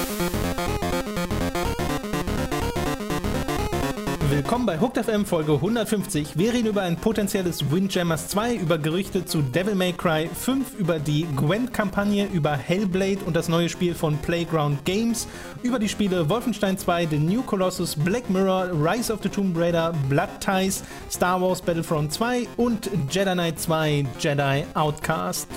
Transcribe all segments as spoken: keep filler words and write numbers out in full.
Willkommen bei Hooked F M Folge hundertfünfzig. Wir reden über ein potenzielles Windjammers zwei, über Gerüchte zu Devil May Cry fünf, über die Gwent-Kampagne, über Hellblade und das neue Spiel von Playground Games, über die Spiele Wolfenstein zwei, The New Colossus, Black Mirror, Rise of the Tomb Raider, Blood Ties, Star Wars Battlefront zwei und Jedi Knight zwei Jedi Outcast.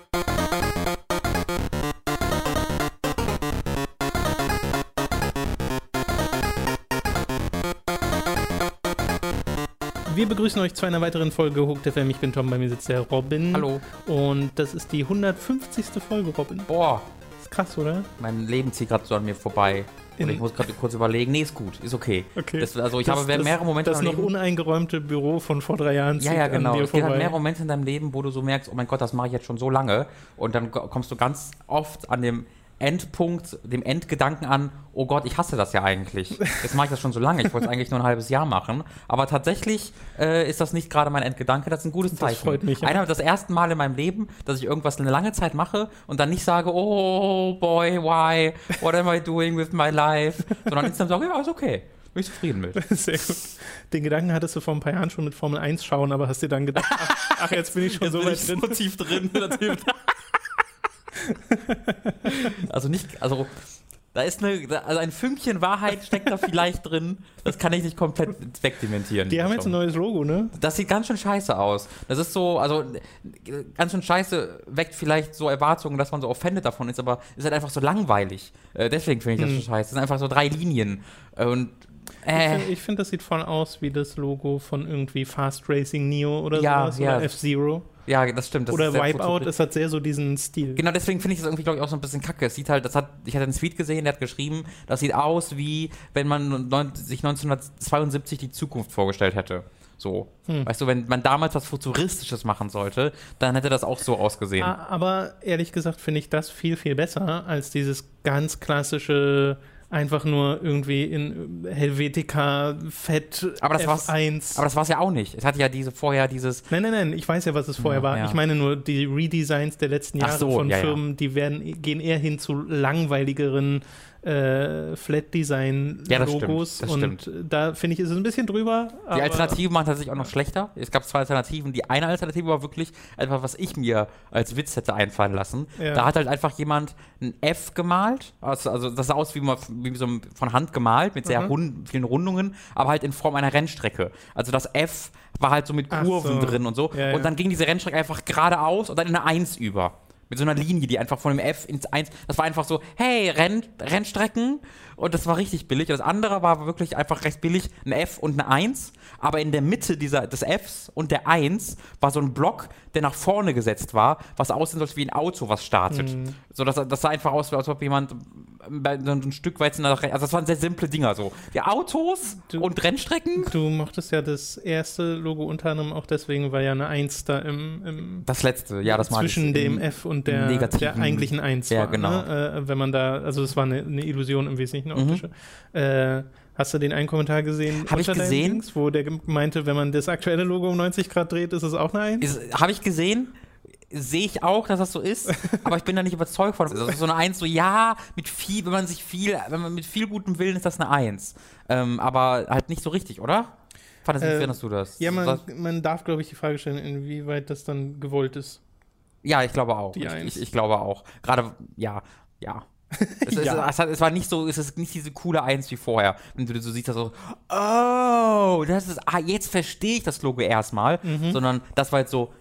Wir begrüßen euch zu einer weiteren Folge Hooked F M. Ich bin Tom, bei mir sitzt der Robin. Hallo. Und das ist die hundertfünfzigste Folge, Robin. Boah. Das ist krass, oder? Mein Leben zieht gerade so an mir vorbei. Und ich muss gerade kurz überlegen. Nee, ist gut, ist okay. okay. Das, also ich das, habe mehrere das, Momente Das in meinem noch Leben, uneingeräumte Büro von vor drei Jahren Ja, ja, genau. an dir Es gibt vorbei. halt mehrere Momente in deinem Leben, wo du so merkst, oh mein Gott, das mache ich jetzt schon so lange. Und dann kommst du ganz oft an dem Endpunkt, dem Endgedanken an, oh Gott, ich hasse das ja eigentlich. Jetzt mache ich das schon so lange, ich wollte es eigentlich nur ein halbes Jahr machen. Aber tatsächlich äh, ist das nicht gerade mein Endgedanke, das ist ein gutes Zeichen. Das freut mich. Ja. Einer das erste Mal in meinem Leben, dass ich irgendwas eine lange Zeit mache und dann nicht sage, oh boy, why, what am I doing with my life? Sondern instant sage, ja, ist okay. Bin ich zufrieden mit. Sehr gut. Den Gedanken hattest du vor ein paar Jahren schon mit Formel eins schauen, aber hast dir dann gedacht, ach, ach jetzt bin ich schon jetzt so bin weit ich drin. so tief drin. Also nicht, also da ist eine, also ein Fünkchen Wahrheit steckt da vielleicht drin. Das kann ich nicht komplett wegdementieren. Die haben jetzt ein neues Logo, ne? Das sieht ganz schön scheiße aus. Das ist so, also ganz schön scheiße weckt vielleicht so Erwartungen, dass man so offended davon ist, aber ist halt einfach so langweilig. Äh, deswegen finde ich das hm. so scheiße. Das sind einfach so drei Linien. Und äh. Ich finde, find, das sieht voll aus wie das Logo von irgendwie Fast Racing Neo oder ja, sowas ja. oder F-Zero. Ja, das stimmt. Das Oder ist Wipeout, es hat sehr so diesen Stil. Genau, deswegen finde ich das irgendwie, glaube ich, auch so ein bisschen kacke. Es sieht halt, das hat, ich hatte einen Tweet gesehen, der hat geschrieben, das sieht aus wie, wenn man neun, sich neunzehnhundertzweiundsiebzig die Zukunft vorgestellt hätte. So. Hm. Weißt du, wenn man damals was Futuristisches machen sollte, dann hätte das auch so ausgesehen. Aber ehrlich gesagt finde ich das viel, viel besser als dieses ganz klassische einfach nur irgendwie in Helvetica Fett aber das F eins. War's, aber das war es ja auch nicht. Es hatte ja diese vorher dieses... Nein, nein, nein, ich weiß ja, was es vorher ja, war. Ja. Ich meine nur, die Redesigns der letzten Jahre so, von ja, Firmen, ja. die werden, gehen eher hin zu langweiligeren äh, Flat-Design-Logos. Ja, das stimmt, das und stimmt. Da finde ich, ist es ein bisschen drüber. Die Alternative macht tatsächlich auch noch schlechter. Es gab zwei Alternativen. Die eine Alternative war wirklich etwas, was ich mir als Witz hätte einfallen lassen. Ja. Da hat halt einfach jemand ein F gemalt. Also, also das sah aus wie, wie so von Hand gemalt, mit sehr mhm. rund, vielen Rundungen, aber halt in Form einer Rennstrecke. Also das F war halt so mit Kurven so. drin und so. Ja, und ja. dann ging diese Rennstrecke einfach geradeaus und dann in eine eins über. Mit so einer Linie, die einfach von dem F ins eins, das war einfach so, hey, Renn, Rennstrecken. Und das war richtig billig. Das andere war wirklich einfach recht billig, ein F und eine eins. Aber in der Mitte dieser, des Fs und der eins war so ein Block, der nach vorne gesetzt war, was aussehen sollte wie ein Auto, was startet. Mhm. So, das, das sah einfach aus, als ob jemand so ein Stück weit nach rechts, also das waren sehr simple Dinger so. Die Autos du, und Rennstrecken. Du mochtest ja das erste Logo unter anderem auch deswegen, weil ja eine eins da im, im das letzte, ja, das mag ich. Zwischen dem F und der, der eigentlichen eins ja, war. Genau. Ne? Äh, wenn man da, also es war eine, eine Illusion im Wesentlichen, eine optische. Mhm. Äh, hast du den einen Kommentar gesehen? Habe ich gesehen. Links, wo der meinte, wenn man das aktuelle Logo um neunzig Grad dreht, ist es auch eine eins? Habe ich gesehen. Sehe ich auch, dass das so ist, aber ich bin da nicht überzeugt von. Das ist so eine eins, so ja, mit viel, wenn man sich viel, wenn man mit viel gutem Willen ist das eine eins. Ähm, aber halt nicht so richtig, oder? Fandest äh, findest du das? Ja, man, man darf, glaube ich, die Frage stellen, inwieweit das dann gewollt ist. Ja, ich glaube auch. Die ich, eins. Ich, ich glaube auch. Gerade, ja, ja. Es, ja. Es, es, es war nicht so, es ist nicht diese coole eins wie vorher. Wenn du so siehst, dass so, oh, das ist, ah, jetzt verstehe ich das Logo erstmal, mhm. sondern das war jetzt so,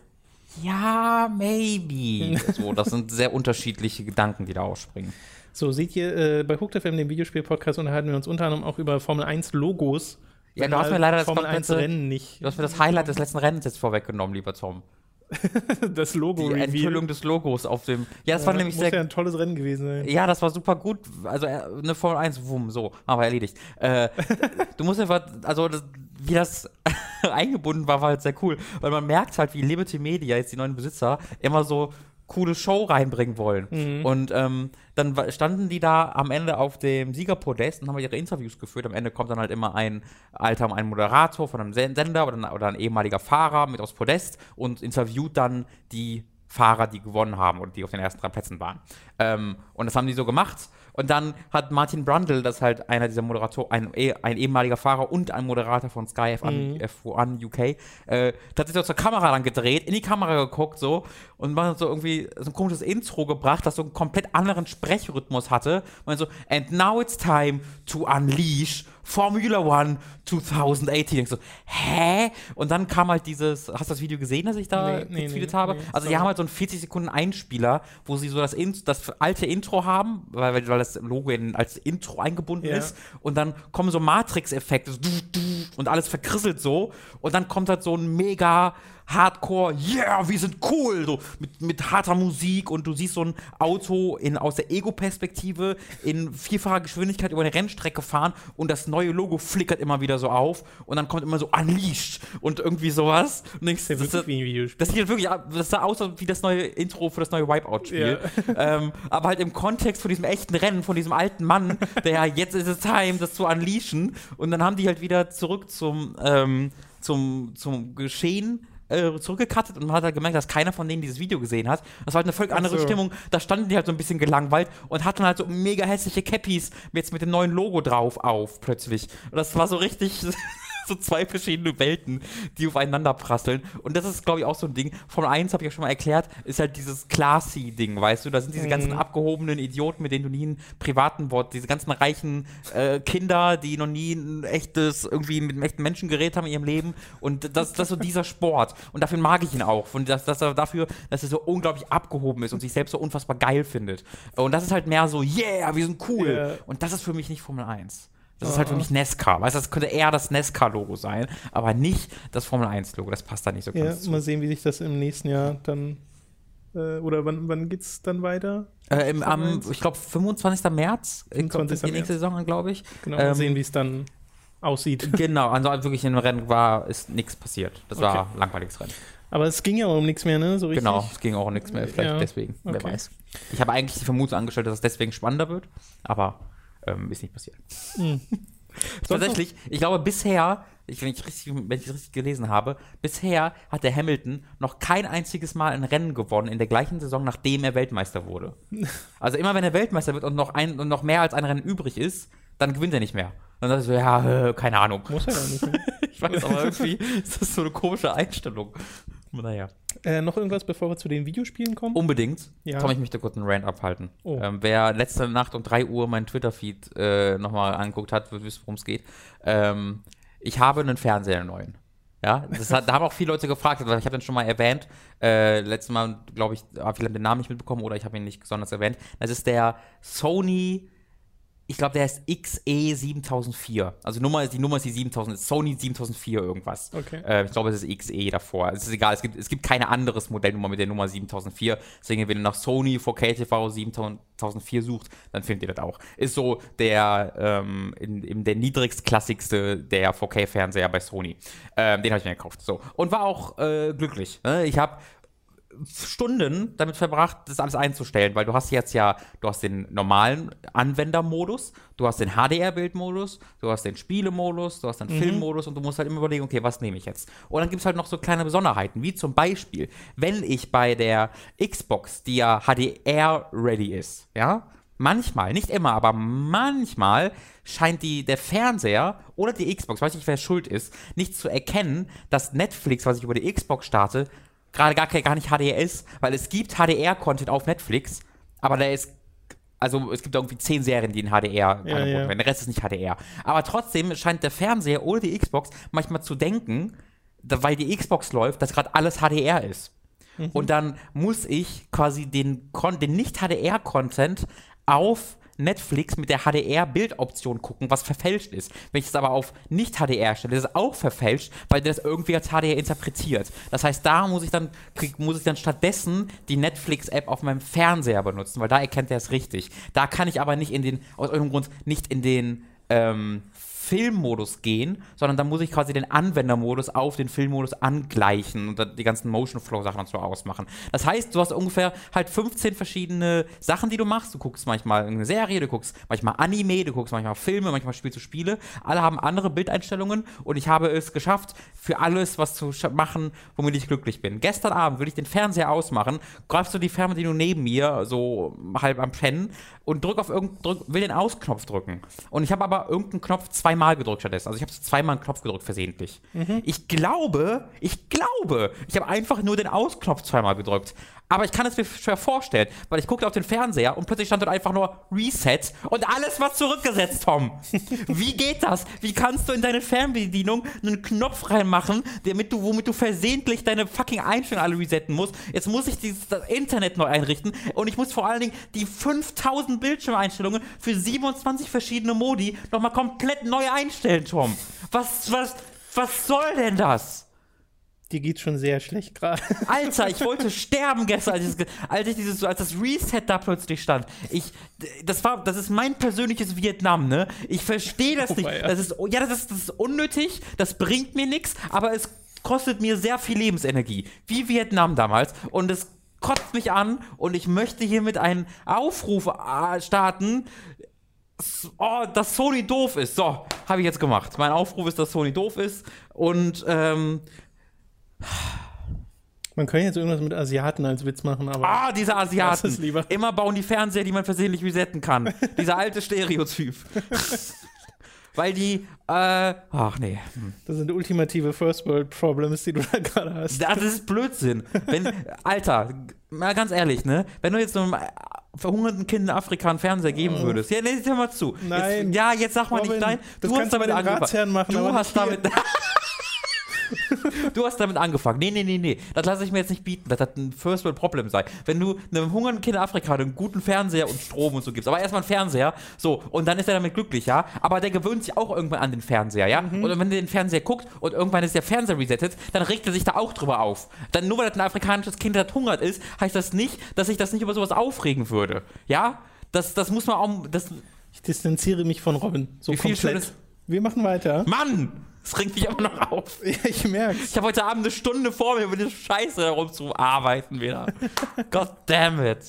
ja, maybe. So, das sind sehr unterschiedliche Gedanken, die da ausspringen. So, seht ihr, äh, bei Hooked F M, dem Videospiel-Podcast, unterhalten wir uns unter anderem auch über Formel eins Logos. Ja, du hast halt mir leider das Formel eins Rennen nicht. Du hast mir das Highlight des letzten Rennens jetzt vorweggenommen, lieber Tom. Das Logo Die Enthüllung des Logos auf dem. Ja, das ja, war nämlich muss sehr. Ja ein tolles Rennen gewesen sein. Ja, das war super gut. Also eine Formel eins, wumm, so, aber erledigt. Äh, du musst einfach, also das, wie das eingebunden war, war halt sehr cool, weil man merkt halt, wie Liberty Media, jetzt die neuen Besitzer, immer so coole Show reinbringen wollen. Mhm. Und ähm, dann standen die da am Ende auf dem Siegerpodest und haben ihre Interviews geführt. Am Ende kommt dann halt immer ein alter, ein Moderator von einem Sender oder ein, oder ein ehemaliger Fahrer mit aufs Podest und interviewt dann die Fahrer, die gewonnen haben oder die auf den ersten drei Plätzen waren. Ähm, und das haben die so gemacht Und dann hat Martin Brundle, das ist halt einer dieser Moderatoren, ein, ein ehemaliger Fahrer und ein Moderator von Sky F eins, mhm. F eins U K, äh, hat sich so zur Kamera dann gedreht, in die Kamera geguckt so und man hat so irgendwie so ein komisches Intro gebracht, das so einen komplett anderen Sprechrhythmus hatte. Und so, and now it's time to unleash Formula One zwanzig achtzehn. Ich so, hä? Und dann kam halt dieses, hast du das Video gesehen, das ich da nee, nee, getweetet nee, habe? Nee, also die haben halt so einen vierzig Sekunden Einspieler, wo sie so das, In- das alte Intro haben, weil, weil das Logo in, als Intro eingebunden ja. ist und dann kommen so Matrix-Effekte so, und alles verkrisselt so und dann kommt halt so ein mega Hardcore, yeah, wir sind cool, so mit, mit harter Musik und du siehst so ein Auto in, aus der Ego-Perspektive in vierfacher Geschwindigkeit über eine Rennstrecke fahren und das neue Logo flickert immer wieder so auf und dann kommt immer so Unleashed und irgendwie sowas. Und denkst, das, das, das, wie ein Videospiel. Das sieht halt wirklich, das sah aus wie das neue Intro für das neue Wipeout-Spiel. Ja. Ähm, aber halt im Kontext von diesem echten Rennen, von diesem alten Mann, der jetzt ist es time, das zu unleashen. Und dann haben die halt wieder zurück zum, ähm, zum, zum Geschehen zurückgekattet und man hat halt gemerkt, dass keiner von denen dieses Video gesehen hat. Das war halt eine völlig andere so. Stimmung. Da standen die halt so ein bisschen gelangweilt und hatten halt so mega hässliche Cappies jetzt mit dem neuen Logo drauf auf plötzlich. Und das war so richtig so zwei verschiedene Welten, die aufeinander prasseln. Und das ist, glaube ich, auch so ein Ding. Formel eins, habe ich ja schon mal erklärt, ist halt dieses Classy-Ding, weißt du? Da sind diese mhm. ganzen abgehobenen Idioten, mit denen du nie einen privaten Wort, diese ganzen reichen äh, Kinder, die noch nie ein echtes, irgendwie mit einem echten Menschen geredet haben in ihrem Leben. Und das, das ist so dieser Sport. Und dafür mag ich ihn auch. Und das, dass er dafür, dass er so unglaublich abgehoben ist und sich selbst so unfassbar geil findet. Und das ist halt mehr so, yeah, wir sind cool. Yeah. Und das ist für mich nicht Formel eins. Das ist halt für mich NASCAR. Weißt du, das könnte eher das NASCAR-Logo sein, aber nicht das Formel eins-Logo. Das passt da nicht so ganz ja, zu. Mal sehen, wie sich das im nächsten Jahr dann, äh, oder wann, wann geht es dann weiter? Äh, im, am, ich glaube, fünfundzwanzigsten März. fünfundzwanzigsten die nächste Saison, glaube ich. Genau, mal ähm, sehen, wie es dann aussieht. Genau, also wirklich in dem Rennen war, ist nichts passiert. Das okay. war ein langweiliges Rennen. Aber es ging ja auch um nichts mehr, ne? So richtig? Genau, es ging auch um nichts mehr. Vielleicht ja. deswegen, okay. wer weiß. Ich habe eigentlich die Vermutung angestellt, dass es deswegen spannender wird, aber ähm, ist nicht passiert. Mhm. Tatsächlich, ich glaube bisher, ich, wenn, ich richtig, wenn ich das richtig gelesen habe, bisher hat der Hamilton noch kein einziges Mal ein Rennen gewonnen in der gleichen Saison, nachdem er Weltmeister wurde. Also immer wenn er Weltmeister wird und noch, ein, und noch mehr als ein Rennen übrig ist, dann gewinnt er nicht mehr. Und dann ist so, ja, äh, keine Ahnung. Muss er ja nicht. Ne? Ich weiß, aber irgendwie ist das so eine komische Einstellung. Naja. Äh, noch irgendwas, bevor wir zu den Videospielen kommen? Unbedingt. Ja. Tom, ich möchte kurz einen Rant abhalten. Oh. Ähm, wer letzte Nacht um drei Uhr meinen Twitter-Feed äh, nochmal angeguckt hat, wird wissen, worum es geht. Ähm, ich habe einen Fernseher neuen. Ja, das hat, da haben auch viele Leute gefragt, weil ich habe den schon mal erwähnt. Äh, letztes Mal, glaube ich, habe ich den Namen nicht mitbekommen oder ich habe ihn nicht besonders erwähnt. Das ist der Sony. Ich glaube, der ist X E siebentausendvier. Also Nummer, die Nummer ist die siebentausend, Sony siebentausendvier irgendwas. Okay. Äh, ich glaube, es ist X E davor. Es ist egal, es gibt, es gibt keine anderes Modellnummer mit der Nummer siebentausendvier. Deswegen, wenn ihr nach Sony vier K T V siebentausendvier sucht, dann findet ihr das auch. Ist so der, ähm, in, in der niedrigsklassigste der vier K-Fernseher bei Sony. Ähm, den habe ich mir gekauft. So. Und war auch äh, glücklich. Ne? Ich habe Stunden damit verbracht, das alles einzustellen, weil du hast jetzt ja, du hast den normalen Anwendermodus, du hast den H D R-Bildmodus, du hast den Spielemodus, du hast den mhm. Filmmodus und du musst halt immer überlegen, okay, was nehme ich jetzt? Und dann gibt es halt noch so kleine Besonderheiten, wie zum Beispiel, wenn ich bei der Xbox, die ja H D R-ready ist, ja, manchmal, nicht immer, aber manchmal scheint die, der Fernseher oder die Xbox, weiß nicht, wer schuld ist, nicht zu erkennen, dass Netflix, was ich über die Xbox starte, gerade gar, gar nicht H D R ist, weil es gibt H D R-Content auf Netflix, aber da ist, also es gibt irgendwie zehn Serien, die in H D R angeboten ja, ja. werden, der Rest ist nicht H D R. Aber trotzdem scheint der Fernseher oder die Xbox manchmal zu denken, da, weil die Xbox läuft, dass gerade alles H D R ist. Mhm. Und dann muss ich quasi den, den nicht-H D R-Content auf Netflix mit der H D R-Bildoption gucken, was verfälscht ist. Wenn ich es aber auf nicht-H D R stelle, ist es auch verfälscht, weil der das irgendwie als H D R interpretiert. Das heißt, da muss ich dann, krieg, muss ich dann stattdessen die Netflix-App auf meinem Fernseher benutzen, weil da erkennt er es richtig. Da kann ich aber nicht in den, aus irgendeinem Grund, nicht in den ähm, Filmmodus gehen, sondern da muss ich quasi den Anwendermodus auf den Filmmodus angleichen und dann die ganzen Motion-Flow-Sachen und so ausmachen. Das heißt, du hast ungefähr halt fünfzehn verschiedene Sachen, die du machst. Du guckst manchmal eine Serie, du guckst manchmal Anime, du guckst manchmal Filme, manchmal spielst du Spiele. Alle haben andere Bildeinstellungen und ich habe es geschafft, für alles was zu machen, womit ich glücklich bin. Gestern Abend will ich den Fernseher ausmachen, greifst du die Fernbedienung neben mir, so halb am Pennen, und drück auf irgendeinen, drück, will den Ausknopf drücken. Und ich habe aber irgendeinen Knopf zweimal gedrückt stattdessen. Also ich habe zweimal einen Knopf gedrückt versehentlich. Mhm. Ich glaube, ich glaube, ich habe einfach nur den Ausknopf zweimal gedrückt. Aber ich kann es mir schwer vorstellen, weil ich guckte auf den Fernseher und plötzlich stand dort einfach nur Reset und alles war zurückgesetzt, Tom. Wie geht das? Wie kannst du in deine Fernbedienung einen Knopf reinmachen, damit du, womit du versehentlich deine fucking Einstellungen alle resetten musst? Jetzt muss ich dieses, das Internet neu einrichten und ich muss vor allen Dingen die fünftausend Bildschirmeinstellungen für siebenundzwanzig verschiedene Modi nochmal komplett neu einstellen, Tom. Was, was, was soll denn das? Dir geht schon sehr schlecht gerade. Alter, ich wollte sterben gestern, als, ich, als, ich dieses, als das Reset da plötzlich stand. Ich, das, war, das ist mein persönliches Vietnam, ne? Ich verstehe das oh, nicht. Das ist, ja, das ist, das ist unnötig, das bringt mir nichts, aber es kostet mir sehr viel Lebensenergie. Wie Vietnam damals. Und es kotzt mich an und ich möchte hiermit einen Aufruf starten, oh, dass Sony doof ist. So, habe ich jetzt gemacht. Mein Aufruf ist, dass Sony doof ist und, ähm, man kann jetzt irgendwas mit Asiaten als Witz machen, aber... Ah, diese Asiaten. Immer bauen die Fernseher, die man versehentlich resetten kann. Dieser alte Stereotyp. Weil die, äh, ach nee. Das sind ultimative First World Problems, die du da gerade hast. Das ist Blödsinn. Wenn, Alter, mal ganz ehrlich, ne? Wenn du jetzt so einem verhungerten Kind in Afrika einen Fernseher geben oh. würdest. Ja, nee, hör mal zu. Nein. Jetzt, ja, jetzt sag mal Robin, nicht nein. Du das hast damit angefangen. Machen, du hast damit... Du hast damit angefangen. Nee, nee, nee, nee. Das lasse ich mir jetzt nicht bieten. Das hat ein First World Problem sein. Wenn du einem hungernden Kind in Afrika einen guten Fernseher und Strom und so gibst, aber erstmal einen Fernseher, so, und dann ist er damit glücklich, ja. Aber der gewöhnt sich auch irgendwann an den Fernseher, ja. Mhm. Und wenn der den Fernseher guckt und irgendwann ist der Fernseher resettet, dann regt er sich da auch drüber auf. Dann nur weil das ein afrikanisches Kind, das hungert ist, heißt das nicht, dass sich das nicht über sowas aufregen würde. Ja? Das, das muss man auch. Das ich distanziere mich von Robin. So komplett. Wir machen weiter. Mann! Das regt mich aber noch auf. Ja, ich merk's. Ich habe heute Abend eine Stunde vor mir, über diese Scheiße herumzuarbeiten wieder. God damn it.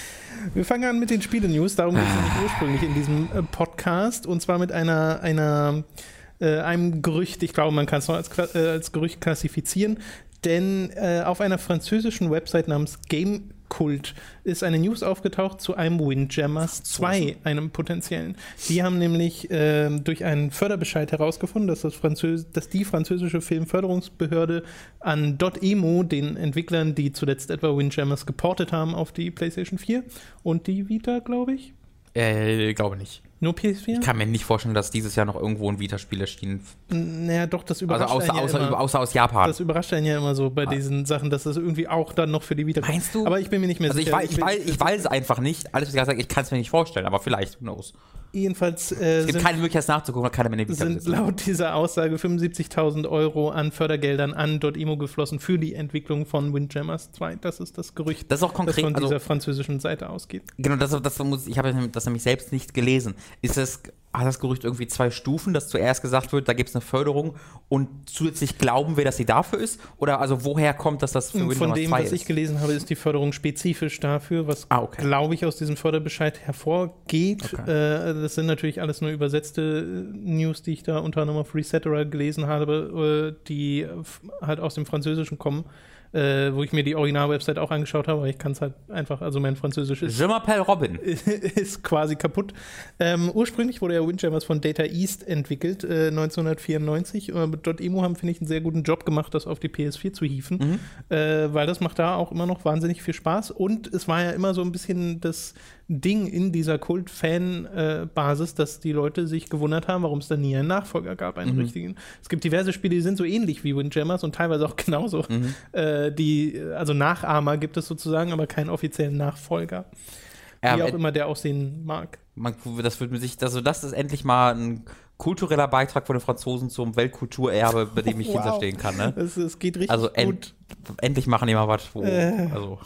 Wir fangen an mit den Spiele-News. Darum geht es nämlich ursprünglich in diesem äh, Podcast. Und zwar mit einer, einer äh, einem Gerücht. Ich glaube, man kann es noch als, äh, als Gerücht klassifizieren. Denn äh, auf einer französischen Website namens Gamekult ist eine News aufgetaucht zu einem Windjammers zwei, einem potenziellen. Die haben nämlich äh, durch einen Förderbescheid herausgefunden, dass, das Französ- dass die französische Filmförderungsbehörde an Dotemu, den Entwicklern, die zuletzt etwa Windjammers geportet haben auf die PlayStation vier und die Vita, glaube ich. Äh, glaube nicht. Nur P S vier? Ich kann mir nicht vorstellen, dass dieses Jahr noch irgendwo ein Vita-Spiel erschien. Naja, doch, das überrascht also außer, einen ja außer, immer. außer aus Japan. Das überrascht einen ja immer so bei ah. diesen Sachen, dass das irgendwie auch dann noch für die Vita kommt. Meinst du? Aber ich bin mir nicht mehr also sicher. Ich, ich, weiß, ich, ich weiß es einfach nicht. Alles, was ich gesagt habe, ich kann es mir nicht vorstellen, aber vielleicht, who knows. Jedenfalls äh, es gibt sind, keine Möglichkeit, das nachzugucken, keiner mehr Vita sind laut dieser Aussage fünfundsiebzigtausend Euro an Fördergeldern an Dotemu geflossen für die Entwicklung von Windjammers zwei. Das ist das Gerücht, das, ist auch konkret, das von dieser also, französischen Seite ausgeht. Genau, das, das muss, ich habe das nämlich selbst nicht gelesen. Ist das, hat das Gerücht irgendwie zwei Stufen, dass zuerst gesagt wird, da gibt es eine Förderung und zusätzlich glauben wir, dass sie dafür ist? Oder also woher kommt, dass das für Windjammers zwei ist? Von dem, was ich gelesen habe, ist die Förderung spezifisch dafür, was, ah, okay. glaube ich, aus diesem Förderbescheid hervorgeht. Okay. Äh, das sind natürlich alles nur übersetzte News, die ich da unter anderem auf Resetera gelesen habe, die halt aus dem Französischen kommen. Äh, wo ich mir die Original-Website auch angeschaut habe, aber ich kann es halt einfach, also mein Französisch ist, Je m'appelle Robin. ist quasi kaputt. Ähm, ursprünglich wurde ja Windjammers von Data East entwickelt, äh, neunzehnhundertvierundneunzig. Äh, Dotemu haben, finde ich, einen sehr guten Job gemacht, das auf die P S vier zu hieven, mhm. äh, weil das macht da auch immer noch wahnsinnig viel Spaß und es war ja immer so ein bisschen das Ding in dieser Kult-Fan-Basis, äh, dass die Leute sich gewundert haben, warum es da nie einen Nachfolger gab, einen mhm. richtigen. Es gibt diverse Spiele, die sind so ähnlich wie Windjammers und teilweise auch genauso. Mhm. Äh, die, also Nachahmer gibt es sozusagen, aber keinen offiziellen Nachfolger. Ja, wie auch immer der aussehen mag. Man, das wird sich, also das ist endlich mal ein kultureller Beitrag von den Franzosen zum Weltkulturerbe, bei dem ich wow. hinterstehen kann. Ne? Es, es geht richtig also en- gut. Endlich machen die mal was, wo, äh. also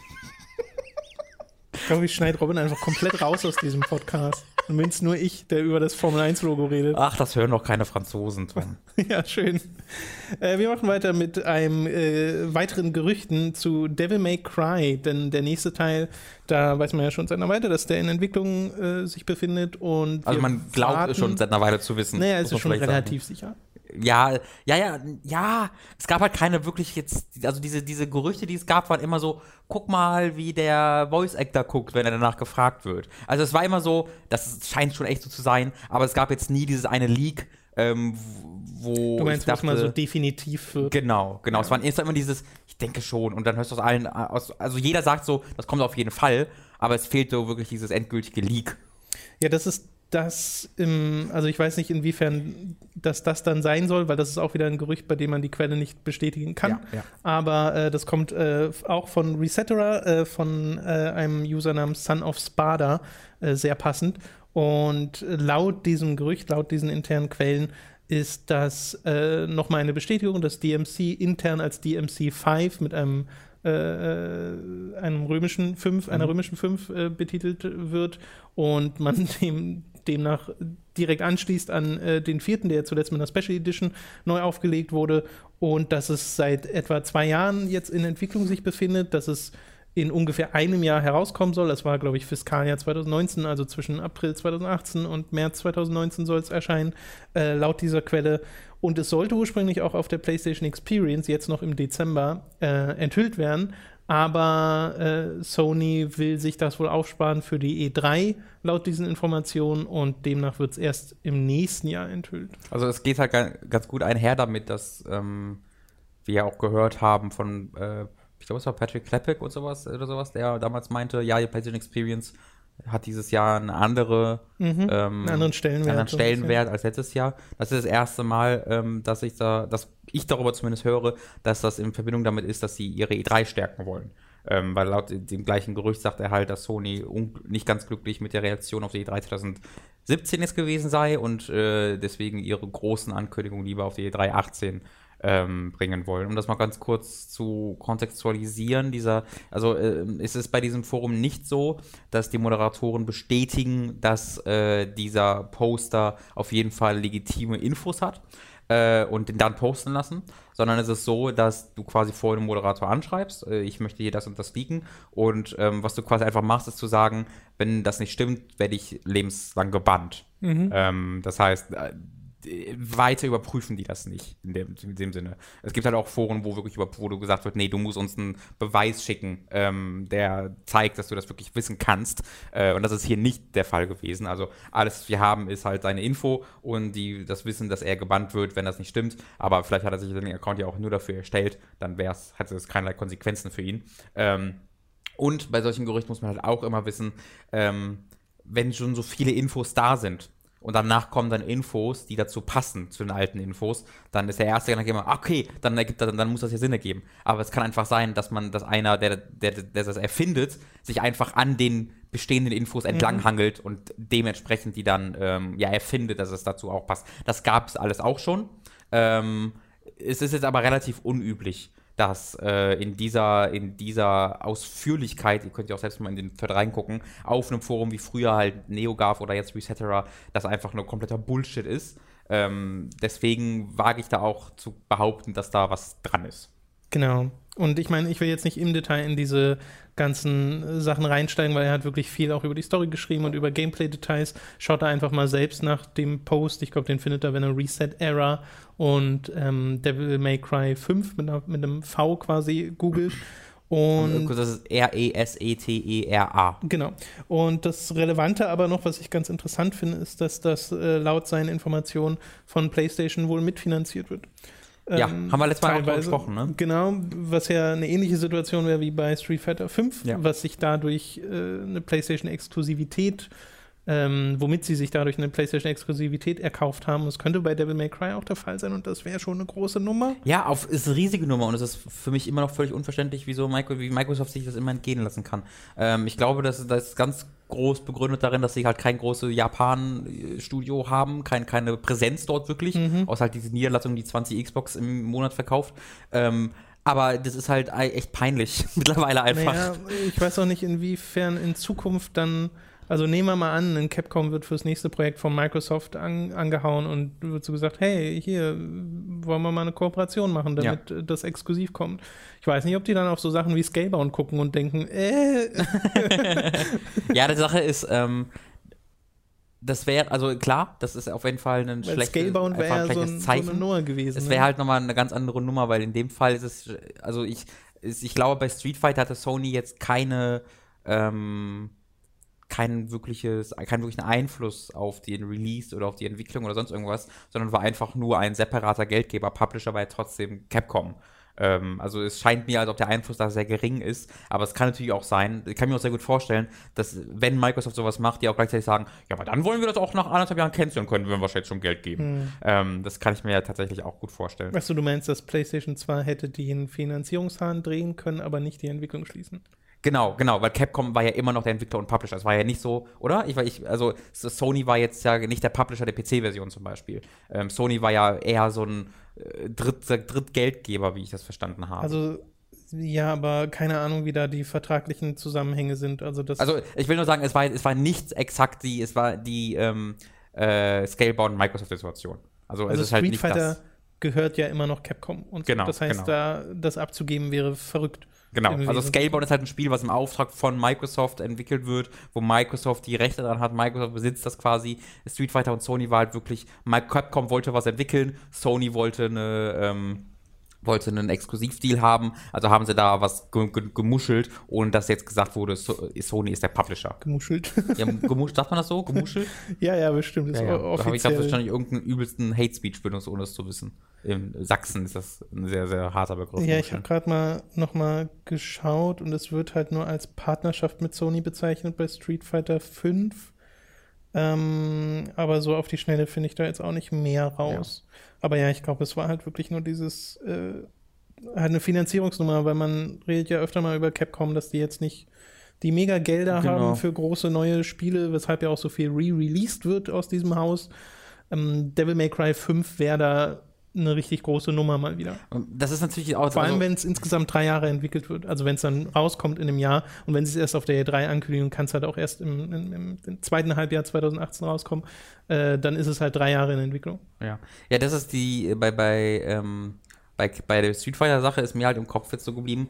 ich glaube, ich schneide Robin einfach komplett raus aus diesem Podcast. Und bin es nur ich, der über das Formel eins Logo redet. Ach, das hören doch keine Franzosen, Tom. Ja, schön. Äh, wir machen weiter mit einem äh, weiteren Gerüchten zu Devil May Cry, denn der nächste Teil, da weiß man ja schon seit einer Weile, dass der in Entwicklung äh, sich befindet. Und also man glaubt es schon seit einer Weile zu wissen. Naja, es ist schon relativ sagen. sicher. Ja, ja, ja, ja, es gab halt keine wirklich jetzt, also diese, diese Gerüchte, die es gab, waren immer so, guck mal, wie der Voice-Actor guckt, wenn er danach gefragt wird. Also es war immer so, das scheint schon echt so zu sein, aber es gab jetzt nie dieses eine Leak, ähm, wo du meinst, ich dachte, was mal so definitiv wird. Genau, genau, ja. Es war immer dieses, ich denke schon, und dann hörst du aus allen, aus, also jeder sagt so, das kommt auf jeden Fall, aber es fehlt so wirklich dieses endgültige Leak. Ja, das ist das im, also ich weiß nicht, inwiefern das das dann sein soll, weil das ist auch wieder ein Gerücht, bei dem man die Quelle nicht bestätigen kann. Ja, ja. Aber äh, das kommt äh, auch von Resetterer, äh, von äh, einem User namens Son of Spada, äh, sehr passend. Und laut diesem Gerücht, laut diesen internen Quellen, ist das äh, nochmal eine Bestätigung, dass D M C intern als D M C fünf mit einem Äh, einem römischen fünf, einer römischen fünf äh, betitelt wird und man dem, demnach direkt anschließt an äh, den vierten, der zuletzt mit einer Special Edition neu aufgelegt wurde und dass es seit etwa zwei Jahren jetzt in Entwicklung sich befindet, dass es in ungefähr einem Jahr herauskommen soll. Das war, glaube ich, Fiskaljahr zwanzig neunzehn, also zwischen April zwanzig achtzehn und März zwanzig neunzehn soll es erscheinen, äh, laut dieser Quelle. Und es sollte ursprünglich auch auf der PlayStation Experience jetzt noch im Dezember äh, enthüllt werden. Aber äh, Sony will sich das wohl aufsparen für die E drei, laut diesen Informationen. Und demnach wird es erst im nächsten Jahr enthüllt. Also es geht halt ganz gut einher damit, dass ähm, wir ja auch gehört haben von, äh, ich glaube es war Patrick Klepek und sowas, oder sowas, der damals meinte, ja, die PlayStation Experience hat dieses Jahr eine andere, mhm. ähm, einen anderen Stellenwert, anderen Stellenwert als letztes Jahr. Das ist das erste Mal, ähm, dass ich da, dass ich darüber zumindest höre, dass das in Verbindung damit ist, dass sie ihre E drei stärken wollen. Ähm, weil laut dem gleichen Gerücht sagt er halt, dass Sony nicht ganz glücklich mit der Reaktion auf die E drei zwanzig siebzehn jetzt gewesen sei und äh, deswegen ihre großen Ankündigungen lieber auf die E drei achtzehn Ähm, bringen wollen. Um das mal ganz kurz zu kontextualisieren, dieser, also äh, ist es bei diesem Forum nicht so, dass die Moderatoren bestätigen, dass äh, dieser Poster auf jeden Fall legitime Infos hat äh, und den dann posten lassen, sondern es ist so, dass du quasi vorher den Moderator anschreibst, äh, ich möchte hier das und das leaken und ähm, was du quasi einfach machst, ist zu sagen, wenn das nicht stimmt, werde ich lebenslang gebannt. Mhm. Ähm, das heißt, äh, weiter überprüfen die das nicht, in dem, in dem Sinne. Es gibt halt auch Foren, wo wirklich über, wo du gesagt wird, nee, du musst uns einen Beweis schicken, ähm, der zeigt, dass du das wirklich wissen kannst. Äh, und das ist hier nicht der Fall gewesen. Also alles, was wir haben, ist halt seine Info und die, das Wissen, dass er gebannt wird, wenn das nicht stimmt. Aber vielleicht hat er sich den Account ja auch nur dafür erstellt, dann wär's, hat es keinerlei Konsequenzen für ihn. Ähm, und bei solchen Gerüchten muss man halt auch immer wissen, ähm, wenn schon so viele Infos da sind, und danach kommen dann Infos, die dazu passen, zu den alten Infos, dann ist der erste Gedanke immer, okay, dann, ergibt, dann, dann muss das ja Sinn ergeben. Aber es kann einfach sein, dass man, dass einer, der, der, der das erfindet, sich einfach an den bestehenden Infos entlanghangelt mhm. und dementsprechend die dann ähm, ja erfindet, dass es dazu auch passt. Das gab es alles auch schon. Ähm, es ist jetzt aber relativ unüblich, dass äh, in, dieser, in dieser Ausführlichkeit, ihr könnt ja auch selbst mal in den Thread reingucken, auf einem Forum wie früher halt NeoGAF oder jetzt Resetterer, das einfach nur kompletter Bullshit ist. Ähm, deswegen wage ich da auch zu behaupten, dass da was dran ist. Genau. Und ich meine, ich will jetzt nicht im Detail in diese ganzen Sachen reinsteigen, weil er hat wirklich viel auch über die Story geschrieben und über Gameplay-Details. Schaut da einfach mal selbst nach dem Post. Ich glaube, den findet er, wenn er Reset-Era und ähm, Devil May Cry fünf mit, einer, mit einem V quasi googelt. Und das ist R E S E T E R A. Genau. Und das Relevante aber noch, was ich ganz interessant finde, ist, dass das äh, laut seinen Informationen von PlayStation wohl mitfinanziert wird. Ja, ähm, haben wir letztes Mal auch drüber gesprochen, ne? Genau, was ja eine ähnliche Situation wäre wie bei Street Fighter fünf, ja. was sich dadurch äh, eine PlayStation-Exklusivität, ähm, womit sie sich dadurch eine PlayStation-Exklusivität erkauft haben. Das könnte bei Devil May Cry auch der Fall sein und das wäre schon eine große Nummer. Ja, auf, ist eine riesige Nummer und es ist für mich immer noch völlig unverständlich, wieso Micro, wie Microsoft sich das immer entgehen lassen kann. Ähm, ich glaube, das, das ist ganz groß begründet darin, dass sie halt kein großes Japan-Studio haben, kein, keine Präsenz dort wirklich, mhm. außer halt diese Niederlassung, die zwanzig Xbox im Monat verkauft. Ähm, aber das ist halt echt peinlich mittlerweile einfach. Naja, ich weiß auch nicht, inwiefern in Zukunft dann, also nehmen wir mal an, ein Capcom wird fürs nächste Projekt von Microsoft an, angehauen und wird so gesagt, hey, hier, wollen wir mal eine Kooperation machen, damit ja. das exklusiv kommt. Ich weiß nicht, ob die dann auf so Sachen wie Scalebound gucken und denken, äh. Ja, die Sache ist, ähm, Das wäre, also klar, das ist auf jeden Fall ein weil schlechtes, Scalebound wäre ja so, ein, Zeichen. so eine Nummer gewesen. Es wäre ne? halt nochmal eine ganz andere Nummer, weil in dem Fall ist es, also ich, ist, ich glaube, bei Street Fighter hatte Sony jetzt keine, ähm, kein wirkliches, keinen wirklichen Einfluss auf den Release oder auf die Entwicklung oder sonst irgendwas, sondern war einfach nur ein separater Geldgeber. Publisher war ja trotzdem Capcom. Ähm, also es scheint mir, als ob der Einfluss da sehr gering ist, aber es kann natürlich auch sein, ich kann mir auch sehr gut vorstellen, dass wenn Microsoft sowas macht, die auch gleichzeitig sagen, ja, aber dann wollen wir das auch nach anderthalb Jahren canceln können, wenn wir wahrscheinlich schon Geld geben. Hm. Ähm, das kann ich mir ja tatsächlich auch gut vorstellen. Achso, du meinst, dass PlayStation zwar hätte den Finanzierungshahn drehen können, aber nicht die Entwicklung schließen? Genau, genau, weil Capcom war ja immer noch der Entwickler und Publisher. Es war ja nicht so, oder? Ich, ich, also Sony war jetzt ja nicht der Publisher der P C-Version zum Beispiel. Ähm, Sony war ja eher so ein äh, Dritt, Drittgeldgeber, wie ich das verstanden habe. Also ja, aber keine Ahnung, wie da die vertraglichen Zusammenhänge sind. Also, das also ich will nur sagen, es war, es war nicht exakt die, es war die ähm, äh, Scalebound Microsoft-Situation. Also, also es ist halt Street nicht Fighter das. Gehört ja immer noch Capcom. Und genau, das heißt, genau. da das abzugeben wäre verrückt. Genau, also Scalebound ist halt ein Spiel, was im Auftrag von Microsoft entwickelt wird, wo Microsoft die Rechte dran hat. Microsoft besitzt das quasi. Street Fighter und Sony war halt wirklich, Capcom wollte was entwickeln, Sony wollte eine, ähm, wollte einen Exklusivdeal haben, also haben sie da was ge ge gemuschelt, ohne dass jetzt gesagt wurde, so Sony ist der Publisher. Gemuschelt? Ja, gemuschelt, sagt man das so? Gemuschelt? ja, ja, bestimmt. Das ja, ja. Da habe ich gerade wahrscheinlich irgendeinen übelsten Hate-Speech benutzt, ohne es zu wissen. In Sachsen ist das ein sehr, sehr harter Begriff. Ja, ich habe gerade mal noch mal geschaut und es wird halt nur als Partnerschaft mit Sony bezeichnet bei Street Fighter fünf. Ähm, aber so auf die Schnelle finde ich da jetzt auch nicht mehr raus. Ja. Aber ja, ich glaube, es war halt wirklich nur dieses, äh, halt eine Finanzierungsnummer, weil man redet ja öfter mal über Capcom, dass die jetzt nicht die mega Gelder genau. haben für große neue Spiele, weshalb ja auch so viel re-released wird aus diesem Haus. Ähm, Devil May Cry fünf wäre da eine richtig große Nummer mal wieder. Das ist natürlich auch... Vor allem, wenn es insgesamt drei Jahre entwickelt wird. Also wenn es dann rauskommt in einem Jahr und wenn sie es erst auf der E drei ankündigen, kann es halt auch erst im, im, im zweiten Halbjahr zwanzig achtzehn rauskommen, äh, dann ist es halt drei Jahre in Entwicklung. Ja, ja, das ist die, bei, bei, ähm, bei, bei der Street Fighter-Sache ist mir halt im Kopf jetzt so geblieben,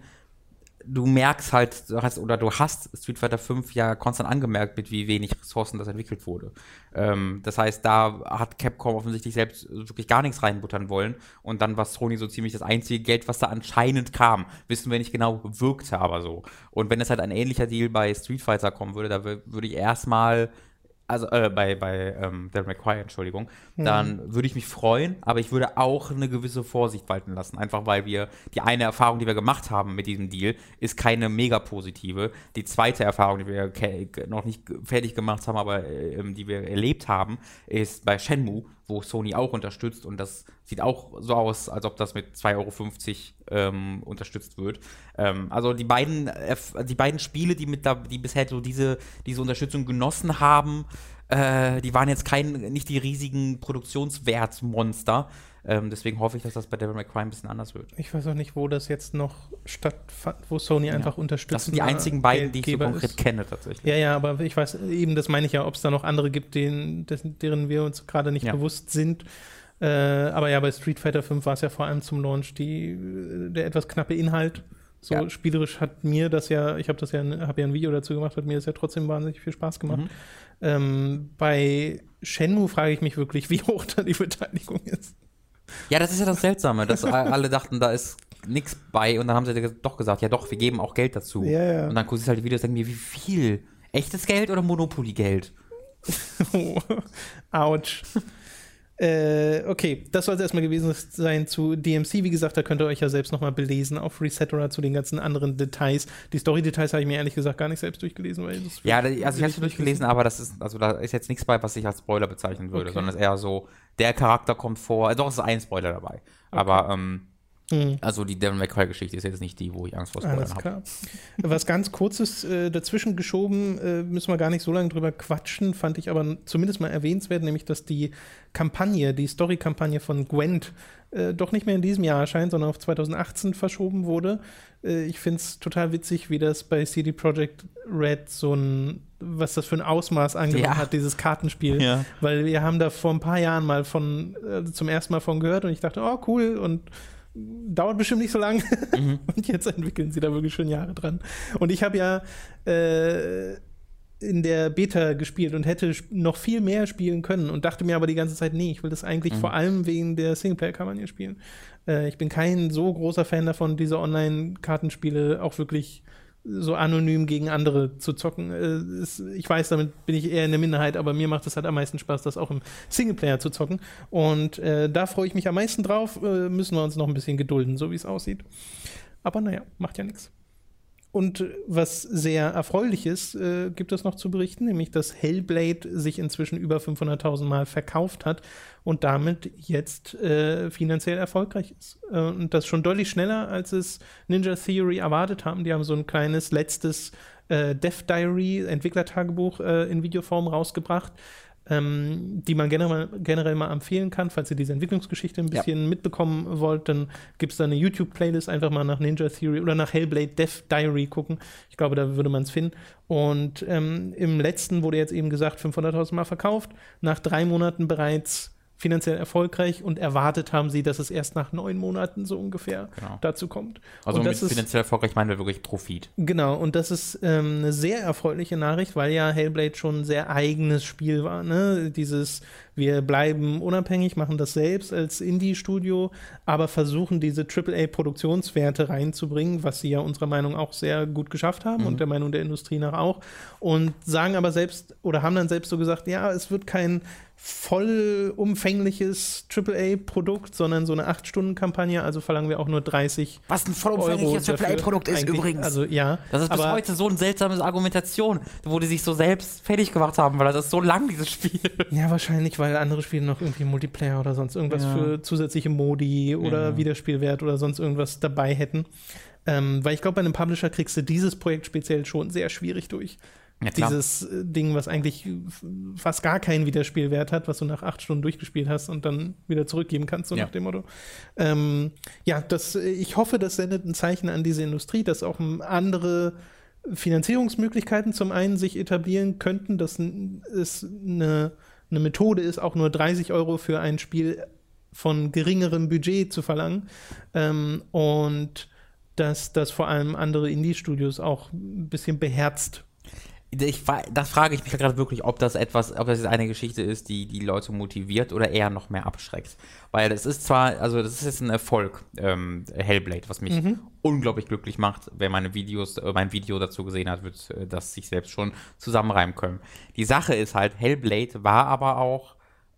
du merkst halt, du hast, oder du hast Street Fighter fünf ja konstant angemerkt, mit wie wenig Ressourcen das entwickelt wurde. Ähm, das heißt, da hat Capcom offensichtlich selbst wirklich gar nichts reinbuttern wollen und dann war Sony so ziemlich das einzige Geld, was da anscheinend kam. Wissen wir nicht genau, wirkte aber so. Und wenn es halt ein ähnlicher Deal bei Street Fighter kommen würde, da würde ich erstmal also äh, bei, bei ähm, Devil May Cry, Entschuldigung, mhm. dann würde ich mich freuen, aber ich würde auch eine gewisse Vorsicht walten lassen, einfach weil wir, die eine Erfahrung, die wir gemacht haben mit diesem Deal, ist keine mega positive. Die zweite Erfahrung, die wir noch nicht fertig gemacht haben, aber äh, die wir erlebt haben, ist bei Shenmue, wo Sony auch unterstützt und das sieht auch so aus, als ob das mit zwei Euro fünfzig ähm, unterstützt wird. Ähm, also die beiden, äh, die beiden Spiele, die, mit da, die bisher so diese, diese Unterstützung genossen haben, äh, die waren jetzt kein, nicht die riesigen Produktionswertmonster. Ähm, deswegen hoffe ich, dass das bei Devil May Cry ein bisschen anders wird. Ich weiß auch nicht, wo das jetzt noch stattfand, wo Sony ja. einfach unterstützt. Das sind die einzigen beiden, die ich so konkret ist. kenne tatsächlich. Ja, ja, aber ich weiß, eben das meine ich ja, ob es da noch andere gibt, denen, deren wir uns gerade nicht ja. bewusst sind. Äh, aber ja, bei Street Fighter fünf war es ja vor allem zum Launch die, der etwas knappe Inhalt. So ja. spielerisch hat mir das ja, ich habe das ja, habe ja ein Video dazu gemacht, hat mir das ja trotzdem wahnsinnig viel Spaß gemacht. Mhm. Ähm, bei Shenmue frage ich mich wirklich, wie hoch da die Beteiligung ist. Ja, das ist ja das Seltsame, dass alle dachten, da ist nichts bei und dann haben sie doch gesagt, ja doch, wir geben auch Geld dazu. Ja, ja. Und dann guckst du halt die Videos und denkst mir, wie viel? Echtes Geld oder Monopoly-Geld? Oh, ouch. Äh, okay, das soll es erstmal gewesen sein zu D M C. Wie gesagt, da könnt ihr euch ja selbst nochmal belesen auf Resetera zu den ganzen anderen Details. Die Story-Details habe ich mir ehrlich gesagt gar nicht selbst durchgelesen. Weil das ja, also ich habe es durchgelesen, aber das ist, also da ist jetzt nichts bei, was ich als Spoiler bezeichnen würde, okay. sondern es ist eher so, der Charakter kommt vor, also doch, es ist ein Spoiler dabei. Okay. Aber, ähm, hm. also die Devil May Cry-Geschichte ist jetzt nicht die, wo ich Angst vor Spoilern habe. Was ganz Kurzes äh, dazwischen geschoben, äh, müssen wir gar nicht so lange drüber quatschen, fand ich aber zumindest mal erwähnenswert, nämlich, dass die Kampagne, die Story-Kampagne von Gwent äh, doch nicht mehr in diesem Jahr erscheint, sondern auf zwanzig achtzehn verschoben wurde. Äh, ich finde es total witzig, wie das bei C D Projekt Red so ein, was das für ein Ausmaß angenommen ja. hat, dieses Kartenspiel. Ja. Weil wir haben da vor ein paar Jahren mal von äh, zum ersten Mal von gehört und ich dachte, oh cool, und dauert bestimmt nicht so lang. Mhm. Und jetzt entwickeln sie da wirklich schon Jahre dran. Und ich habe ja äh, in der Beta gespielt und hätte noch viel mehr spielen können und dachte mir aber die ganze Zeit, nee, ich will das eigentlich mhm. vor allem wegen der Singleplayer-Kampagne spielen. Äh, ich bin kein so großer Fan davon, diese Online-Kartenspiele auch wirklich so anonym gegen andere zu zocken. Äh, ist, ich weiß, damit bin ich eher in der Minderheit, aber mir macht es halt am meisten Spaß, das auch im Singleplayer zu zocken. Und äh, da freue ich mich am meisten drauf. Äh, müssen wir uns noch ein bisschen gedulden, so wie es aussieht. Aber naja, macht ja nichts. Und was sehr erfreulich ist, äh, gibt es noch zu berichten, nämlich dass Hellblade sich inzwischen über fünfhunderttausend Mal verkauft hat und damit jetzt äh, finanziell erfolgreich ist. Äh, und das schon deutlich schneller, als es Ninja Theory erwartet haben. Die haben so ein kleines letztes äh, Dev Diary, Entwicklertagebuch äh, in Videoform rausgebracht, Ähm, die man generell, generell mal empfehlen kann, falls ihr diese Entwicklungsgeschichte ein bisschen ja. mitbekommen wollt, dann gibt es da eine YouTube-Playlist, einfach mal nach Ninja Theory oder nach Hellblade Dev Diary gucken. Ich glaube, da würde man es finden. Und ähm, im letzten wurde jetzt eben gesagt, fünfhunderttausend Mal verkauft, nach drei Monaten bereits finanziell erfolgreich und erwartet haben sie, dass es erst nach neun Monaten so ungefähr genau. dazu kommt. Also und mit das ist, finanziell erfolgreich meinen wir wirklich Profit. Genau, und das ist ähm, eine sehr erfreuliche Nachricht, weil ja Hellblade schon ein sehr eigenes Spiel war. Ne? Dieses, wir bleiben unabhängig, machen das selbst als Indie-Studio, aber versuchen diese Triple A-Produktionswerte reinzubringen, was sie ja unserer Meinung auch sehr gut geschafft haben mhm. und der Meinung der Industrie nach auch. Und sagen aber selbst, oder haben dann selbst so gesagt, ja, es wird kein vollumfängliches Triple A-Produkt, sondern so eine acht Stunden Kampagne, also verlangen wir auch nur dreißig Euro. Was ein vollumfängliches Triple A-Produkt ist übrigens. Also ja. Das ist bis heute so eine seltsame Argumentation, wo die sich so selbst fertig gemacht haben, weil das ist so lang, dieses Spiel. Ja, wahrscheinlich, weil andere Spiele noch irgendwie Multiplayer oder sonst irgendwas ja. für zusätzliche Modi oder ja. Wiederspielwert oder sonst irgendwas dabei hätten. Ähm, weil ich glaube, bei einem Publisher kriegst du dieses Projekt speziell schon sehr schwierig durch. Ja, dieses Ding, was eigentlich fast gar keinen Wiederspielwert hat, was du nach acht Stunden durchgespielt hast und dann wieder zurückgeben kannst, so ja. nach dem Motto. Ähm, ja, das, ich hoffe, das sendet ein Zeichen an diese Industrie, dass auch andere Finanzierungsmöglichkeiten zum einen sich etablieren könnten, dass es eine, eine Methode ist, auch nur dreißig Euro für ein Spiel von geringerem Budget zu verlangen ähm, und dass das vor allem andere Indie-Studios auch ein bisschen beherzt. Ich, das frage ich mich gerade wirklich, ob das etwas, ob das jetzt eine Geschichte ist, die die Leute motiviert oder eher noch mehr abschreckt. Weil das ist zwar, also das ist jetzt ein Erfolg, ähm, Hellblade, was mich mhm. unglaublich glücklich macht. Wer meine Videos, äh, mein Video dazu gesehen hat, wird äh, das sich selbst schon zusammenreimen können. Die Sache ist halt, Hellblade war aber auch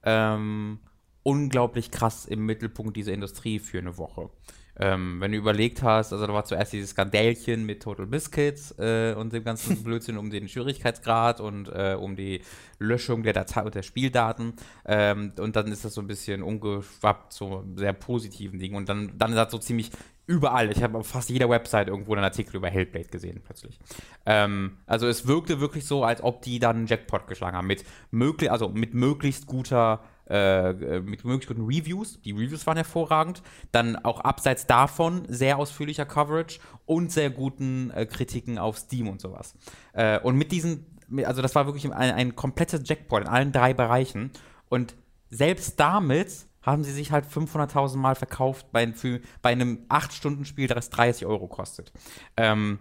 ähm, unglaublich krass im Mittelpunkt dieser Industrie für eine Woche. Ähm, wenn du überlegt hast, also da war zuerst dieses Skandälchen mit Total Biscuits äh, und dem ganzen Blödsinn um den Schwierigkeitsgrad und äh, um die Löschung der Datei und der Spieldaten ähm, und dann ist das so ein bisschen umgeschwappt zu sehr positiven Dingen und dann, dann ist das so ziemlich überall, ich habe auf fast jeder Website irgendwo einen Artikel über Hellblade gesehen plötzlich. Ähm, also es wirkte wirklich so, als ob die dann einen Jackpot geschlagen haben mit, möglich, also mit möglichst guter Äh, mit möglichst guten Reviews. Die Reviews waren hervorragend. Dann auch abseits davon sehr ausführlicher Coverage und sehr guten äh, Kritiken auf Steam und sowas. Äh, und mit diesen, also das war wirklich ein, ein komplettes Jackpot in allen drei Bereichen. Und selbst damit haben sie sich halt fünfhunderttausend Mal verkauft bei, für, bei einem acht Stunden Spiel, das dreißig Euro kostet. Ähm,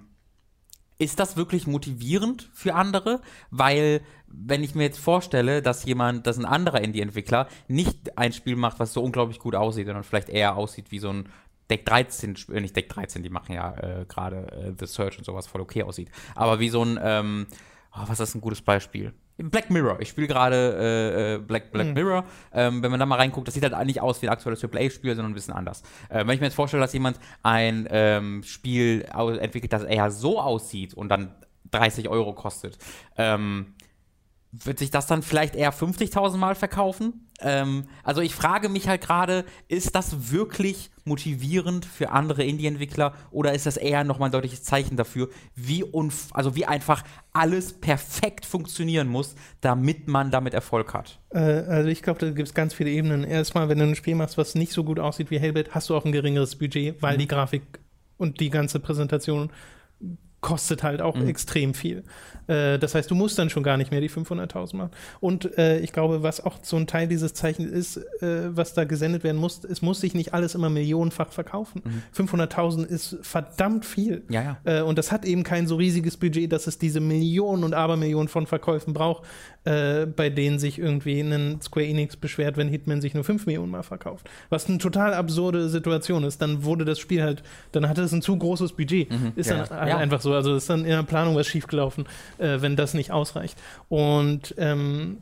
Ist das wirklich motivierend für andere? Weil, wenn ich mir jetzt vorstelle, dass jemand, dass ein anderer Indie-Entwickler nicht ein Spiel macht, was so unglaublich gut aussieht, sondern vielleicht eher aussieht wie so ein Deck dreizehn, äh, nicht Deck dreizehn, die machen ja äh, gerade äh, The Search und sowas voll okay aussieht, aber wie so ein, ähm, oh, was ist ein gutes Beispiel? Black Mirror. Ich spiele gerade äh, Black, Black mhm. Mirror. Ähm, wenn man da mal reinguckt, das sieht halt eigentlich aus wie ein aktuelles Triple A-Spiel, sondern ein bisschen anders. Äh, wenn ich mir jetzt vorstelle, dass jemand ein ähm, Spiel entwickelt, das eher so aussieht und dann dreißig Euro kostet, ähm, wird sich das dann vielleicht eher fünfzigtausend Mal verkaufen? Ähm, also ich frage mich halt gerade, ist das wirklich motivierend für andere Indie-Entwickler oder ist das eher nochmal ein deutliches Zeichen dafür, wie, unf- also wie einfach alles perfekt funktionieren muss, damit man damit Erfolg hat? Äh, also ich glaube, da gibt es ganz viele Ebenen. Erstmal, wenn du ein Spiel machst, was nicht so gut aussieht wie Hellblade, hast du auch ein geringeres Budget, weil mhm. die Grafik und die ganze Präsentation kostet halt auch mhm. extrem viel. Äh, das heißt, du musst dann schon gar nicht mehr die fünfhunderttausend machen. Und äh, ich glaube, was auch so ein Teil dieses Zeichens ist, äh, was da gesendet werden muss, es muss sich nicht alles immer millionenfach verkaufen. Mhm. fünfhunderttausend ist verdammt viel. Ja, ja. Äh, und das hat eben kein so riesiges Budget, dass es diese Millionen und Abermillionen von Verkäufen braucht, äh, bei denen sich irgendwie ein Square Enix beschwert, wenn Hitman sich nur fünf Millionen mal verkauft. Was eine total absurde Situation ist. Dann wurde das Spiel halt, dann hatte es ein zu großes Budget. Mhm. Ist ja. dann halt ja. einfach so. Also ist dann in der Planung was schiefgelaufen, äh, wenn das nicht ausreicht. Und ähm,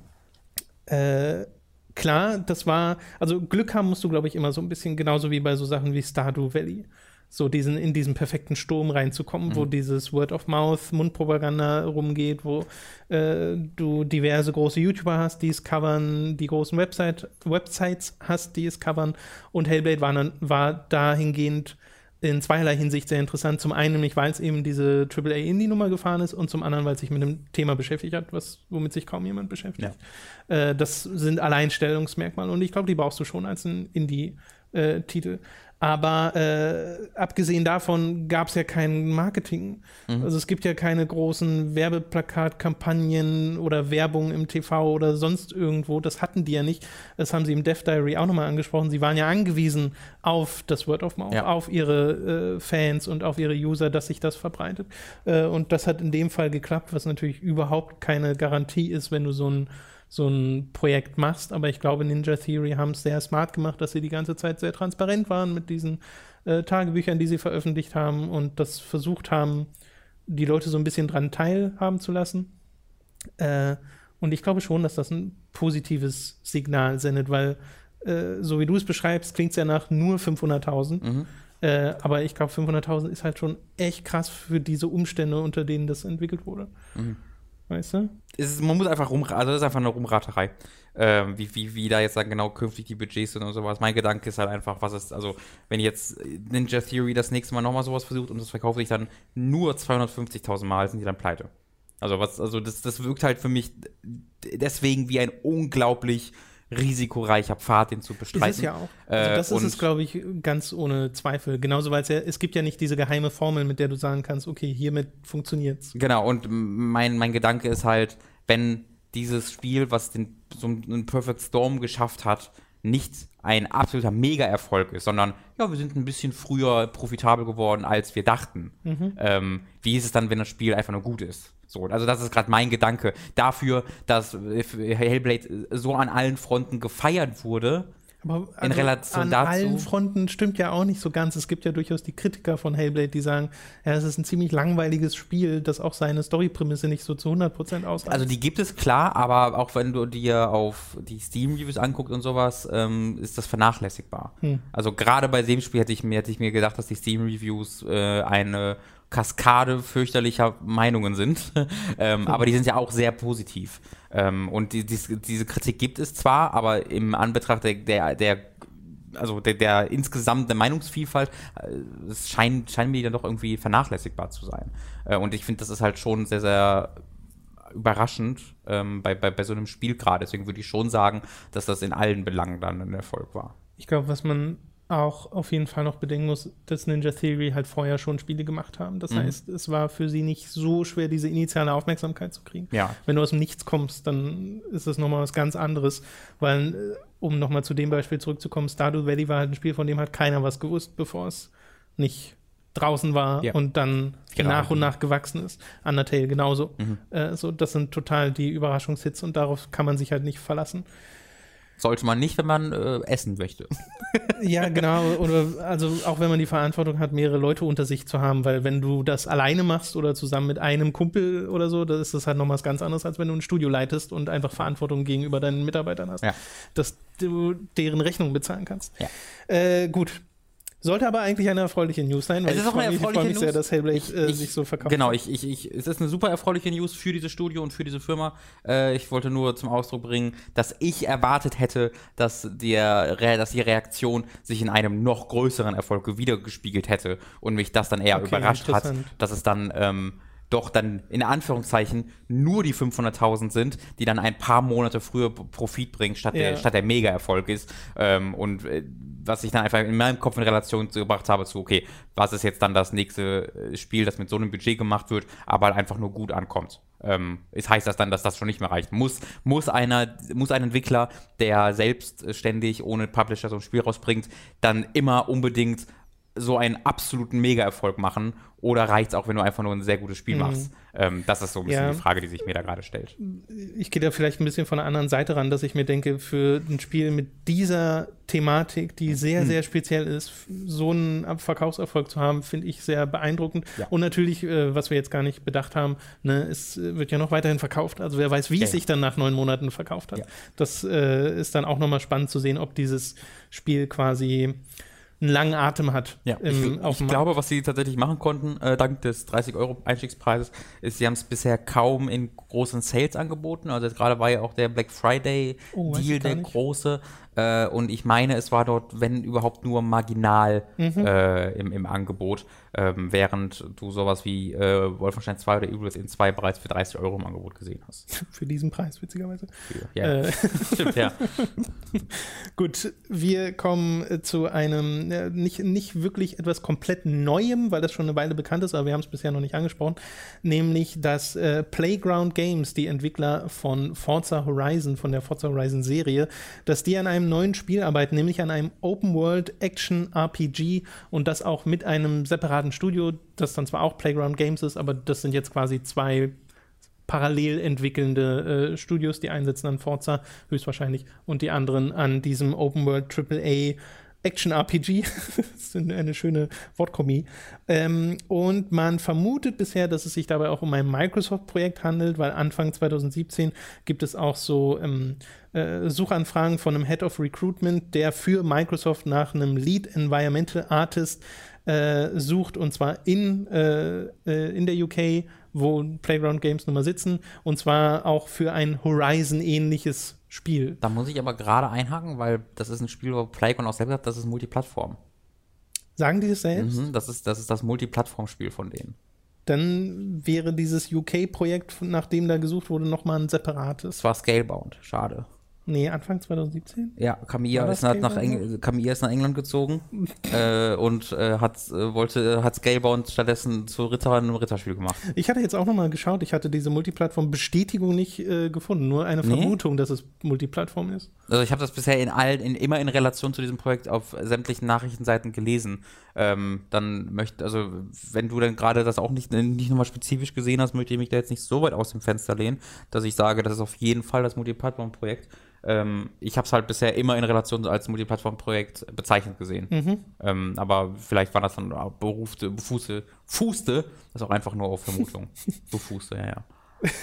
äh, klar, das war, also Glück haben musst du, glaube ich, immer so ein bisschen, genauso wie bei so Sachen wie Stardew Valley. So diesen, in diesen perfekten Sturm reinzukommen, mhm. wo dieses Word of Mouth, Mundpropaganda rumgeht, wo äh, du diverse große YouTuber hast, die es covern, die großen Website, Websites hast, die es covern. Und Hellblade war, dann, war dahingehend in zweierlei Hinsicht sehr interessant. Zum einen nämlich, weil es eben diese Triple A Indie-Nummer gefahren ist und zum anderen, weil es sich mit einem Thema beschäftigt hat, was, womit sich kaum jemand beschäftigt. Ja. Äh, das sind Alleinstellungsmerkmale und ich glaube, die brauchst du schon als ein Indie-Titel. Aber äh, abgesehen davon gab es ja kein Marketing. Mhm. Also es gibt ja keine großen Werbeplakatkampagnen oder Werbung im T V oder sonst irgendwo. Das hatten die ja nicht. Das haben sie im Death Diary auch nochmal angesprochen. Sie waren ja angewiesen auf das Word of Mouth, ja. auf ihre äh, Fans und auf ihre User, dass sich das verbreitet. Äh, und das hat in dem Fall geklappt, was natürlich überhaupt keine Garantie ist, wenn du so ein so ein Projekt machst, aber ich glaube, Ninja Theory haben es sehr smart gemacht, dass sie die ganze Zeit sehr transparent waren mit diesen äh, Tagebüchern, die sie veröffentlicht haben und das versucht haben, die Leute so ein bisschen dran teilhaben zu lassen. Äh, und ich glaube schon, dass das ein positives Signal sendet, weil äh, so wie du es beschreibst, klingt es ja nach nur fünfhunderttausend. Mhm. Äh, aber ich glaube, fünfhunderttausend ist halt schon echt krass für diese Umstände, unter denen das entwickelt wurde. Mhm. Weißt du? Ist, man muss einfach rum, also das ist einfach eine Rumraterei, ähm, wie, wie, wie da jetzt dann genau künftig die Budgets sind und sowas. Mein Gedanke ist halt einfach, was ist, also wenn jetzt Ninja Theory das nächste Mal nochmal sowas versucht und das verkauft sich dann nur zweihundertfünfzigtausend Mal, sind die dann pleite. Also was, also das, das wirkt halt für mich deswegen wie ein unglaublich risikoreicher Pfad, den zu bestreiten. Ist es ja auch. Also das äh, ist es, glaube ich, ganz ohne Zweifel. Genauso, weil es ja, es gibt ja nicht diese geheime Formel, mit der du sagen kannst, okay, hiermit funktioniert's. Genau, und mein, mein Gedanke ist halt, wenn dieses Spiel, was den, so einen Perfect Storm geschafft hat, nicht ein absoluter Mega-Erfolg ist, sondern, ja, wir sind ein bisschen früher profitabel geworden, als wir dachten. Mhm. Ähm, wie ist es dann, wenn das Spiel einfach nur gut ist? So, also das ist gerade mein Gedanke dafür, dass Hellblade so an allen Fronten gefeiert wurde. Aber also in Relation an dazu. An allen Fronten stimmt ja auch nicht so ganz. Es gibt ja durchaus die Kritiker von Hellblade, die sagen, ja, es ist ein ziemlich langweiliges Spiel, das auch seine Storyprämisse nicht so zu hundert Prozent ausreicht. Also die gibt es, klar, aber auch wenn du dir auf die Steam-Reviews anguckst und sowas, ähm, ist das vernachlässigbar. Hm. Also gerade bei dem Spiel hätte ich mir, hätte ich mir gedacht, dass die Steam-Reviews äh, eine Kaskade fürchterlicher Meinungen sind, ähm, mhm. aber die sind ja auch sehr positiv. Ähm, und die, die, diese Kritik gibt es zwar, aber im Anbetracht der, der, der also der, der insgesamt der Meinungsvielfalt, äh, es scheint, scheint mir dann doch irgendwie vernachlässigbar zu sein. Äh, und ich finde, das ist halt schon sehr, sehr überraschend ähm, bei, bei, bei so einem Spiel gerade. Deswegen würde ich schon sagen, dass das in allen Belangen dann ein Erfolg war. Ich glaube, was man auch auf jeden Fall noch bedenken muss, dass Ninja Theory halt vorher schon Spiele gemacht haben. Das mhm. heißt, es war für sie nicht so schwer, diese initiale Aufmerksamkeit zu kriegen. Ja. Wenn du aus dem Nichts kommst, dann ist das nochmal was ganz anderes. Weil, um nochmal zu dem Beispiel zurückzukommen, Stardew Valley war halt ein Spiel, von dem hat keiner was gewusst, bevor es nicht draußen war ja. und dann genau. nach und nach gewachsen ist. Undertale genauso. Mhm. Äh, so, das sind total die Überraschungshits und darauf kann man sich halt nicht verlassen. Sollte man nicht, wenn man äh, essen möchte. Ja, genau. Oder also auch wenn man die Verantwortung hat, mehrere Leute unter sich zu haben, weil wenn du das alleine machst oder zusammen mit einem Kumpel oder so, dann ist das halt nochmal was ganz anderes, als wenn du ein Studio leitest und einfach Verantwortung gegenüber deinen Mitarbeitern hast, ja. dass du deren Rechnung bezahlen kannst. Ja. Äh, gut. Sollte aber eigentlich eine erfreuliche News sein, weil es ist auch eine ich freue mich News. sehr, dass Hellblade ich, äh, ich, sich so verkauft. Genau, ich, ich, ich, es ist eine super erfreuliche News für dieses Studio und für diese Firma. Äh, ich wollte nur zum Ausdruck bringen, dass ich erwartet hätte, dass, der, dass die Reaktion sich in einem noch größeren Erfolg wiedergespiegelt hätte und mich das dann eher okay, überrascht hat, dass es dann ähm, doch dann in Anführungszeichen nur die fünfhunderttausend sind, die dann ein paar Monate früher Profit bringen, statt, ja. der, statt der Mega-Erfolg ist. Ähm, und äh, was ich dann einfach in meinem Kopf in Relation gebracht habe zu, okay, was ist jetzt dann das nächste Spiel, das mit so einem Budget gemacht wird, aber halt einfach nur gut ankommt. Ähm, es heißt das dann, dass das schon nicht mehr reicht. Muss, muss, einer, muss ein Entwickler, der selbstständig ohne Publisher so ein Spiel rausbringt, dann immer unbedingt so einen absoluten Mega-Erfolg machen, oder reicht es auch, wenn du einfach nur ein sehr gutes Spiel mhm. machst? Ähm, das ist so ein bisschen ja. die Frage, die sich mir da gerade stellt. Ich gehe da vielleicht ein bisschen von der anderen Seite ran, dass ich mir denke, für ein Spiel mit dieser Thematik, die sehr, mhm. sehr speziell ist, so einen Verkaufserfolg zu haben, finde ich sehr beeindruckend. Ja. Und natürlich, äh, was wir jetzt gar nicht bedacht haben, ne, es wird ja noch weiterhin verkauft. Also wer weiß, wie ja, es sich dann nach neun Monaten verkauft hat. Ja. Das äh, ist dann auch nochmal spannend zu sehen, ob dieses Spiel quasi einen langen Atem hat. Ja, im, ich, ich glaube, was sie tatsächlich machen konnten, äh, dank des dreißig Euro Einstiegspreises, ist, sie haben es bisher kaum in großen Sales angeboten. Also jetzt gerade war ja auch der Black Friday oh, Deal der große. Äh, und ich meine, es war dort, wenn überhaupt, nur marginal mhm. äh, im, im Angebot, ähm, während du sowas wie äh, Wolfenstein zwei oder Evil Within zwei bereits für dreißig Euro im Angebot gesehen hast. Für diesen Preis, witzigerweise. Ja, äh. stimmt, ja. Gut, wir kommen äh, zu einem äh, nicht, nicht wirklich etwas komplett Neuem, weil das schon eine Weile bekannt ist, aber wir haben es bisher noch nicht angesprochen, nämlich dass äh, Playground Games, die Entwickler von Forza Horizon, von der Forza Horizon Serie, dass die an einem neuen Spiel arbeiten, nämlich an einem Open-World-Action-R P G und das auch mit einem separaten Studio, das dann zwar auch Playground Games ist, aber das sind jetzt quasi zwei parallel entwickelnde äh, Studios, die einen sitzen an Forza höchstwahrscheinlich und die anderen an diesem Open-World Triple A Action-R P G. Das ist eine schöne Wortkombi. Ähm, und man vermutet bisher, dass es sich dabei auch um ein Microsoft-Projekt handelt, weil Anfang zwanzig siebzehn gibt es auch so ähm, äh, Suchanfragen von einem Head of Recruitment, der für Microsoft nach einem Lead Environmental Artist äh, sucht, und zwar in, äh, äh, in der U K, wo Playground Games nun mal sitzen, und zwar auch für ein Horizon-ähnliches Spiel. Da muss ich aber gerade einhaken, weil das ist ein Spiel, wo Playground auch selbst hat, das ist Multiplattform. Sagen die das selbst? Mhm, das ist das, ist das Multiplattform-Spiel von denen. Dann wäre dieses U K-Projekt, nach dem da gesucht wurde, nochmal ein separates. Es war Scalebound, schade. Nee, Anfang zwanzig siebzehn? Ja, Camilla ist, nach Eng- Camilla ist nach England gezogen äh, und äh, hat, äh, wollte, hat Scalebound stattdessen zu Ritter in einem Ritterspiel gemacht. Ich hatte jetzt auch nochmal geschaut, ich hatte diese Multiplattform-Bestätigung nicht äh, gefunden, nur eine nee? Vermutung, dass es Multiplattform ist. Also ich habe das bisher in allen, in, immer in Relation zu diesem Projekt auf sämtlichen Nachrichtenseiten gelesen. Ähm, dann möchte, also wenn du dann gerade das auch nicht, nicht nochmal spezifisch gesehen hast, möchte ich mich da jetzt nicht so weit aus dem Fenster lehnen, dass ich sage, das ist auf jeden Fall das Multiplattform-Projekt. Ähm, ich habe es halt bisher immer in Relation als Multiplattform-Projekt bezeichnet gesehen. Mhm. Ähm, aber vielleicht war das dann berufte, befußte, fußte, das ist auch einfach nur auf Vermutung. Befußte, ja, ja.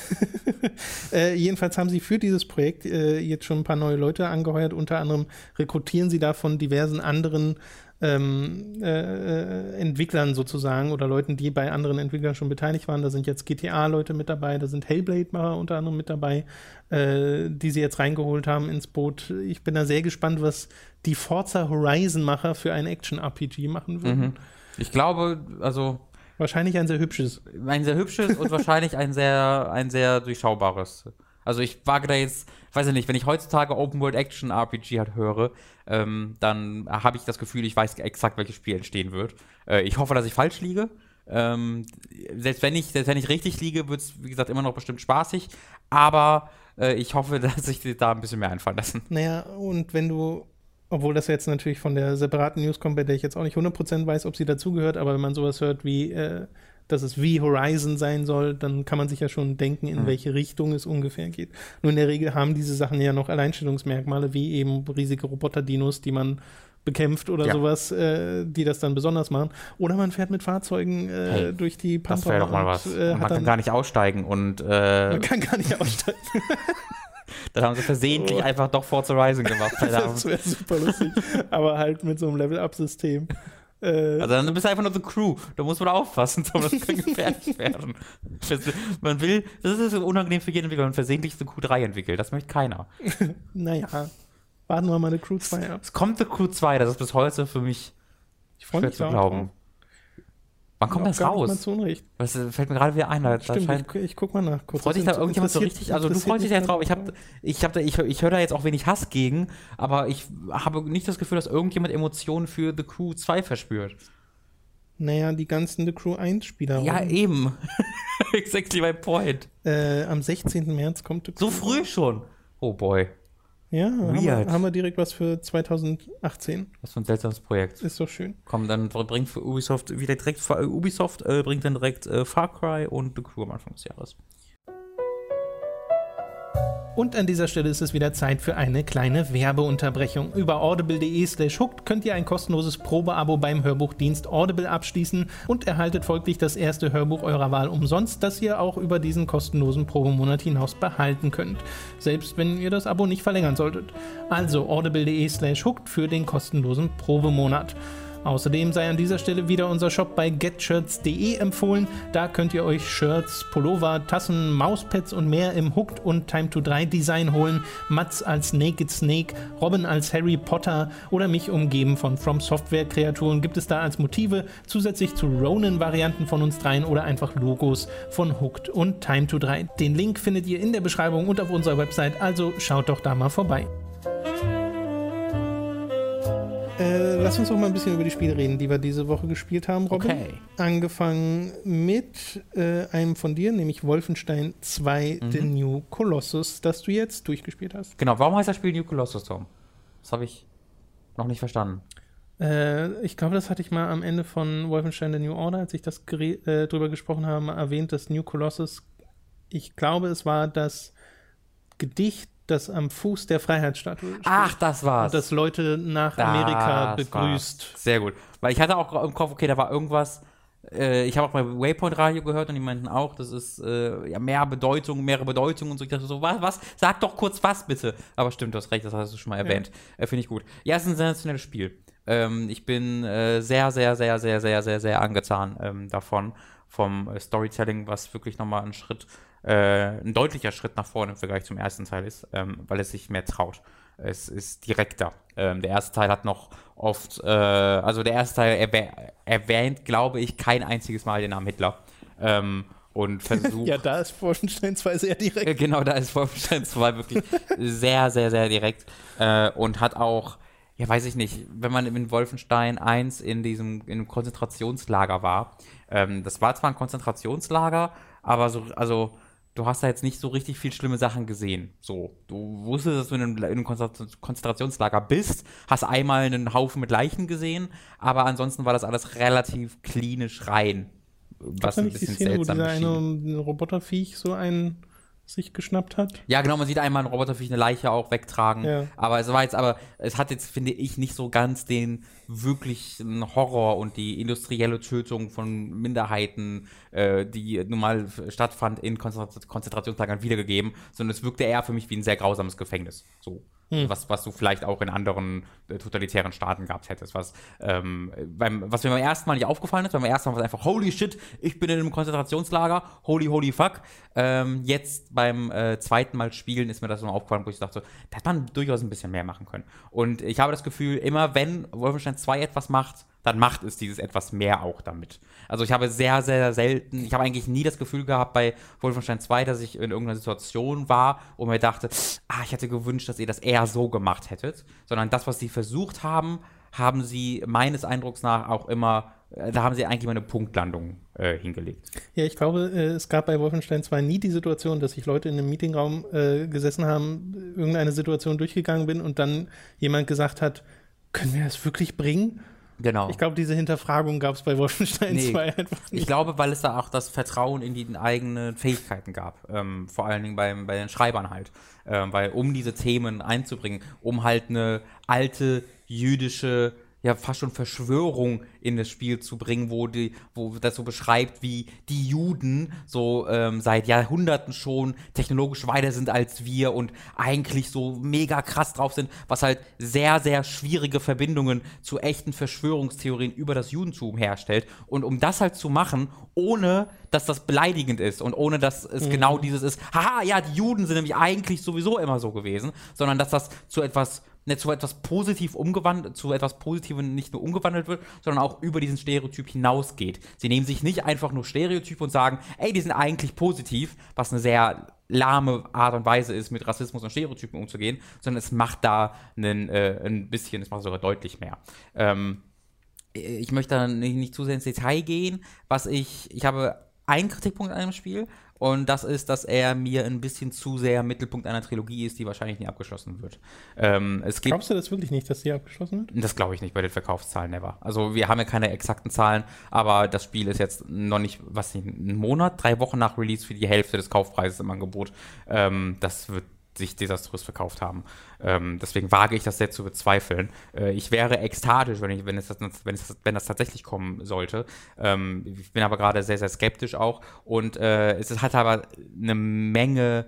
äh, jedenfalls haben sie für dieses Projekt äh, jetzt schon ein paar neue Leute angeheuert. Unter anderem rekrutieren sie da von diversen anderen ähm, äh, Entwicklern sozusagen oder Leuten, die bei anderen Entwicklern schon beteiligt waren. Da sind jetzt G T A-Leute mit dabei, da sind Hellblade-Macher unter anderem mit dabei, äh, die sie jetzt reingeholt haben ins Boot. Ich bin da sehr gespannt, was die Forza Horizon-Macher für ein Action-R P G machen würden. Mhm. Ich glaube, also wahrscheinlich ein sehr hübsches. Ein sehr hübsches und wahrscheinlich ein sehr, ein sehr durchschaubares. Also ich wage da jetzt, weiß ich nicht, wenn ich heutzutage Open World Action R P G halt höre, ähm, dann habe ich das Gefühl, ich weiß exakt, welches Spiel entstehen wird. Äh, ich hoffe, dass ich falsch liege. Ähm, selbst wenn ich, selbst wenn ich richtig liege, wird es, wie gesagt, immer noch bestimmt spaßig. Aber äh, ich hoffe, dass ich dir da ein bisschen mehr einfallen lassen. Naja, und wenn du, obwohl das jetzt natürlich von der separaten News kommt, bei der ich jetzt auch nicht hundert Prozent weiß, ob sie dazugehört, aber wenn man sowas hört wie, äh, dass es wie Horizon sein soll, dann kann man sich ja schon denken, in mhm. welche Richtung es ungefähr geht. Nur in der Regel haben diese Sachen ja noch Alleinstellungsmerkmale, wie eben riesige Roboter-Dinos, die man bekämpft oder ja. sowas, äh, die das dann besonders machen. Oder man fährt mit Fahrzeugen äh, hey, durch die Pampa. Das wäre doch mal was. Und, äh, man kann gar nicht aussteigen und äh, man kann gar nicht aussteigen. Dann haben sie versehentlich oh. einfach doch Forza Horizon gemacht. Das wäre super lustig. Aber halt mit so einem Level-Up-System. Also dann bist du einfach nur so Crew. Da muss man aufpassen, das kann gefährlich werden. Man will, das ist so unangenehm für jeden Entwickler, wenn man versehentlich so Q drei entwickelt. Das möchte keiner. Naja, warten wir mal eine Crew zwei ab. Es kommt eine Crew zwei, das ist bis heute für mich ich freu mich schwer zu glauben. Wann kommt das raus? Mal zu Unrecht. Das fällt mir gerade wieder ein. Da, Stimmt, scheint, ich, ich guck mal nach. Kurz. Freut sich da irgendjemand so richtig? Also du freust dich ja jetzt drauf. Ich, hab, ich, hab da, ich, ich höre da jetzt auch wenig Hass gegen, aber ich habe nicht das Gefühl, dass irgendjemand Emotionen für The Crew zwei verspürt. Naja, die ganzen The Crew eins Spieler. Ja, oder? Eben. Exactly my point. Äh, am sechzehnten März kommt The Crew. So früh schon? Oh boy. Ja, haben wir, haben wir direkt was für zweitausendachtzehn. Was für ein seltsames Projekt. Ist doch schön. Komm, dann bringt für Ubisoft wieder direkt, äh, Ubisoft äh, bringt dann direkt äh, Far Cry und The Crew am Anfang des Jahres. Und an dieser Stelle ist es wieder Zeit für eine kleine Werbeunterbrechung. Über audible.de slash hooked könnt ihr ein kostenloses Probeabo beim Hörbuchdienst Audible abschließen und erhaltet folglich das erste Hörbuch eurer Wahl umsonst, das ihr auch über diesen kostenlosen Probemonat hinaus behalten könnt. Selbst wenn ihr das Abo nicht verlängern solltet. Also audible.de slash hooked für den kostenlosen Probemonat. Außerdem sei an dieser Stelle wieder unser Shop bei getshirts punkt de empfohlen. Da könnt ihr euch Shirts, Pullover, Tassen, Mauspads und mehr im Hooked und Time to drei Design holen. Mats als Naked Snake, Robin als Harry Potter oder mich umgeben von From Software Kreaturen gibt es da als Motive, zusätzlich zu Ronin-Varianten von uns dreien oder einfach Logos von Hooked und Time to drei. Den Link findet ihr in der Beschreibung und auf unserer Website, also schaut doch da mal vorbei. Äh, lass uns doch mal ein bisschen über die Spiele reden, die wir diese Woche gespielt haben, Robin. Okay. Angefangen mit äh, einem von dir, nämlich Wolfenstein zwei, mhm. The New Colossus, das du jetzt durchgespielt hast. Genau, warum heißt das Spiel New Colossus, Tom? Das habe ich noch nicht verstanden. Äh, ich glaube, das hatte ich mal am Ende von Wolfenstein The New Order, als ich das gere- äh, drüber gesprochen habe, mal erwähnt, dass New Colossus, ich glaube, es war das Gedicht, das am Fuß der Freiheitsstatue steht. Ach, das war's. Und das Leute nach das Amerika begrüßt. War's. Sehr gut. Weil ich hatte auch im Kopf, okay, da war irgendwas, äh, ich habe auch bei Waypoint Radio gehört und die meinten auch, das ist äh, ja mehr Bedeutung, mehrere Bedeutungen und so. Ich dachte so, was, was? Sag doch kurz was, bitte. Aber stimmt, du hast recht, das hast du schon mal erwähnt. Ja. Äh, Finde ich gut. Ja, es ist ein sensationelles Spiel. Ähm, ich bin äh, sehr, sehr, sehr, sehr, sehr, sehr, sehr angetan ähm, davon, vom äh, Storytelling, was wirklich nochmal einen Schritt Äh, ein deutlicher Schritt nach vorne im Vergleich zum ersten Teil ist, ähm, weil es sich mehr traut. Es ist direkter. Ähm, der erste Teil hat noch oft, äh, also der erste Teil erwäh- erwähnt, glaube ich, kein einziges Mal den Namen Hitler. Ähm, und versucht. Ja, da ist Wolfenstein zwei sehr direkt. Äh, genau, da ist Wolfenstein zwei wirklich sehr, sehr, sehr direkt. Äh, und hat auch, ja, weiß ich nicht, wenn man in Wolfenstein eins in diesem in einem Konzentrationslager war, ähm, das war zwar ein Konzentrationslager, aber so, also du hast da jetzt nicht so richtig viel schlimme Sachen gesehen. So, du wusstest, dass du in einem, in einem Konzentrationslager bist, hast einmal einen Haufen mit Leichen gesehen, aber ansonsten war das alles relativ klinisch rein. Was ein bisschen Szene, seltsam wo dieser eine Roboterviech so einen sich geschnappt hat. Ja, genau, man sieht einmal einen Roboterviech eine Leiche auch wegtragen. Ja. Aber es war jetzt, aber es hat jetzt, finde ich, nicht so ganz den wirklichen Horror und die industrielle Tötung von Minderheiten, äh, die nun mal stattfand in Konzentrat- Konzentrationslagern wiedergegeben, sondern es wirkte eher für mich wie ein sehr grausames Gefängnis. So. Hm. Was, was du vielleicht auch in anderen äh, totalitären Staaten gehabt hättest. Was, ähm, beim, was mir beim ersten Mal nicht aufgefallen ist, beim ersten Mal war es einfach, holy shit, ich bin in einem Konzentrationslager, holy, holy fuck. Ähm, jetzt beim äh, zweiten Mal spielen ist mir das so aufgefallen, wo ich dachte, so, da hätte man durchaus ein bisschen mehr machen können. Und ich habe das Gefühl, immer wenn Wolfenstein zwei etwas macht, dann macht es dieses etwas mehr auch damit. Also ich habe sehr, sehr selten, ich habe eigentlich nie das Gefühl gehabt bei Wolfenstein zwei, dass ich in irgendeiner Situation war und mir dachte, ah, ich hätte gewünscht, dass ihr das eher so gemacht hättet. Sondern das, was sie versucht haben, haben sie meines Eindrucks nach auch immer, äh, da haben sie eigentlich immer eine Punktlandung äh, hingelegt. Ja, ich glaube, äh, es gab bei Wolfenstein zwei nie die Situation, dass sich Leute in einem Meetingraum äh, gesessen haben, irgendeine Situation durchgegangen bin und dann jemand gesagt hat, können wir das wirklich bringen? Genau. Ich glaube, diese Hinterfragung gab es bei Wolfenstein nee, zwei einfach nicht. Ich glaube, weil es da auch das Vertrauen in die eigenen Fähigkeiten gab. Ähm, vor allen Dingen beim, bei den Schreibern halt. Ähm, weil um diese Themen einzubringen, um halt eine alte jüdische, ja fast schon Verschwörung in das Spiel zu bringen, wo, die, wo das so beschreibt, wie die Juden so ähm, seit Jahrhunderten schon technologisch weiter sind als wir und eigentlich so mega krass drauf sind, was halt sehr, sehr schwierige Verbindungen zu echten Verschwörungstheorien über das Judentum herstellt. Und um das halt zu machen, ohne dass das beleidigend ist und ohne dass es mhm. genau dieses ist, haha, ja, die Juden sind nämlich eigentlich sowieso immer so gewesen, sondern dass das zu etwas nicht zu etwas positiv umgewandelt, zu etwas Positivem nicht nur umgewandelt wird, sondern auch über diesen Stereotyp hinausgeht. Sie nehmen sich nicht einfach nur Stereotype und sagen, ey, die sind eigentlich positiv, was eine sehr lahme Art und Weise ist, mit Rassismus und Stereotypen umzugehen, sondern es macht da einen, äh, ein bisschen, es macht sogar deutlich mehr. Ähm, ich möchte da nicht, nicht zu sehr ins Detail gehen, was ich, ich habe einen Kritikpunkt an dem Spiel, und das ist, dass er mir ein bisschen zu sehr Mittelpunkt einer Trilogie ist, die wahrscheinlich nie abgeschlossen wird. Ähm, es gibt, Glaubst du das wirklich nicht, dass die abgeschlossen wird? Das glaube ich nicht bei den Verkaufszahlen, never. Also wir haben ja keine exakten Zahlen, aber das Spiel ist jetzt noch nicht, was nicht, einen Monat, drei Wochen nach Release für die Hälfte des Kaufpreises im Angebot. Ähm, das wird sich desaströs verkauft haben. Ähm, deswegen wage ich das sehr zu bezweifeln. Äh, ich wäre ekstatisch, wenn, ich, wenn, es das, wenn, es, wenn das tatsächlich kommen sollte. Ähm, ich bin aber gerade sehr, sehr skeptisch auch. Und äh, es hat aber eine Menge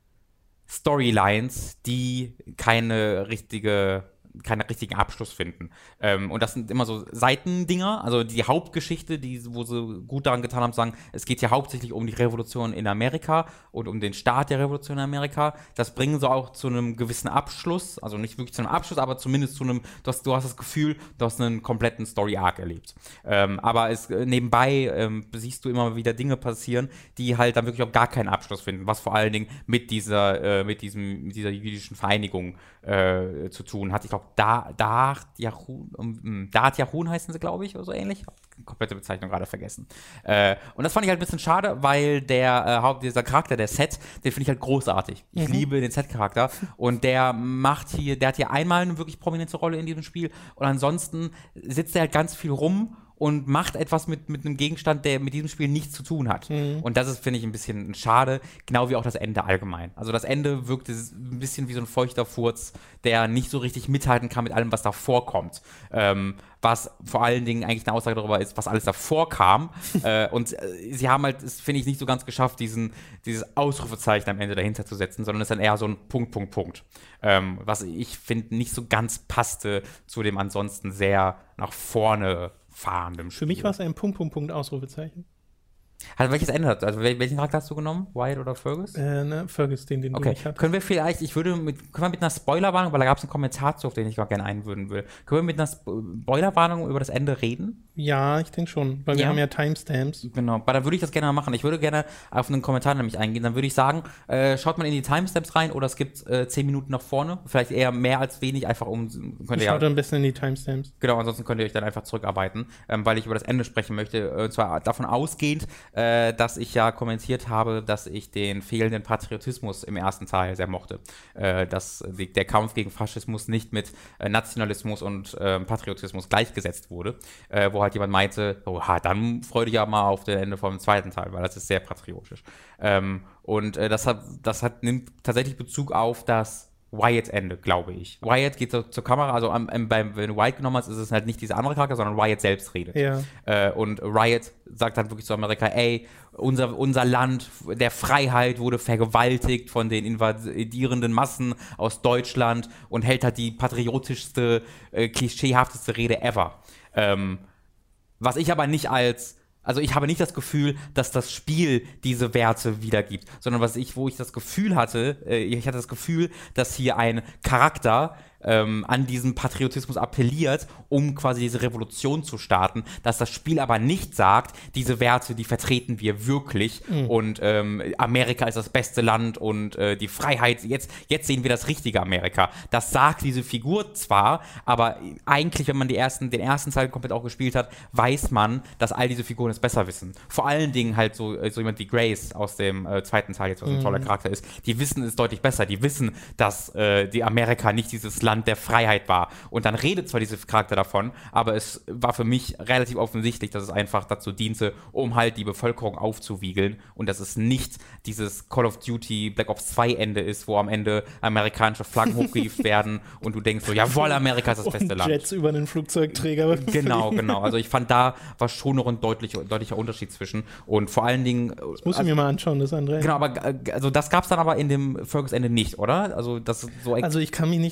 Storylines, die keine richtige keinen richtigen Abschluss finden. Ähm, und das sind immer so Seitendinger, also die Hauptgeschichte, die, wo sie gut daran getan haben, zu sagen, es geht hier hauptsächlich um die Revolution in Amerika und um den Start der Revolution in Amerika. Das bringen sie auch zu einem gewissen Abschluss, also nicht wirklich zu einem Abschluss, aber zumindest zu einem, du hast, du hast das Gefühl, du hast einen kompletten Story-Arc erlebt. Ähm, aber es, nebenbei ähm, siehst du immer wieder Dinge passieren, die halt dann wirklich auch gar keinen Abschluss finden, was vor allen Dingen mit dieser, äh, mit diesem, mit dieser jüdischen Vereinigung äh, zu tun hat. Ich glaube, Da, da, Yahoo, um, Da'at Yahun heißen sie, glaube ich, oder so ähnlich. Komplette Bezeichnung gerade vergessen. Äh, und das fand ich halt ein bisschen schade, weil der äh, Haupt, dieser Charakter, der Seth, den finde ich halt großartig. Ich mhm. liebe den Seth-Charakter. Und der macht hier, der hat hier einmal eine wirklich prominente Rolle in diesem Spiel. Und ansonsten sitzt er halt ganz viel rum und macht etwas mit, mit einem Gegenstand, der mit diesem Spiel nichts zu tun hat. Mhm. Und das ist, finde ich, ein bisschen schade, genau wie auch das Ende allgemein. Also das Ende wirkt ein bisschen wie so ein feuchter Furz, der nicht so richtig mithalten kann mit allem, was davor kommt. Ähm, was vor allen Dingen eigentlich eine Aussage darüber ist, was alles davor kam. äh, und äh, sie haben halt, finde ich, nicht so ganz geschafft, diesen, dieses Ausrufezeichen am Ende dahinter zu setzen, sondern es ist dann eher so ein Punkt, Punkt, Punkt. Ähm, was ich finde, nicht so ganz passte zu dem ansonsten sehr nach vorne fahrendem Spiel. Für mich war es ein Punkt, Punkt, Punkt, Ausrufezeichen. Also welches Ende hat, also welchen Charakter hast du genommen? Wyatt oder Fergus? Äh, ne, Fergus, den, den okay. du nicht hattest. Können wir vielleicht, ich würde mit, können wir mit einer Spoilerwarnung, weil da gab es einen Kommentar zu, auf den ich auch gerne einwürden will. Können wir mit einer Spoilerwarnung über das Ende reden? Ja, ich denke schon, weil wir ja. haben ja Timestamps. Genau, aber da würde ich das gerne mal machen. Ich würde gerne auf einen Kommentar nämlich eingehen. Dann würde ich sagen, äh, schaut mal in die Timestamps rein oder es gibt äh, zehn Minuten nach vorne. Vielleicht eher mehr als wenig, einfach um... Könnt ihr schaut ja, am besten in die Timestamps. Genau, ansonsten könnt ihr euch dann einfach zurückarbeiten, ähm, weil ich über das Ende sprechen möchte. Und zwar davon ausgehend, äh, dass ich ja kommentiert habe, dass ich den fehlenden Patriotismus im ersten Teil sehr mochte. Äh, dass die, der Kampf gegen Faschismus nicht mit äh, Nationalismus und äh, Patriotismus gleichgesetzt wurde, äh, wo halt jemand meinte, oha, dann freu dich ja mal auf das Ende vom zweiten Teil, weil das ist sehr patriotisch. Ähm, und äh, das, hat, das hat, nimmt tatsächlich Bezug auf das Wyatt-Ende, glaube ich. Wyatt geht so zur Kamera, also am, am, beim, wenn du Wyatt genommen hast, ist es halt nicht dieser andere Charakter, sondern Wyatt selbst redet. Ja. Äh, und Wyatt sagt dann wirklich zu Amerika, ey, unser, unser Land der Freiheit wurde vergewaltigt von den invadierenden Massen aus Deutschland und hält halt die patriotischste, äh, klischeehafteste Rede ever. Ähm, was ich aber nicht als Also ich habe nicht das Gefühl, dass das Spiel diese Werte wiedergibt, sondern was ich, wo ich das Gefühl hatte, äh, ich hatte das Gefühl, dass hier ein Charakter ähm, an diesen Patriotismus appelliert, um quasi diese Revolution zu starten, dass das Spiel aber nicht sagt, diese Werte, die vertreten wir wirklich mhm. und ähm, Amerika ist das beste Land und äh, die Freiheit, jetzt, jetzt sehen wir das richtige Amerika. Das sagt diese Figur zwar, aber eigentlich, wenn man die ersten, den ersten Teil komplett auch gespielt hat, weiß man, dass all diese Figuren es besser wissen. Vor allen Dingen halt so, so jemand wie Grace aus dem äh, zweiten Teil, jetzt was ein mhm. toller Charakter ist, die wissen es deutlich besser. Die wissen, dass äh, die Amerika nicht dieses Land der Freiheit war. Und dann redet zwar dieser Charakter davon, aber es war für mich relativ offensichtlich, dass es einfach dazu diente, um halt die Bevölkerung aufzuwiegeln und dass es nicht dieses Call of Duty Black Ops zwei Ende ist, wo am Ende amerikanische Flaggen hochgehievt werden und du denkst so, jawohl, Amerika ist das beste und Land. Jets über einen Flugzeugträger. Genau, genau. Also ich fand, da war schon noch ein deutlich, deutlicher Unterschied zwischen und vor allen Dingen... Das muss also, ich mir mal anschauen, das andere. Genau, aber also das gab es dann aber in dem Fergus-Ende nicht, oder? Also, das so also ich kann mich nicht dran erinnern,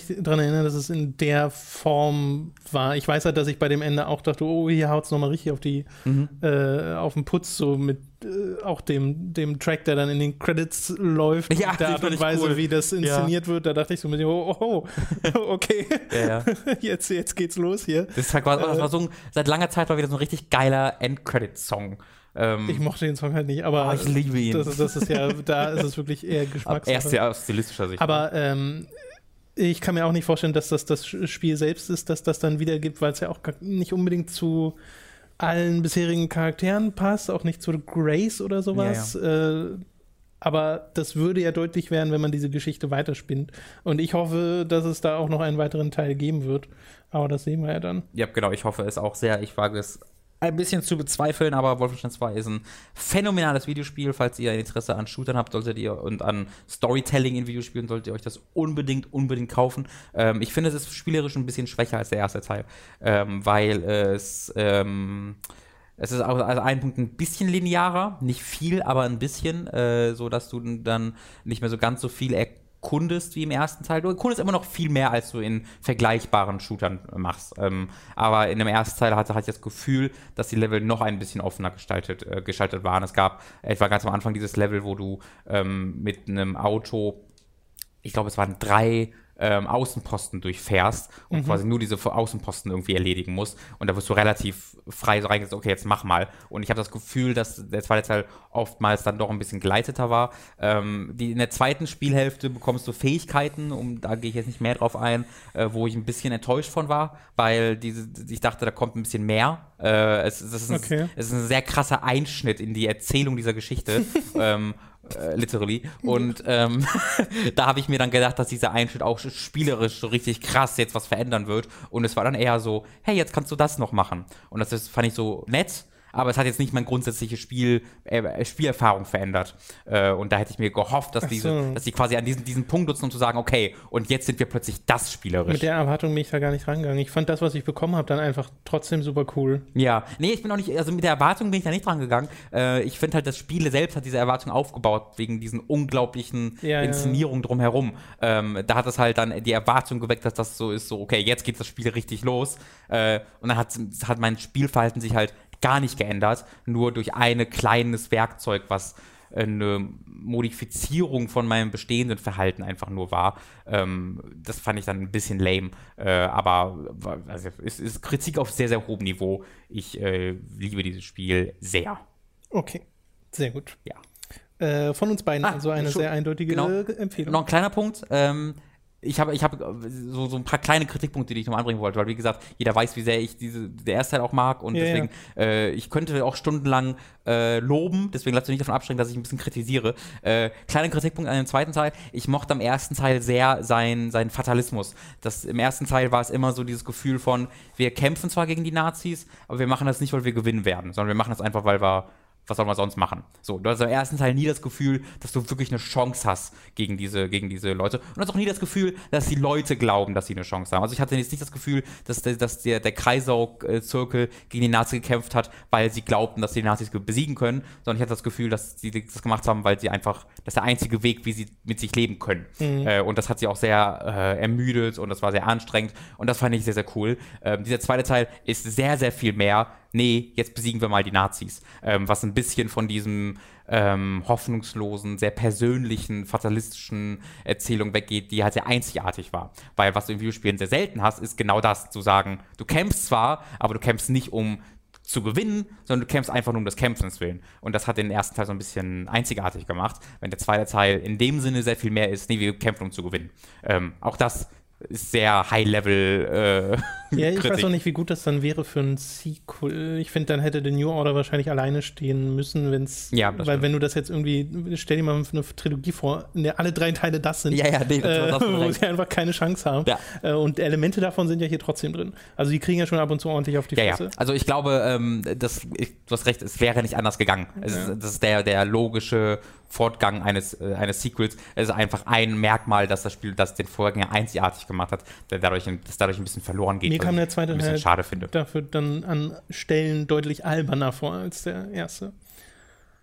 erinnern, dass es in der Form war. Ich weiß halt, dass ich bei dem Ende auch dachte, oh, hier haut es nochmal richtig auf die, mhm. äh, auf den Putz, so mit äh, auch dem, dem Track, der dann in den Credits läuft, ja, der Art und Weise, cool. wie das inszeniert ja. wird. Da dachte ich so mit, oh, oh, oh okay, ja, ja. jetzt, jetzt geht's los hier. Das war, das war so ein, seit langer Zeit war wieder so ein richtig geiler End-Credit-Song. Ähm, ich mochte den Song halt nicht, aber oh, ich liebe ihn. Das, das ist ja, da ist es wirklich eher Geschmackssache. Erst ja aus stilistischer Sicht. Aber ähm, ich kann mir auch nicht vorstellen, dass das das Spiel selbst ist, dass das dann wiedergibt, weil es ja auch nicht unbedingt zu allen bisherigen Charakteren passt, auch nicht zu Grace oder sowas. Ja, ja. Äh, aber das würde ja deutlich werden, wenn man diese Geschichte weiterspinnt. Und ich hoffe, dass es da auch noch einen weiteren Teil geben wird. Aber das sehen wir ja dann. Ja, genau. Ich hoffe es auch sehr. Ich wage es ein bisschen zu bezweifeln, aber Wolfenstein zwei ist ein phänomenales Videospiel. Falls ihr Interesse an Shootern habt, solltet ihr und an Storytelling in Videospielen, solltet ihr euch das unbedingt, unbedingt kaufen. Ähm, ich finde, es ist spielerisch ein bisschen schwächer als der erste Teil, ähm, weil es ähm, es ist also ein Punkt ein bisschen linearer, nicht viel, aber ein bisschen, äh, so dass du dann nicht mehr so ganz so viel erkundest wie im ersten Teil. Du erkundest immer noch viel mehr, als du in vergleichbaren Shootern machst. Ähm, aber in dem ersten Teil hatte, hatte ich das Gefühl, dass die Level noch ein bisschen offener gestaltet, äh, gestaltet waren. Es gab etwa ganz am Anfang dieses Level, wo du ähm, mit einem Auto, ich glaube, es waren drei Ähm, Außenposten durchfährst und mhm. quasi nur diese Außenposten irgendwie erledigen musst. Und da wirst du relativ frei so reingesetzt, okay, jetzt mach mal. Und ich habe das Gefühl, dass der zweite Teil oftmals dann doch ein bisschen geleiteter war. Ähm, die, in der zweiten Spielhälfte bekommst du Fähigkeiten, um, da gehe ich jetzt nicht mehr drauf ein, äh, wo ich ein bisschen enttäuscht von war, weil diese, ich dachte, da kommt ein bisschen mehr. Äh, es, es, ist ein, okay. es ist ein sehr krasser Einschnitt in die Erzählung dieser Geschichte. ähm, Äh, literally. Und ähm, da habe ich mir dann gedacht, dass dieser Einschnitt auch spielerisch so richtig krass jetzt was verändern wird. Und es war dann eher so, hey, jetzt kannst du das noch machen. Und das ist, fand ich so nett. Aber es hat jetzt nicht meine grundsätzliche Spiel, äh, Spielerfahrung verändert. Äh, und da hätte ich mir gehofft, dass, diese, so. dass die quasi an diesen, diesen Punkt nutzen, um zu sagen, okay, und jetzt sind wir plötzlich das spielerisch. Mit der Erwartung bin ich da gar nicht rangegangen. Ich fand das, was ich bekommen habe, dann einfach trotzdem super cool. Ja, nee, ich bin auch nicht, also mit der Erwartung bin ich da nicht rangegangen. Äh, ich finde halt, das Spiel selbst hat diese Erwartung aufgebaut, wegen diesen unglaublichen ja, Inszenierungen ja. drumherum. Ähm, da hat es halt dann die Erwartung geweckt, dass das so ist, so, okay, jetzt geht das Spiel richtig los. Äh, und dann hat, hat mein Spielverhalten sich halt gar nicht geändert, nur durch ein kleines Werkzeug, was eine Modifizierung von meinem bestehenden Verhalten einfach nur war. Ähm, das fand ich dann ein bisschen lame, äh, aber also, es ist Kritik auf sehr, sehr hohem Niveau. Ich äh, liebe dieses Spiel sehr. Okay, sehr gut. Ja. Äh, von uns beiden, ah, also eine schon, sehr eindeutige genau. Empfehlung. Noch ein kleiner Punkt, ähm, Ich habe ich hab so, so ein paar kleine Kritikpunkte, die ich noch anbringen wollte, weil wie gesagt, jeder weiß, wie sehr ich diese, der erste Teil auch mag und ja, deswegen, ja. Äh, ich könnte auch stundenlang äh, loben, deswegen lasst mich nicht davon abschrecken, dass ich ein bisschen kritisiere. Äh, kleiner Kritikpunkt an dem zweiten Teil, ich mochte am ersten Teil sehr seinen sein Fatalismus. Das, im ersten Teil war es immer so dieses Gefühl von, wir kämpfen zwar gegen die Nazis, aber wir machen das nicht, weil wir gewinnen werden, sondern wir machen das einfach, weil wir was soll man sonst machen? So, du hast im ersten Teil nie das Gefühl, dass du wirklich eine Chance hast gegen diese, gegen diese Leute. Und du hast auch nie das Gefühl, dass die Leute glauben, dass sie eine Chance haben. Also ich hatte jetzt nicht das Gefühl, dass der, dass der, der Kreisau-Zirkel gegen die Nazis gekämpft hat, weil sie glaubten, dass sie die Nazis besiegen können, sondern ich hatte das Gefühl, dass sie das gemacht haben, weil sie einfach, das ist der einzige Weg, wie sie mit sich leben können. Mhm. Äh, und das hat sie auch sehr äh, ermüdet und das war sehr anstrengend und das fand ich sehr, sehr cool. Ähm, dieser zweite Teil ist sehr, sehr viel mehr, nee, jetzt besiegen wir mal die Nazis. Ähm, was ein bisschen von diesem ähm, hoffnungslosen, sehr persönlichen, fatalistischen Erzählung weggeht, die halt sehr einzigartig war. Weil was du in Videospielen sehr selten hast, ist genau das, zu sagen, du kämpfst zwar, aber du kämpfst nicht um zu gewinnen, sondern du kämpfst einfach nur um des Kämpfens willen. Und das hat den ersten Teil so ein bisschen einzigartig gemacht, wenn der zweite Teil in dem Sinne sehr viel mehr ist, nee, wir kämpfen um zu gewinnen. Ähm, auch das ist sehr High-Level äh, Ja, ich Kritik. weiß auch nicht, wie gut das dann wäre für ein Sequel. Ich finde, dann hätte The New Order wahrscheinlich alleine stehen müssen, wenn's, ja, weil stimmt. wenn du das jetzt irgendwie, stell dir mal eine Trilogie vor, in der alle drei Teile das sind, ja, ja, nee, das, äh, wo sie einfach keine Chance haben. Ja. Äh, und Elemente davon sind ja hier trotzdem drin. Also die kriegen ja schon ab und zu ordentlich auf die ja, Fresse. Ja. Also ich glaube, ähm, das, ich, du hast recht, es wäre nicht anders gegangen. Es ja. ist, das ist der, der logische Fortgang eines, äh, eines Sequels. Es ist einfach ein Merkmal, dass das Spiel, das den Vorgänger einzigartig gemacht hat, der dadurch, das dadurch ein bisschen verloren geht. Mir kam der zweite ein bisschen halt schade finde. Dafür dann an Stellen deutlich alberner vor als der erste.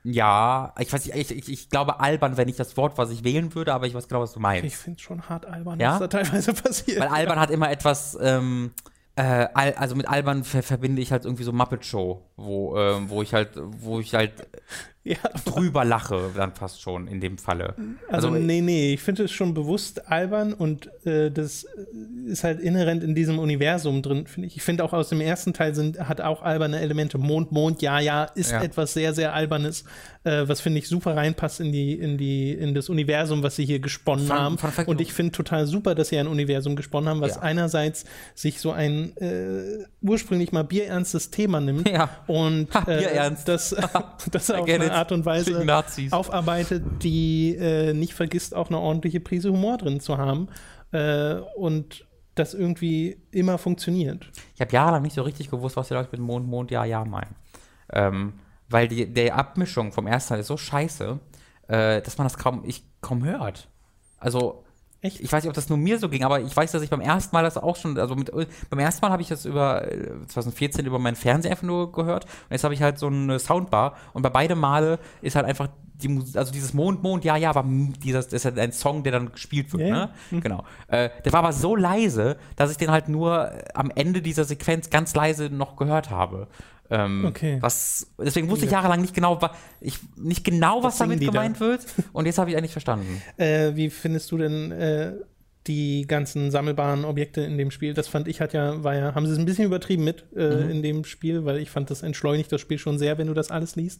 Ja, ich weiß nicht, ich, ich, ich glaube, albern wäre nicht das Wort, was ich wählen würde, aber ich weiß genau, was du meinst. Ich finde es schon hart albern, ja? was da teilweise passiert. Weil albern hat immer etwas, ähm, äh, also mit albern ver- verbinde ich halt irgendwie so Muppet Show, wo, ähm, wo ich halt, wo ich halt ja, drüber lache, dann fast schon in dem Falle. Also, also nee, nee, ich finde es schon bewusst albern und äh, das ist halt inhärent in diesem Universum drin, finde ich. Ich finde auch aus dem ersten Teil sind, hat auch alberne Elemente. Mond, Mond, ja, ja, ist ja. etwas sehr, sehr Albernes, äh, was finde ich super reinpasst in die, in die, in das Universum, was sie hier gesponnen von, haben. Von, von, und ich finde total super, dass sie ein Universum gesponnen haben, was ja. einerseits sich so ein äh, ursprünglich mal bierernstes Thema nimmt ja. und ha, äh, das, das auf eine Art und Weise aufarbeitet, die äh, nicht vergisst, auch eine ordentliche Prise Humor drin zu haben äh, und das irgendwie immer funktioniert. Ich habe jahrelang nicht so richtig gewusst, was die Leute mit Mond, Mond, ja, ja meinen. Ähm, weil die der Abmischung vom ersten Teil ist so scheiße, äh, dass man das kaum, ich kaum hört. Also Echt? Ich weiß nicht, ob das nur mir so ging, aber ich weiß, dass ich beim ersten Mal das auch schon, also mit, beim ersten Mal habe ich das über zwanzig vierzehn über meinen Fernseher einfach nur gehört und jetzt habe ich halt so eine Soundbar und bei beiden Male ist halt einfach die Musik, also dieses Mond, Mond, ja, ja, war dieses, das ist halt ein Song, der dann gespielt wird, yeah. ne? Mhm. Genau. Äh, der war aber so leise, dass ich den halt nur am Ende dieser Sequenz ganz leise noch gehört habe. Ähm, okay. Was, deswegen wusste ich jahrelang nicht genau, wa, ich, nicht genau was, was damit gemeint da? wird. Und jetzt habe ich eigentlich verstanden. Äh, wie findest du denn äh, die ganzen sammelbaren Objekte in dem Spiel? Das fand ich, hat ja, war ja, haben sie es ein bisschen übertrieben mit äh, mhm. in dem Spiel, weil ich fand, das entschleunigt das Spiel schon sehr, wenn du das alles liest.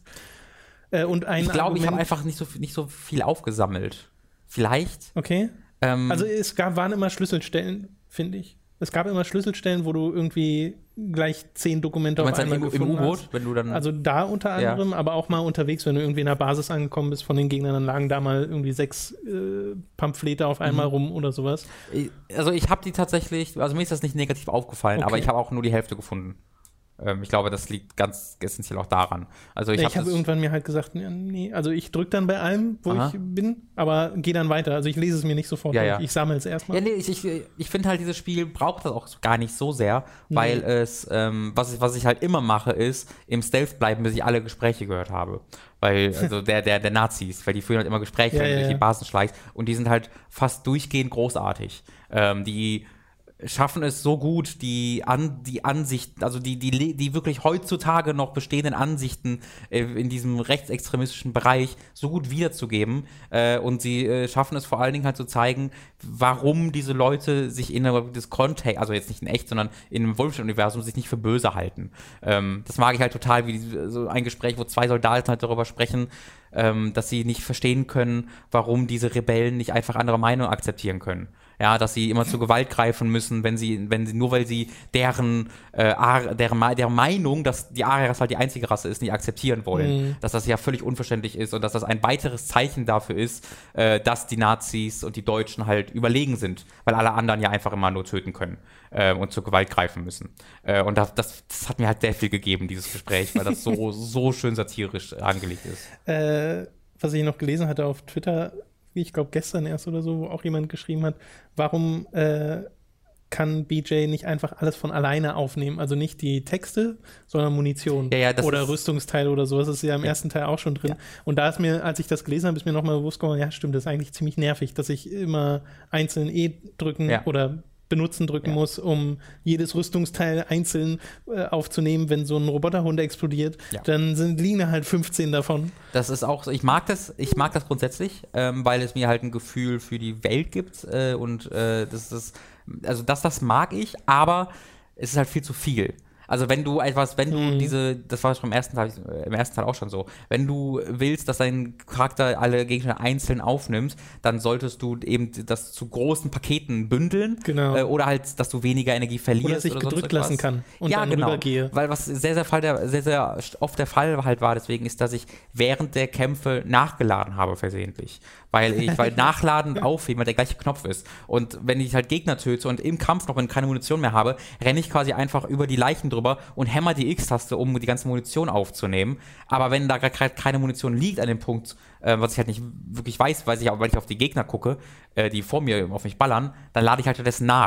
Äh, und ein ich glaube, ich habe einfach nicht so, nicht so viel aufgesammelt. Vielleicht. Okay. Ähm, also es gab, waren immer Schlüsselstellen, finde ich. Es gab immer Schlüsselstellen, wo du irgendwie gleich zehn Dokumente auf einmal im, gefunden im U-Boot, hast. Wenn du dann also da unter anderem, ja. aber auch mal unterwegs, wenn du irgendwie in der Basis angekommen bist von den Gegnern, dann lagen da mal irgendwie sechs äh, Pamphlete auf einmal mhm. rum oder sowas. Also ich habe die tatsächlich, also mir ist das nicht negativ aufgefallen, okay. aber ich habe auch nur die Hälfte gefunden. Ich glaube, das liegt ganz essentiell auch daran. Also ich ja, habe hab irgendwann mir halt gesagt, nee, also ich drücke dann bei allem, wo Aha. ich bin, aber gehe dann weiter. Also ich lese es mir nicht sofort, ja, ja. ich sammle es erstmal. Ja, nee, ich, ich, ich finde halt, dieses Spiel braucht das auch gar nicht so sehr, nee. weil es, ähm, was, ich, was ich halt immer mache, ist im Stealth bleiben, bis ich alle Gespräche gehört habe. Weil, also der, der, der Nazis, weil die führen halt immer Gespräche, ja, wenn du ja, durch ja. die Basen schleichst und die sind halt fast durchgehend großartig. Ähm, die schaffen es so gut, die, An, die Ansichten, also die, die, die wirklich heutzutage noch bestehenden Ansichten äh, in diesem rechtsextremistischen Bereich so gut wiederzugeben. Äh, und sie äh, schaffen es vor allen Dingen halt zu zeigen, warum diese Leute sich innerhalb des Kontext, also jetzt nicht in echt, sondern in einem Wolfenstein-Universum sich nicht für böse halten. Ähm, das mag ich halt total, wie so ein Gespräch, wo zwei Soldaten halt darüber sprechen, ähm, dass sie nicht verstehen können, warum diese Rebellen nicht einfach andere Meinungen akzeptieren können. Ja, dass sie immer zur Gewalt greifen müssen, wenn sie, wenn sie, nur weil sie deren, äh, deren, deren Meinung, dass die Arias halt die einzige Rasse ist, nicht akzeptieren wollen. Mhm. Dass das ja völlig unverständlich ist und dass das ein weiteres Zeichen dafür ist, äh, dass die Nazis und die Deutschen halt überlegen sind, weil alle anderen ja einfach immer nur töten können äh, und zur Gewalt greifen müssen. Äh, und das, das, das hat mir halt sehr viel gegeben, dieses Gespräch, weil das so, so schön satirisch angelegt ist. Äh, was ich noch gelesen hatte auf Twitter, ich glaube gestern erst oder so, wo auch jemand geschrieben hat, warum äh, kann B J nicht einfach alles von alleine aufnehmen? Also nicht die Texte, sondern Munition ja, ja, oder Rüstungsteile oder so. Das ist ja im ja. ersten Teil auch schon drin. Ja. Und da ist mir, als ich das gelesen habe, ist mir nochmal bewusst geworden, ja stimmt, das ist eigentlich ziemlich nervig, dass ich immer einzeln E drücken ja. oder benutzen drücken ja. muss, um jedes Rüstungsteil einzeln äh, aufzunehmen. Wenn so ein Roboterhund explodiert, ja. dann sind, liegen da halt fünfzehn davon. Das ist auch so, ich mag das, ich mag das grundsätzlich, ähm, weil es mir halt ein Gefühl für die Welt gibt äh, und äh, das ist, also das, das mag ich, aber es ist halt viel zu viel. Also wenn du etwas, wenn du mhm. diese, das war schon im ersten Teil, im ersten Teil auch schon so, wenn du willst, dass dein Charakter alle Gegenstände einzeln aufnimmt, dann solltest du eben das zu großen Paketen bündeln genau. äh, oder halt, dass du weniger Energie verlierst. Oder sich oder gedrückt lassen kann und ja, dann genau. rübergehe. Weil was sehr, sehr, Fall der, sehr, sehr oft der Fall halt war, deswegen ist, dass ich während der Kämpfe nachgeladen habe versehentlich. Weil ich, weil Nachladen und Aufheben halt der gleiche Knopf ist. Und wenn ich halt Gegner töte und im Kampf noch keine Munition mehr habe, renne ich quasi einfach über die Leichen drüber und hämmer die X-Taste, um die ganze Munition aufzunehmen. Aber wenn da gerade keine Munition liegt an dem Punkt, äh, was ich halt nicht wirklich weiß, weil ich, weil ich auf die Gegner gucke, äh, die vor mir auf mich ballern, dann lade ich halt stattdessen nach.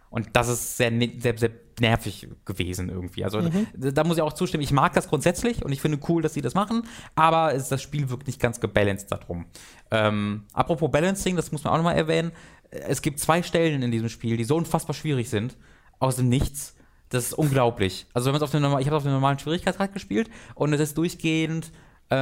Und das ist sehr, sehr, sehr nervig gewesen irgendwie. Also mhm. da muss ich auch zustimmen, ich mag das grundsätzlich und ich finde cool, dass sie das machen, aber es, das Spiel wirkt nicht ganz gebalanced darum. Ähm, apropos Balancing, das muss man auch nochmal erwähnen, es gibt zwei Stellen in diesem Spiel, die so unfassbar schwierig sind, aus dem Nichts. Das ist unglaublich. Also wenn man es auf dem normalen, ich habe auf dem normalen Schwierigkeitsgrad gespielt und es ist durchgehend,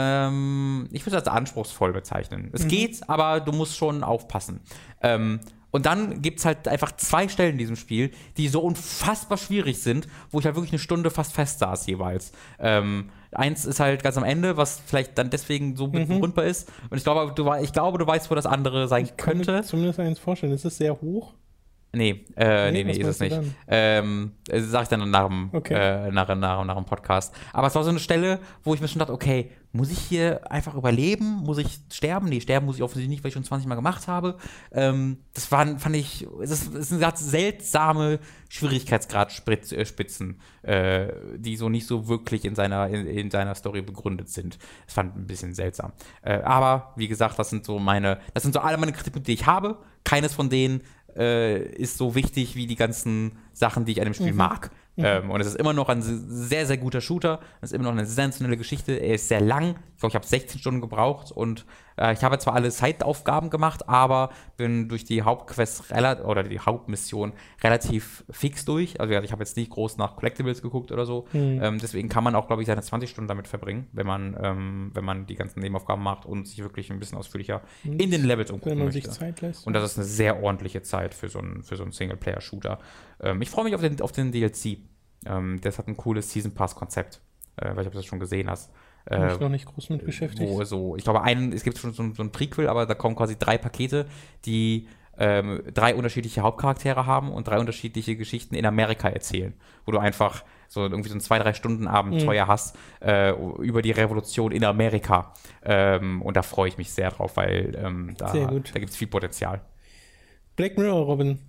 ähm, ich würde es als anspruchsvoll bezeichnen. Es mhm. geht, aber du musst schon aufpassen. Ähm, und dann gibt es halt einfach zwei Stellen in diesem Spiel, die so unfassbar schwierig sind, wo ich halt wirklich eine Stunde fast fest saß jeweils. Ähm, eins ist halt ganz am Ende, was vielleicht dann deswegen so mhm. begründbar ist. Und ich glaube, du, ich glaube, du weißt, wo das andere sein ich könnte. Ich kann mir zumindest eins vorstellen. Ist es sehr hoch? Nee, äh, nee, nee, nee ist es nicht. Ähm, das sag ich dann nach dem, okay. äh, nach, nach, nach dem Podcast. Aber es war so eine Stelle, wo ich mir schon dachte, okay, muss ich hier einfach überleben? Muss ich sterben? Nee, sterben muss ich offensichtlich nicht, weil ich schon zwanzig Mal gemacht habe. Ähm, das waren, fand ich, das sind ganz seltsame Schwierigkeitsgradspitzen, äh, die so nicht so wirklich in seiner, in, in seiner Story begründet sind. Das fand ich ein bisschen seltsam. Äh, aber, wie gesagt, das sind so meine, das sind so alle meine Kritikpunkte, die ich habe. Keines von denen ist so wichtig wie die ganzen Sachen, die ich an dem Spiel mhm. mag. Mhm. Ähm, und es ist immer noch ein sehr, sehr guter Shooter. Es ist immer noch eine sensationelle Geschichte. Er ist sehr lang. Ich glaube, ich habe sechzehn Stunden gebraucht und äh, ich habe zwar alle Side-Aufgaben gemacht, aber bin durch die Hauptquest oder die Hauptmission relativ fix durch. Also ich habe jetzt nicht groß nach Collectibles geguckt oder so. Mhm. Ähm, deswegen kann man auch, glaube ich, seine zwanzig Stunden damit verbringen, wenn man, ähm, wenn man die ganzen Nebenaufgaben macht und sich wirklich ein bisschen ausführlicher mhm. in den Levels umgucken wenn man möchte. Sich Zeit lässt. Und das ist eine sehr ordentliche Zeit für so einen, für so einen Singleplayer-Shooter. Ähm, ich freue mich auf den, auf den D L C. Ähm, das hat ein cooles Season Pass-Konzept, äh, weil ich ob du das schon gesehen hast. Äh, Bin ich noch nicht groß mit beschäftigt. Wo so, ich glaube, einen, es gibt schon so, so ein Prequel, aber da kommen quasi drei Pakete, die ähm, drei unterschiedliche Hauptcharaktere haben und drei unterschiedliche Geschichten in Amerika erzählen, wo du einfach so irgendwie so ein zwei, drei Stunden Abenteuer mhm. hast äh, über die Revolution in Amerika. Ähm, und da freue ich mich sehr drauf, weil ähm, da, da gibt es viel Potenzial. Black Mirror, Robin.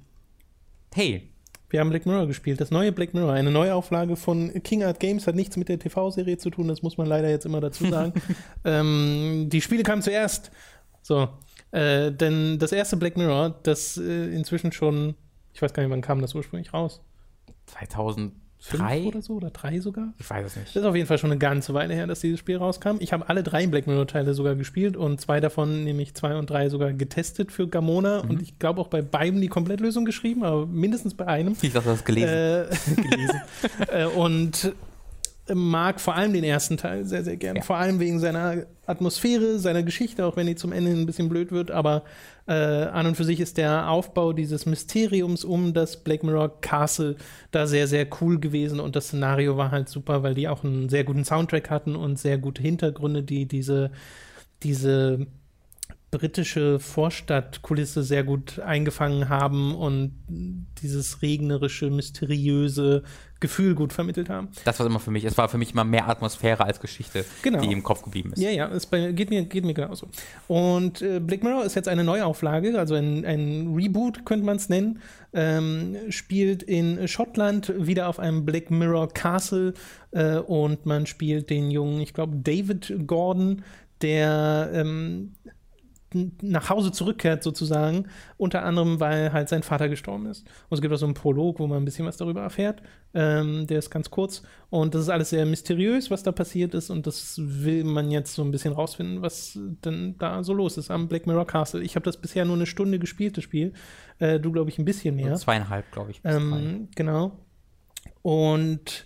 Hey. Wir haben Black Mirror gespielt, das neue Black Mirror, eine Neuauflage von King Art Games, hat nichts mit der T V-Serie zu tun, das muss man leider jetzt immer dazu sagen. ähm, die Spiele kamen zuerst. So, äh, denn das erste Black Mirror, das äh, inzwischen schon, ich weiß gar nicht, wann kam das ursprünglich raus? zweitausenddrei oder so, oder drei sogar? Ich weiß es nicht. Das ist auf jeden Fall schon eine ganze Weile her, dass dieses Spiel rauskam. Ich habe alle drei Black Mirror-Teile sogar gespielt und zwei davon, nämlich zwei und drei, sogar getestet für Gamona. Mhm. Und ich glaube auch bei beiden die Komplettlösung geschrieben, aber mindestens bei einem. Ich dachte, du hast gelesen. Äh, gelesen. äh, und mag vor allem den ersten Teil sehr, sehr gern. Ja. Vor allem wegen seiner Atmosphäre, seiner Geschichte, auch wenn die zum Ende ein bisschen blöd wird. Aber äh, an und für sich ist der Aufbau dieses Mysteriums um das Black Mirror Castle da sehr, sehr cool gewesen. Und das Szenario war halt super, weil die auch einen sehr guten Soundtrack hatten und sehr gute Hintergründe, die diese, diese britische Vorstadtkulisse sehr gut eingefangen haben und dieses regnerische, mysteriöse Gefühl gut vermittelt haben. Das war immer für mich, es war für mich immer mehr Atmosphäre als Geschichte, genau. die im Kopf geblieben ist. Ja, ja, es bei, geht, mir, geht mir genauso. Und äh, Black Mirror ist jetzt eine Neuauflage, also ein, ein Reboot, könnte man es nennen, ähm, spielt in Schottland wieder auf einem Black Mirror Castle äh, und man spielt den jungen, ich glaube, David Gordon, der ähm, nach Hause zurückkehrt sozusagen, unter anderem, weil halt sein Vater gestorben ist. Und es gibt auch so einen Prolog, wo man ein bisschen was darüber erfährt. Ähm, der ist ganz kurz. Und das ist alles sehr mysteriös, was da passiert ist. Und das will man jetzt so ein bisschen rausfinden, was denn da so los ist am Black Mirror Castle. Ich habe das bisher nur eine Stunde gespielt, das Spiel. Äh, du, glaube ich, ein bisschen mehr. So zweieinhalb, glaube ich. Ähm, genau. Und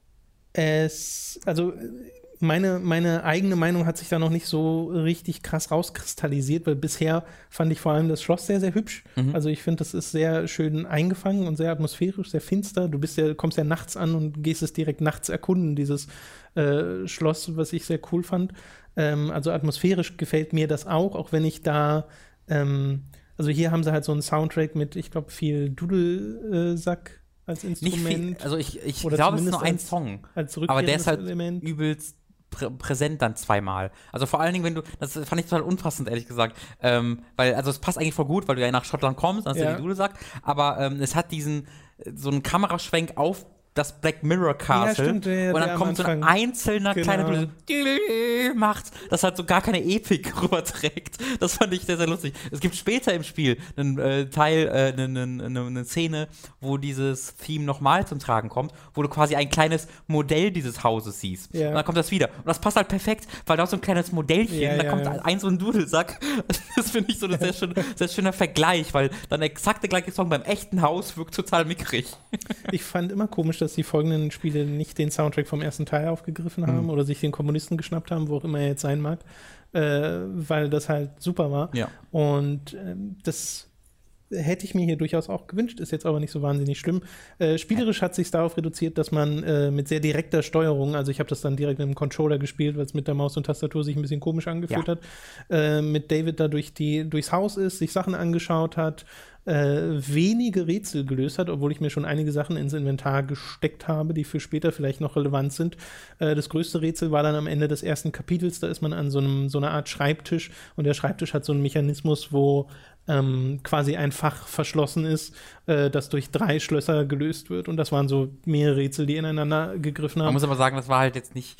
es, also Meine, meine eigene Meinung hat sich da noch nicht so richtig krass rauskristallisiert, weil bisher fand ich vor allem das Schloss sehr, sehr hübsch. Mhm. Also ich finde, das ist sehr schön eingefangen und sehr atmosphärisch, sehr finster. Du bist ja, kommst ja nachts an und gehst es direkt nachts erkunden, dieses äh, Schloss, was ich sehr cool fand. Ähm, also atmosphärisch gefällt mir das auch, auch wenn ich da ähm, also hier haben sie halt so einen Soundtrack mit, ich glaube, viel Dudelsack als Instrument. Nicht viel, also ich, ich glaube, es ist nur ein als, Song, als aber der ist halt Element. übelst prä präsent dann zweimal. Also vor allen Dingen, wenn du, das fand ich total unpassend, ehrlich gesagt, ähm, weil, also es passt eigentlich voll gut, weil du ja nach Schottland kommst, dann hast du ja die Dudelsack, aber ähm, es hat diesen, so einen Kameraschwenk auf das Black Mirror Castle ja, stimmt, der, und dann der kommt so ein einzelner genau. kleiner Blöde, so macht, das halt so gar keine Epik rüberträgt. Das fand ich sehr, sehr lustig. Es gibt später im Spiel einen äh, Teil, äh, eine, eine, eine Szene, wo dieses Theme nochmal zum Tragen kommt, wo du quasi ein kleines Modell dieses Hauses siehst. Ja. Und dann kommt das wieder. Und das passt halt perfekt, weil da ist so ein kleines Modellchen, ja, da ja, kommt ja. ein so ein Dudelsack. Das finde ich so ein sehr, schön, sehr schöner Vergleich, weil dann exakt der gleiche Song beim echten Haus wirkt total mickrig. Ich fand immer komisch, dass die folgenden Spiele nicht den Soundtrack vom ersten Teil aufgegriffen haben mhm. oder sich den Kommunisten geschnappt haben, wo auch immer er jetzt sein mag, äh, weil das halt super war. Ja. Und äh, das hätte ich mir hier durchaus auch gewünscht, ist jetzt aber nicht so wahnsinnig schlimm. Äh, spielerisch hat sich darauf reduziert, dass man äh, mit sehr direkter Steuerung, also ich habe das dann direkt mit dem Controller gespielt, weil es mit der Maus und Tastatur sich ein bisschen komisch angefühlt ja. hat, äh, mit David da durch die, durchs Haus ist, sich Sachen angeschaut hat, Äh, wenige Rätsel gelöst hat, obwohl ich mir schon einige Sachen ins Inventar gesteckt habe, die für später vielleicht noch relevant sind. Äh, das größte Rätsel war dann am Ende des ersten Kapitels, da ist man an so einem so einer Art Schreibtisch und der Schreibtisch hat so einen Mechanismus, wo ähm, quasi ein Fach verschlossen ist, äh, das durch drei Schlösser gelöst wird und das waren so mehrere Rätsel, die ineinander gegriffen haben. Man muss aber sagen, das war halt jetzt nicht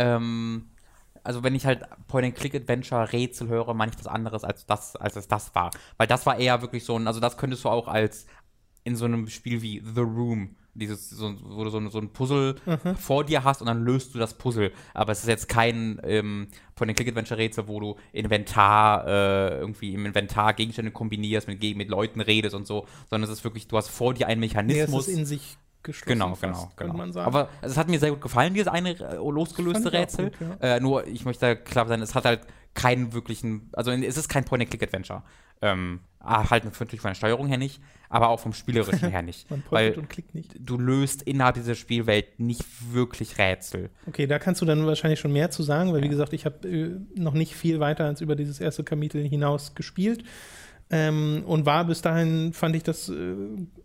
ähm also wenn ich halt Point-and-Click-Adventure-Rätsel höre, meine ich was anderes, als, das, als es das war. Weil das war eher wirklich so ein, also das könntest du auch als in so einem Spiel wie The Room, dieses, so, wo du so, so ein Puzzle mhm. vor dir hast und dann löst du das Puzzle. Aber es ist jetzt kein ähm, Point-and-Click-Adventure-Rätsel, wo du Inventar, äh, irgendwie im Inventar Gegenstände kombinierst, mit, mit Leuten redest und so, sondern es ist wirklich, du hast vor dir einen Mechanismus. Nee, es ist in sich geschlossen. Genau, genau, genau. Man sagen. Aber es hat mir sehr gut gefallen, dieses eine äh, losgelöste Rätsel. Gut, ja. äh, nur, ich möchte klar sein, es hat halt keinen wirklichen, also es ist kein Point-and-Click-Adventure. Ähm, halt natürlich von der Steuerung her nicht, aber auch vom Spielerischen her nicht. Man weil und klickt nicht. Du löst innerhalb dieser Spielwelt nicht wirklich Rätsel. Okay, da kannst du dann wahrscheinlich schon mehr zu sagen, weil ja. wie gesagt, ich habe äh, noch nicht viel weiter als über dieses erste Kapitel hinaus gespielt ähm, und war bis dahin, fand ich das äh,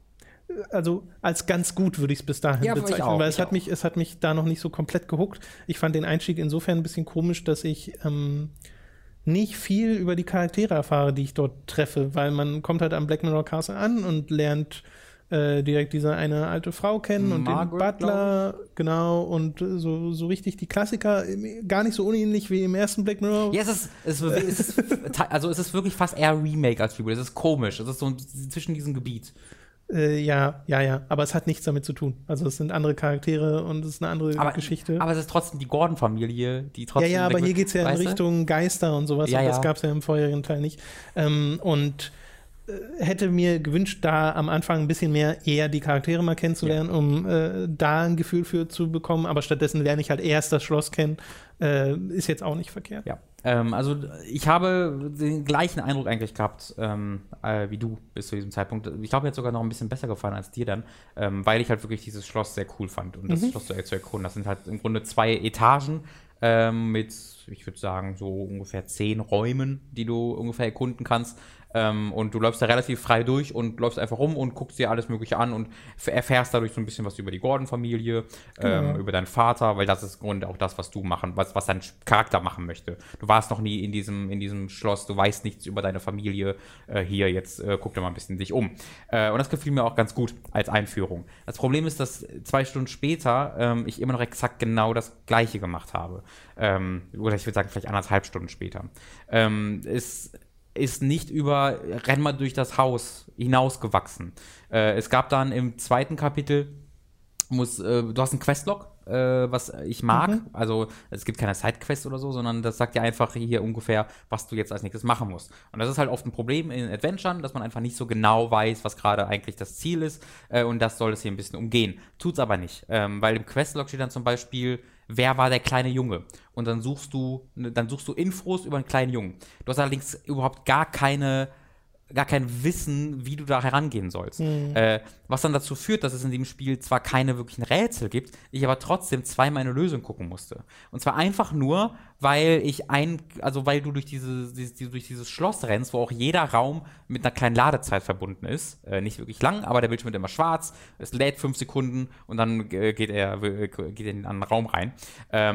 also als ganz gut würde ich es bis dahin ja, bezeichnen, auch, weil es hat, mich, es hat mich da noch nicht so komplett gehuckt. Ich fand den Einstieg insofern ein bisschen komisch, dass ich ähm, nicht viel über die Charaktere erfahre, die ich dort treffe, weil man kommt halt am Black Mirror Castle an und lernt äh, direkt diese eine alte Frau kennen und Margaret, den Butler, genau, und äh, so, so richtig die Klassiker, gar nicht so unähnlich wie im ersten Black Mirror. Ja, es ist, es ist, es ist also es ist wirklich fast eher Remake als Reboot. Es ist komisch, es ist so zwischen diesem Gebiet. Äh, ja, ja, ja, aber es hat nichts damit zu tun. Also es sind andere Charaktere und es ist eine andere aber, Geschichte. Aber es ist trotzdem die Gordon-Familie, die trotzdem... Ja, ja, aber hier geht es ja in Richtung Geister und sowas. Ja, und ja. Das gab es ja im vorherigen Teil nicht. Ähm, und äh, hätte mir gewünscht, da am Anfang ein bisschen mehr eher die Charaktere mal kennenzulernen, ja. um äh, da ein Gefühl für zu bekommen. Aber stattdessen lerne ich halt erst das Schloss kennen. Äh, ist jetzt auch nicht verkehrt. Ja. Ähm, also ich habe den gleichen Eindruck eigentlich gehabt ähm, äh, wie du bis zu diesem Zeitpunkt. Ich glaube, mir hat sogar noch ein bisschen besser gefallen als dir dann, ähm, weil ich halt wirklich dieses Schloss sehr cool fand und das mhm. Schloss zu, zu erkunden. Das sind halt im Grunde zwei Etagen ähm, mit, ich würde sagen, so ungefähr zehn Räumen, die du ungefähr erkunden kannst. Ähm, und du läufst da relativ frei durch und läufst einfach rum und guckst dir alles Mögliche an und erfährst dadurch so ein bisschen was über die Gordon-Familie, ähm, genau. über deinen Vater, weil das ist im Grunde auch das, was du machen, was, was dein Charakter machen möchte. Du warst noch nie in diesem, in diesem Schloss, du weißt nichts über deine Familie. Äh, hier, jetzt äh, guck dir mal ein bisschen dich um. Äh, und das gefiel mir auch ganz gut als Einführung. Das Problem ist, dass zwei Stunden später ähm, ich immer noch exakt genau das Gleiche gemacht habe. Ähm, oder ich würde sagen, vielleicht anderthalb Stunden später. Ähm, ist ist nicht über renn mal durch das Haus hinausgewachsen. Äh, es gab dann im zweiten Kapitel, muss, äh, du hast einen Questlog, äh, was ich mag. Mhm. Also es gibt keine Sidequests oder so, sondern das sagt dir einfach hier ungefähr, was du jetzt als nächstes machen musst. Und das ist halt oft ein Problem in Adventuren, dass man einfach nicht so genau weiß, was gerade eigentlich das Ziel ist. Äh, und das soll es hier ein bisschen umgehen. Tut's aber nicht. Ähm, weil im Questlog steht dann zum Beispiel, wer war der kleine Junge? Und dann suchst du, dann suchst du Infos über einen kleinen Jungen. Du hast allerdings überhaupt gar keine, gar kein Wissen, wie du da herangehen sollst. Mhm. Äh, was dann dazu führt, dass es in dem Spiel zwar keine wirklichen Rätsel gibt, ich aber trotzdem zweimal eine Lösung gucken musste. Und zwar einfach nur, weil ich ein, also weil du durch diese, diese, durch dieses Schloss rennst, wo auch jeder Raum mit einer kleinen Ladezeit verbunden ist. Äh, nicht wirklich lang, aber der Bildschirm wird immer schwarz, es lädt fünf Sekunden und dann äh, geht er, äh, geht er in einen anderen Raum rein. Ähm,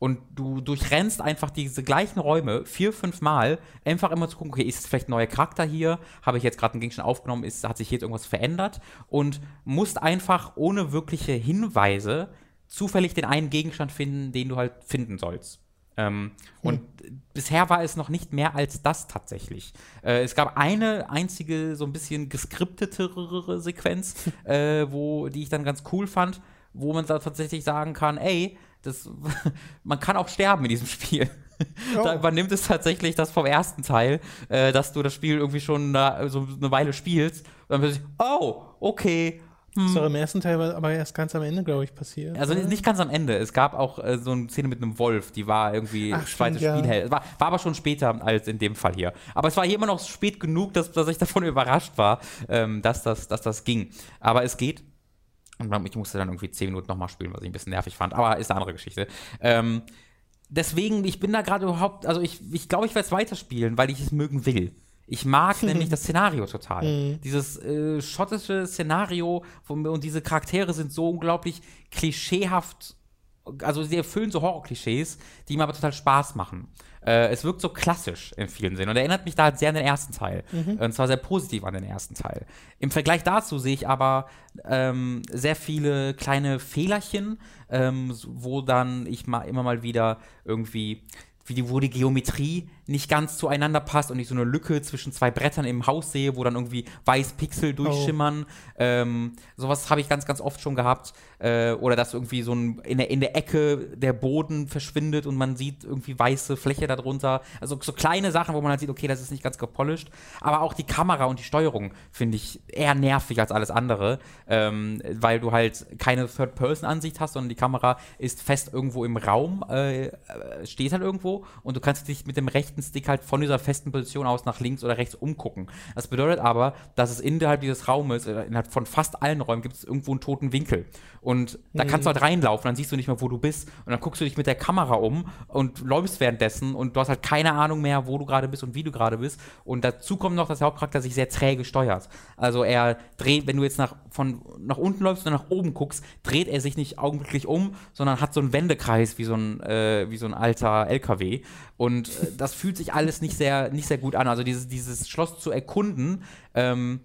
Und du durchrennst einfach diese gleichen Räume vier, fünf Mal, einfach immer zu gucken, okay, ist vielleicht ein neuer Charakter hier? Habe ich jetzt gerade einen Gegenstand aufgenommen? Ist, hat sich jetzt irgendwas verändert? Und musst einfach ohne wirkliche Hinweise zufällig den einen Gegenstand finden, den du halt finden sollst. Ähm, hm. Und bisher war es noch nicht mehr als das tatsächlich. Äh, es gab eine einzige, so ein bisschen geskriptetere Sequenz, äh, wo, die ich dann ganz cool fand, wo man da tatsächlich sagen kann, ey, Das, man kann auch sterben in diesem Spiel. Oh. Da übernimmt es tatsächlich das vom ersten Teil, äh, dass du das Spiel irgendwie schon na, so eine Weile spielst. Und dann plötzlich, oh, okay. Hm. Das war im ersten Teil aber erst ganz am Ende, glaube ich, passiert. Also oder? Nicht ganz am Ende. Es gab auch äh, so eine Szene mit einem Wolf, die war irgendwie Ach, zweites stimmt, Spielheld. Ja. War, war aber schon später als in dem Fall hier. Aber es war hier immer noch spät genug, dass, dass ich davon überrascht war, ähm, dass, das, dass das ging. Aber es geht. Und ich musste dann irgendwie zehn Minuten nochmal spielen, was ich ein bisschen nervig fand. Aber ist eine andere Geschichte. Ähm, deswegen, ich bin da gerade überhaupt, also ich glaube, ich, glaub, ich werde es weiterspielen, weil ich es mögen will. Ich mag nämlich das Szenario total. Mhm. Dieses äh, schottische Szenario und diese Charaktere sind so unglaublich klischeehaft. Also sie erfüllen so Horror-Klischees, die mir aber total Spaß machen. Äh, es wirkt so klassisch in vielen Sinnen und erinnert mich da halt sehr an den ersten Teil. Mhm. Und zwar sehr positiv an den ersten Teil. Im Vergleich dazu sehe ich aber ähm, sehr viele kleine Fehlerchen, ähm, wo dann ich mal immer mal wieder irgendwie wie die, wo die Geometrie nicht ganz zueinander passt und ich so eine Lücke zwischen zwei Brettern im Haus sehe, wo dann irgendwie weiß Pixel durchschimmern. Oh. Ähm, sowas habe ich ganz, ganz oft schon gehabt. Äh, oder dass irgendwie so ein, in, der, in der Ecke der Boden verschwindet und man sieht irgendwie weiße Fläche darunter. Also so kleine Sachen, wo man halt sieht, okay, das ist nicht ganz gepolished. Aber auch die Kamera und die Steuerung finde ich eher nervig als alles andere, ähm, weil du halt keine Third-Person-Ansicht hast, sondern die Kamera ist fest irgendwo im Raum, äh, steht halt irgendwo und du kannst dich mit dem rechten Stick halt von dieser festen Position aus nach links oder rechts umgucken. Das bedeutet aber, dass es innerhalb dieses Raumes, innerhalb von fast allen Räumen, gibt es irgendwo einen toten Winkel. Und da kannst du halt reinlaufen, dann siehst du nicht mehr, wo du bist. Und dann guckst du dich mit der Kamera um und läufst währenddessen und du hast halt keine Ahnung mehr, wo du gerade bist und wie du gerade bist. Und dazu kommt noch, dass der Hauptcharakter sich sehr träge steuert. Also er dreht, wenn du jetzt nach, von, nach unten läufst und nach oben guckst, dreht er sich nicht augenblicklich um, sondern hat so einen Wendekreis wie so ein, äh, wie so ein alter L K W. Und äh, das fühlt sich alles nicht sehr, nicht sehr gut an. Also dieses, dieses Schloss zu erkunden, ähm,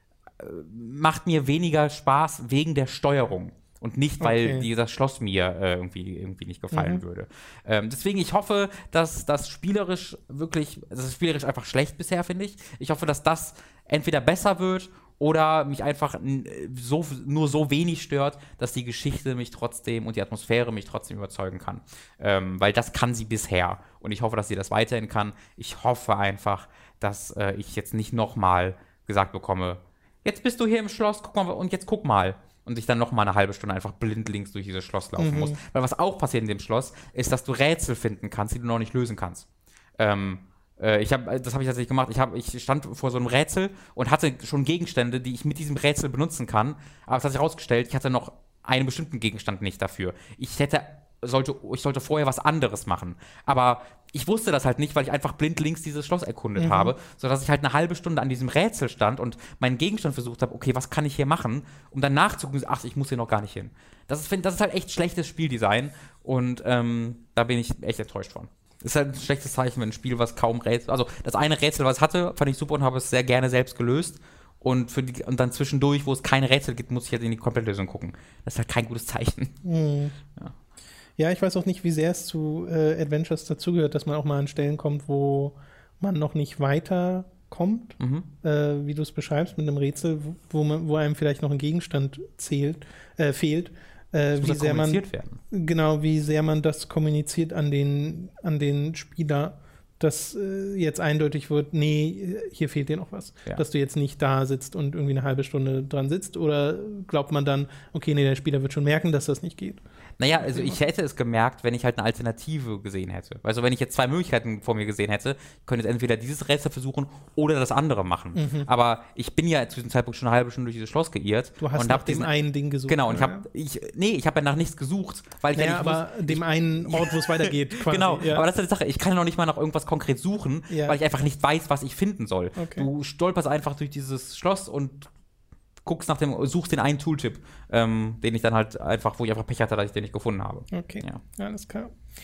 macht mir weniger Spaß wegen der Steuerung. Und nicht, weil okay. dieses Schloss mir äh, irgendwie, irgendwie nicht gefallen mhm. würde. Ähm, deswegen, ich hoffe, dass das spielerisch wirklich, das ist spielerisch einfach schlecht bisher, finde ich. Ich hoffe, dass das entweder besser wird oder mich einfach so, nur so wenig stört, dass die Geschichte mich trotzdem und die Atmosphäre mich trotzdem überzeugen kann. Ähm, weil das kann sie bisher. Und ich hoffe, dass sie das weiterhin kann. Ich hoffe einfach, dass äh, ich jetzt nicht nochmal gesagt bekomme, jetzt bist du hier im Schloss, guck mal, und jetzt guck mal. Und ich dann noch mal eine halbe Stunde einfach blindlings durch dieses Schloss laufen mhm. muss. Weil was auch passiert in dem Schloss, ist, dass du Rätsel finden kannst, die du noch nicht lösen kannst. Ähm, äh, ich hab, das habe ich tatsächlich gemacht. Ich, hab, ich stand vor so einem Rätsel und hatte schon Gegenstände, die ich mit diesem Rätsel benutzen kann. Aber es hat sich herausgestellt, ich hatte noch einen bestimmten Gegenstand nicht dafür. Ich hätte, sollte, ich sollte vorher was anderes machen. Aber ich wusste das halt nicht, weil ich einfach blindlings dieses Schloss erkundet mhm. habe, sodass ich halt eine halbe Stunde an diesem Rätsel stand und meinen Gegenstand versucht habe, okay, was kann ich hier machen, um dann nachzugucken, ach, ich muss hier noch gar nicht hin. Das ist, das ist halt echt schlechtes Spieldesign und ähm, da bin ich echt enttäuscht von. Ist halt ein schlechtes Zeichen, wenn ein Spiel, was kaum Rätsel, also das eine Rätsel, was es hatte, fand ich super und habe es sehr gerne selbst gelöst. Und, für die, und dann zwischendurch, wo es keine Rätsel gibt, muss ich halt in die Komplettlösung gucken. Das ist halt kein gutes Zeichen. Mhm. Ja. Ja, ich weiß auch nicht, wie sehr es zu äh, Adventures dazugehört, dass man auch mal an Stellen kommt, wo man noch nicht weiterkommt, mhm. äh, wie du es beschreibst, mit einem Rätsel, wo, man, wo einem vielleicht noch ein Gegenstand zählt, äh, fehlt. Äh, wie sehr man, werden. Genau, wie sehr man das kommuniziert an den, an den Spieler, dass äh, jetzt eindeutig wird, nee, hier fehlt dir noch was. Ja. Dass du jetzt nicht da sitzt und irgendwie eine halbe Stunde dran sitzt, oder glaubt man dann, okay, nee, der Spieler wird schon merken, dass das nicht geht. Naja, also ich hätte es gemerkt, wenn ich halt eine Alternative gesehen hätte. Also wenn ich jetzt zwei Möglichkeiten vor mir gesehen hätte, ich könnte jetzt entweder dieses Rätsel versuchen oder das andere machen. Mhm. Aber ich bin ja zu diesem Zeitpunkt schon eine halbe Stunde durch dieses Schloss geirrt. Du hast und nach dem einen Ding gesucht. Genau, und ich habe, ich, nee, ich habe ja nach nichts gesucht, weil ich naja, ja nicht aber wusste, dem ich, einen Ort, wo es weitergeht, quasi. Genau, ja. aber das ist die Sache, ich kann ja noch nicht mal nach irgendwas konkret suchen, ja. weil ich einfach nicht weiß, was ich finden soll. Okay. Du stolperst einfach durch dieses Schloss und guckst nach dem, suchst den einen Tooltip, ähm, den ich dann halt einfach, wo ich einfach Pech hatte, dass ich den nicht gefunden habe. Okay, ja. Alles klar.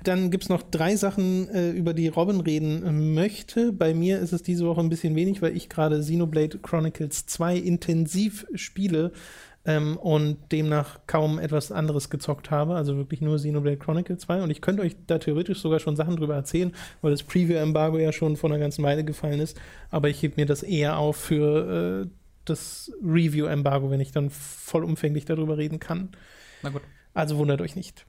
Dann gibt es noch drei Sachen, äh, über die Robin reden äh, möchte. Bei mir ist es diese Woche ein bisschen wenig, weil ich gerade Xenoblade Chronicles zwei intensiv spiele ähm, und demnach kaum etwas anderes gezockt habe. Also wirklich nur Xenoblade Chronicles zwei. Und ich könnte euch da theoretisch sogar schon Sachen drüber erzählen, weil das Preview-Embargo ja schon vor einer ganzen Weile gefallen ist. Aber ich hebe mir das eher auf für äh, das Review-Embargo, wenn ich dann vollumfänglich darüber reden kann. Na gut. Also wundert euch nicht.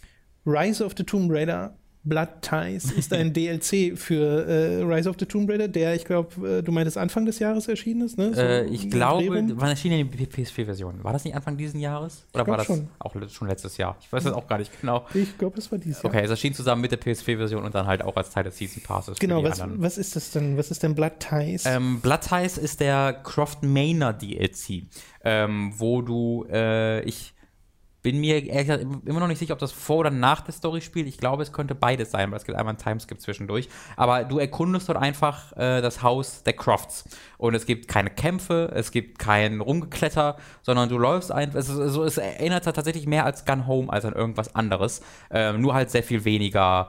Rise of the Tomb Raider Blood Ties ist ein D L C für äh, Rise of the Tomb Raider, der, ich glaube, äh, du meintest Anfang des Jahres erschienen ist, ne? So äh, ich glaube, wann erschien denn die P S vier Version? War das nicht Anfang dieses Jahres? Oder war das schon. auch schon letztes Jahr? Ich weiß das auch gar nicht genau. Ich glaube, es war dieses Jahr. Okay, es erschien zusammen mit der P S vier Version und dann halt auch als Teil des Season Passes. Genau, was, was ist das denn? Was ist denn Blood Ties? Ähm, Blood Ties ist der Croft Manor D L C, ähm, wo du, äh, ich bin mir ehrlich gesagt immer noch nicht sicher, ob das vor oder nach der Story spielt. Ich glaube, es könnte beides sein, weil es gibt einmal einen Timeskip zwischendurch. Aber du erkundest dort einfach äh, das Haus der Crofts. Und es gibt keine Kämpfe, es gibt kein Rumgekletter, sondern du läufst einfach. Es, also, es erinnert tatsächlich mehr als Gun Home als an irgendwas anderes. Ähm, nur halt sehr viel weniger,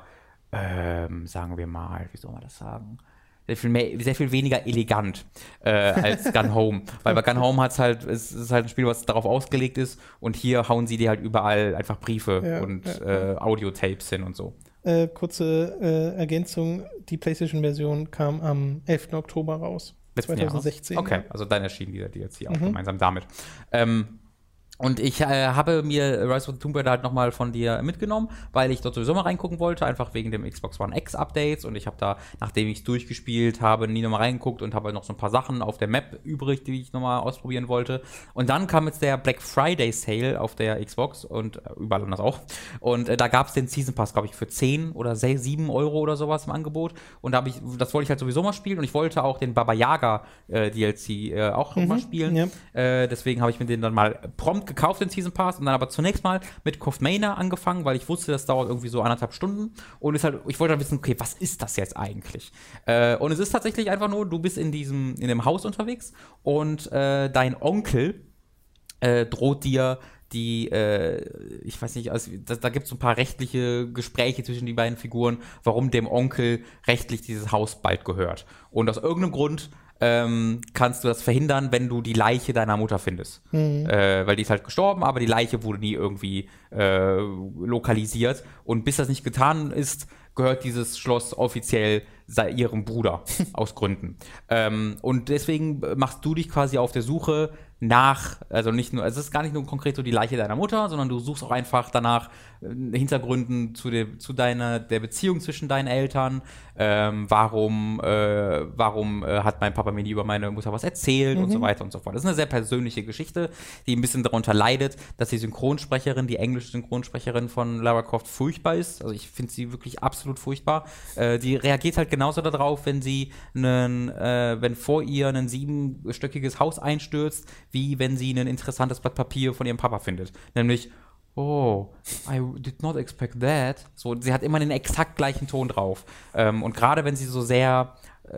ähm, sagen wir mal, wie soll man das sagen? Sehr viel, mehr, sehr viel weniger elegant äh, als Gun Home. Weil bei Gun Home hat's halt, es ist halt ein Spiel, was darauf ausgelegt ist und hier hauen sie dir halt überall einfach Briefe ja, und ja. Äh, Audiotapes hin und so. Äh, kurze äh, Ergänzung, die PlayStation-Version kam am elften Oktober raus. zwanzig sechzehn. Okay, also dann erschien dieser D L C auch mhm. gemeinsam damit. Ähm, Und ich äh, habe mir Rise of the Tomb Raider halt nochmal von dir mitgenommen, weil ich dort sowieso mal reingucken wollte, einfach wegen dem Xbox One X Updates. Und ich habe da, nachdem ich es durchgespielt habe, nie nochmal reingeguckt und habe noch so ein paar Sachen auf der Map übrig, die ich nochmal ausprobieren wollte. Und dann kam jetzt der Black Friday Sale auf der Xbox und äh, überall anders auch. Und äh, da gab es den Season Pass, glaube ich, für zehn oder sieben Euro oder sowas im Angebot. Und da habe ich, das wollte ich halt sowieso mal spielen. Und ich wollte auch den Baba Yaga äh, D L C äh, auch mhm, mal spielen. Ja. Äh, deswegen habe ich mir den dann mal prompt gekauft, den Season Pass, und dann aber zunächst mal mit Croft Manor angefangen, weil ich wusste, das dauert irgendwie so anderthalb Stunden und ist halt, ich wollte halt wissen, okay, was ist das jetzt eigentlich? Äh, und es ist tatsächlich einfach nur, du bist in diesem, in dem Haus unterwegs und äh, dein Onkel äh, droht dir die, äh, ich weiß nicht, also, da, da gibt es so ein paar rechtliche Gespräche zwischen die beiden Figuren, warum dem Onkel rechtlich dieses Haus bald gehört. Und aus irgendeinem Grund Ähm, kannst du das verhindern, wenn du die Leiche deiner Mutter findest. Mhm. Äh, weil die ist halt gestorben, aber die Leiche wurde nie irgendwie äh, lokalisiert. Und bis das nicht getan ist, gehört dieses Schloss offiziell ihrem Bruder aus Gründen. Ähm, und deswegen machst du dich quasi auf der Suche nach, also nicht nur, also es ist gar nicht nur konkret so die Leiche deiner Mutter, sondern du suchst auch einfach danach äh, Hintergründen zu der, zu deiner, der Beziehung zwischen deinen Eltern. Ähm, warum äh, warum äh, hat mein Papa mir nie über meine Mutter was erzählt mhm. und so weiter und so fort. Das ist eine sehr persönliche Geschichte, die ein bisschen darunter leidet, dass die Synchronsprecherin, die englische Synchronsprecherin von Lara Croft furchtbar ist. Also ich finde sie wirklich absolut furchtbar. Äh, die reagiert halt genauso darauf, wenn sie einen, äh, wenn vor ihr ein siebenstöckiges Haus einstürzt, wie wenn sie ein interessantes Blatt Papier von ihrem Papa findet. Nämlich, oh, I did not expect that. So, sie hat immer den exakt gleichen Ton drauf. Ähm, und gerade wenn sie so sehr,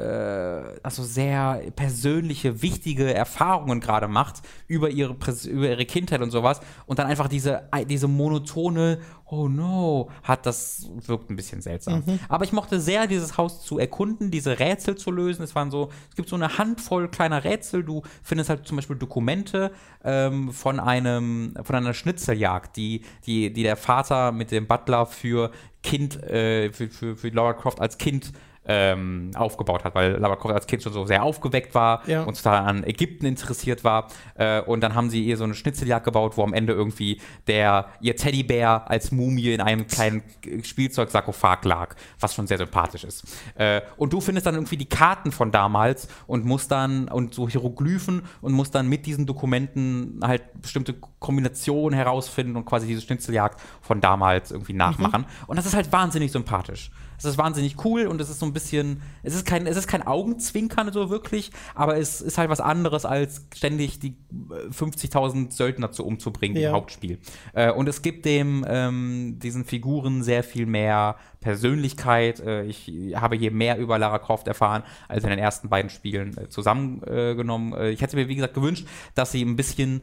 äh, also sehr persönliche, wichtige Erfahrungen gerade macht über ihre, über ihre Kindheit und sowas und dann einfach diese, diese monotone, oh no, hat, das wirkt ein bisschen seltsam. Mhm. Aber ich mochte sehr, dieses Haus zu erkunden, diese Rätsel zu lösen. Es waren so, es gibt so eine Handvoll kleiner Rätsel. Du findest halt zum Beispiel Dokumente ähm, von einem, von einer Schnitzeljagd, die, die, die der Vater mit dem Butler für Kind, äh, für, für, für Lara Croft als Kind Ähm, aufgebaut hat, weil Lara Croft als Kind schon so sehr aufgeweckt war ja. und total an Ägypten interessiert war. Äh, und dann haben sie ihr so eine Schnitzeljagd gebaut, wo am Ende irgendwie der ihr Teddybär als Mumie in einem kleinen Spielzeugsarkophag lag, was schon sehr sympathisch ist. Äh, und du findest dann irgendwie die Karten von damals und musst dann, und so Hieroglyphen und musst dann mit diesen Dokumenten halt bestimmte Kombinationen herausfinden und quasi diese Schnitzeljagd von damals irgendwie nachmachen. Mhm. Und das ist halt wahnsinnig sympathisch. Es ist wahnsinnig cool und es ist so ein bisschen, es ist kein, es ist kein Augenzwinkern so wirklich, aber es ist halt was anderes, als ständig die fünfzigtausend Söldner zu umzubringen ja. im Hauptspiel. Äh, und es gibt dem, ähm, diesen Figuren sehr viel mehr Persönlichkeit. Äh, ich habe hier mehr über Lara Croft erfahren, als in den ersten beiden Spielen äh, zusammengenommen. Äh, ich hätte mir, wie gesagt, gewünscht, dass sie ein bisschen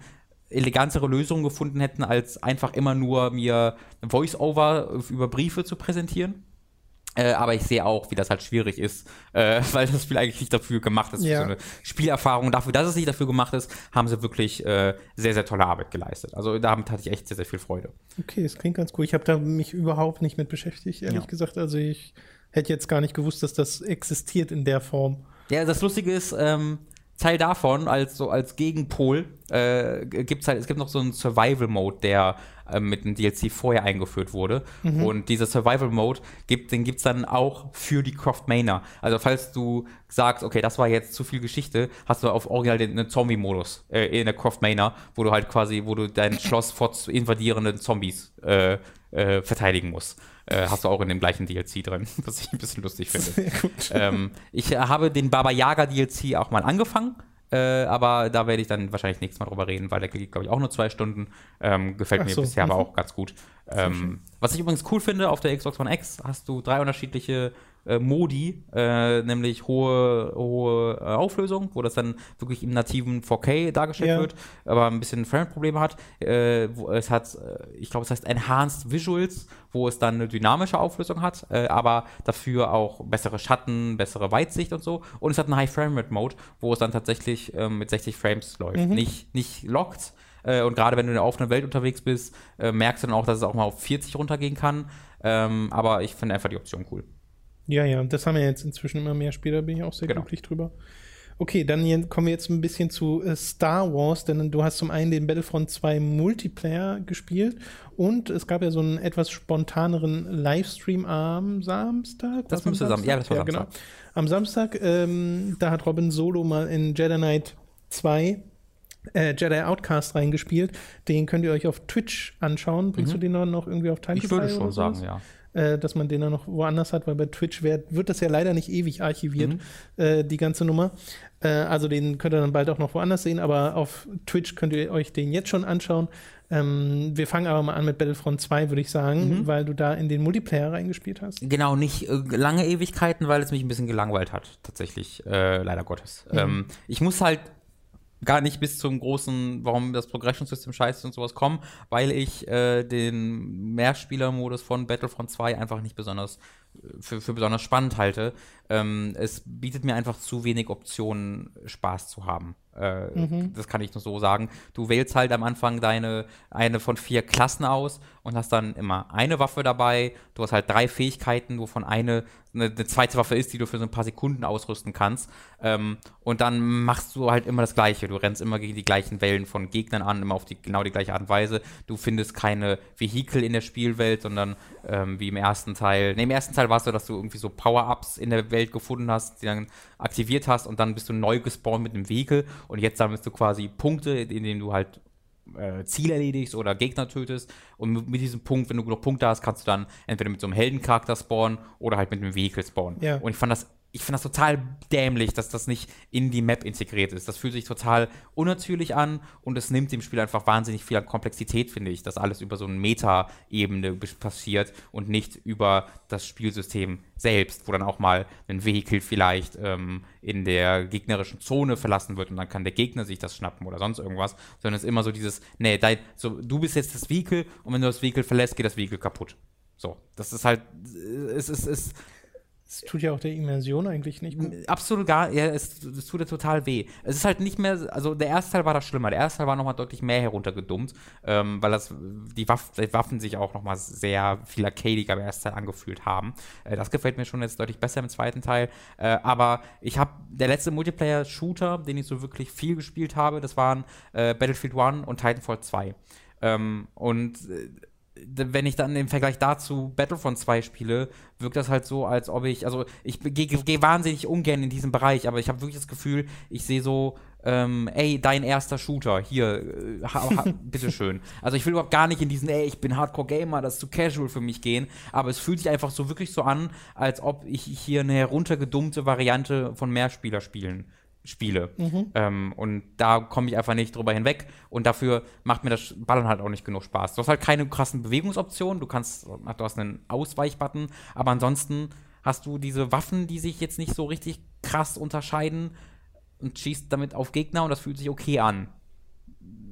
elegantere Lösungen gefunden hätten, als einfach immer nur mir Voice-Over über Briefe zu präsentieren. Äh, aber ich sehe auch, wie das halt schwierig ist, äh, weil das Spiel eigentlich nicht dafür gemacht ist, ja. für so eine Spielerfahrung. Dafür, dass es nicht dafür gemacht ist, haben sie wirklich äh, sehr, sehr tolle Arbeit geleistet. Also damit hatte ich echt sehr, sehr viel Freude. Okay, das klingt ganz cool. Ich habe da mich überhaupt nicht mit beschäftigt, ehrlich ja. gesagt. Also ich hätte jetzt gar nicht gewusst, dass das existiert in der Form. Ja, das Lustige ist, ähm, Teil davon, als so als Gegenpol, äh, gibt's halt, es gibt noch so einen Survival-Mode, der äh, mit dem D L C vorher eingeführt wurde. Mhm. Und dieser Survival-Mode, gibt, den gibt's dann auch für die Croftmainer. Also falls du sagst, okay, das war jetzt zu viel Geschichte, hast du auf Original den, den Zombie-Modus äh, in der Croftmainer, wo du halt quasi, wo du dein Schloss vor invadierenden Zombies äh, äh, verteidigen musst. Äh, hast du auch in dem gleichen D L C drin, was ich ein bisschen lustig finde. Sehr gut. Ähm, ich äh, habe den Baba Yaga D L C auch mal angefangen, äh, aber da werde ich dann wahrscheinlich nächstes Mal drüber reden, weil der geht, glaube ich, auch nur zwei Stunden. Ähm, gefällt Ach mir so. bisher mhm. aber auch ganz gut. Ähm, was ich übrigens cool finde, auf der Xbox One X hast du drei unterschiedliche äh, Modi, äh, nämlich hohe, hohe äh, Auflösung, wo das dann wirklich im nativen vier K dargestellt ja. wird, aber ein bisschen Frame-Probleme hat. Äh, wo es hat, äh, ich glaube, es heißt Enhanced Visuals, wo es dann eine dynamische Auflösung hat, äh, aber dafür auch bessere Schatten, bessere Weitsicht und so. Und es hat einen High-Frame-Rate-Mode, wo es dann tatsächlich äh, mit sechzig Frames läuft. Mhm. Nicht, nicht lockt. Und gerade wenn du in der offenen Welt unterwegs bist, äh, merkst du dann auch, dass es auch mal auf vierzig runtergehen kann. Ähm, aber ich finde einfach die Option cool. Ja, ja, das haben ja jetzt inzwischen immer mehr Spieler, bin ich auch sehr genau. glücklich drüber. Okay, dann hier kommen wir jetzt ein bisschen zu äh, Star Wars, denn du hast zum einen den Battlefront zwei Multiplayer gespielt und es gab ja so einen etwas spontaneren Livestream am Samstag. Das müsste Samstag, ja, das war ja, Samstag. Genau. Am Samstag, ähm, da hat Robin Solo mal in Jedi Knight zwei Äh, Jedi Outcast reingespielt. Den könnt ihr euch auf Twitch anschauen. Bringst mhm. du den dann noch irgendwie auf Timefy? Ich würde schon sagen, ja. Äh, dass man den dann noch woanders hat, weil bei Twitch wird, wird das ja leider nicht ewig archiviert, mhm. äh, die ganze Nummer. Äh, also den könnt ihr dann bald auch noch woanders sehen, aber auf Twitch könnt ihr euch den jetzt schon anschauen. Ähm, wir fangen aber mal an mit Battlefront zwei, würde ich sagen, mhm. weil du da in den Multiplayer reingespielt hast. Genau, nicht äh, lange Ewigkeiten, weil es mich ein bisschen gelangweilt hat, tatsächlich, äh, leider Gottes. Mhm. Ähm, ich muss halt gar nicht bis zum großen, warum das Progression-System scheiße und sowas kommen, weil ich äh, den Mehrspieler-Modus von Battlefront zwei einfach nicht besonders für, für besonders spannend halte. Ähm, es bietet mir einfach zu wenig Optionen, Spaß zu haben. Äh, mhm. Das kann ich nur so sagen. Du wählst halt am Anfang deine eine von vier Klassen aus und hast dann immer eine Waffe dabei. Du hast halt drei Fähigkeiten, wovon eine eine, eine zweite Waffe ist, die du für so ein paar Sekunden ausrüsten kannst. Ähm, und dann machst du halt immer das Gleiche. Du rennst immer gegen die gleichen Wellen von Gegnern an, immer auf die, genau die gleiche Art und Weise. Du findest keine Vehikel in der Spielwelt, sondern ähm, wie im ersten Teil. Ne, im ersten Teil war es so, dass du irgendwie so Power-Ups in der Welt gefunden hast, die dann aktiviert hast und dann bist du neu gespawnt mit einem Vehikel und jetzt sammelst du quasi Punkte, in denen du halt äh, Ziele erledigst oder Gegner tötest und mit, mit diesem Punkt, wenn du genug Punkte hast, kannst du dann entweder mit so einem Heldencharakter spawnen oder halt mit einem Vehikel spawnen. Ja. Und ich fand das Ich finde das total dämlich, dass das nicht in die Map integriert ist. Das fühlt sich total unnatürlich an und es nimmt dem Spiel einfach wahnsinnig viel an Komplexität, finde ich, dass alles über so eine Meta-Ebene passiert und nicht über das Spielsystem selbst, wo dann auch mal ein Vehikel vielleicht ähm, in der gegnerischen Zone verlassen wird und dann kann der Gegner sich das schnappen oder sonst irgendwas, sondern es ist immer so dieses, nee, dein, so, du bist jetzt das Vehikel und wenn du das Vehikel verlässt, geht das Vehikel kaputt. So, das ist halt, es ist, es ist Es tut ja auch der Immersion eigentlich nicht gut. Absolut gar, ja, es, es tut ja total weh. Es ist halt nicht mehr, also der erste Teil war das schlimmer. Der erste Teil war nochmal deutlich mehr heruntergedummt, ähm, weil das, die, Waff, die Waffen sich auch nochmal sehr viel arcadiger im ersten Teil angefühlt haben. Äh, das gefällt mir schon jetzt deutlich besser im zweiten Teil. Äh, aber ich habe, der letzte Multiplayer-Shooter, den ich so wirklich viel gespielt habe, das waren äh, Battlefield eins und Titanfall zwei. Ähm, und äh, wenn ich dann im Vergleich dazu Battlefront zwei spiele, wirkt das halt so, als ob ich, also ich gehe geh wahnsinnig ungern in diesen Bereich, aber ich habe wirklich das Gefühl, ich sehe so, ähm, ey, dein erster Shooter, hier, äh, ha, ha, bitteschön. Also ich will überhaupt gar nicht in diesen, ey, ich bin Hardcore-Gamer, das ist zu casual für mich gehen, aber es fühlt sich einfach so wirklich so an, als ob ich hier eine heruntergedummte Variante von Mehrspieler spielen spiele. Mhm. Ähm, und da komme ich einfach nicht drüber hinweg und dafür macht mir das Ballern halt auch nicht genug Spaß. Du hast halt keine krassen Bewegungsoptionen, du kannst, du hast einen Ausweichbutton, aber ansonsten hast du diese Waffen, die sich jetzt nicht so richtig krass unterscheiden und schießt damit auf Gegner und das fühlt sich okay an.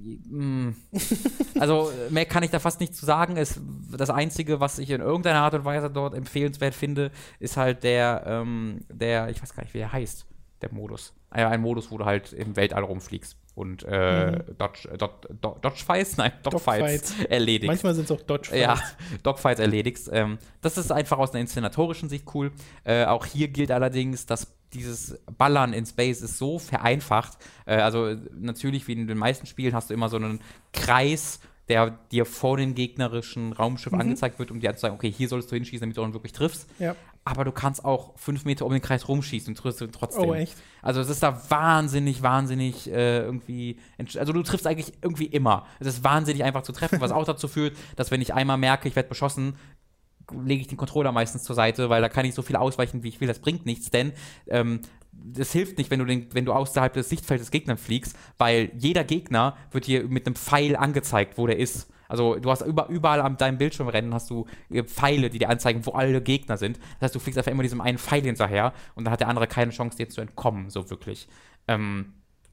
Also mehr kann ich da fast nicht zu sagen. Es, das Einzige, was ich in irgendeiner Art und Weise dort empfehlenswert finde, ist halt der, ähm, der, ich weiß gar nicht, wie der heißt, der Modus. Ein, ein Modus, wo du halt im Weltall rumfliegst und äh, mhm. Dodge, äh, Dodge, Dodge, Dodgefights? Nein, Dogfights Dog erledigst. Manchmal sind es auch Dodgefights. Ja, Dogfights erledigst. Ähm, das ist einfach aus einer inszenatorischen Sicht cool. Äh, auch hier gilt allerdings, dass dieses Ballern in Space ist so vereinfacht. Äh, also natürlich, wie in den meisten Spielen, hast du immer so einen Kreis, der dir vor dem gegnerischen Raumschiff mhm. angezeigt wird, um dir zu sagen, okay, hier sollst du hinschießen, damit du dann wirklich triffst. Ja. Aber du kannst auch fünf Meter um den Kreis rumschießen und triffst trotzdem. Oh, echt? Also es ist da wahnsinnig, wahnsinnig äh, irgendwie, also du triffst eigentlich irgendwie immer. Es ist wahnsinnig einfach zu treffen, was auch dazu führt, dass wenn ich einmal merke, ich werde beschossen, lege ich den Controller meistens zur Seite, weil da kann ich so viel ausweichen, wie ich will. Das bringt nichts, denn ähm, das hilft nicht, wenn du, den, wenn du außerhalb des Sichtfeldes des Gegners fliegst, weil jeder Gegner wird dir mit einem Pfeil angezeigt, wo der ist. Also du hast über, überall an deinem Bildschirmrennen hast du Pfeile, die dir anzeigen, wo alle Gegner sind. Das heißt, du fliegst einfach immer diesem einen Pfeil hinterher und dann hat der andere keine Chance, dir zu entkommen, so wirklich. Ähm,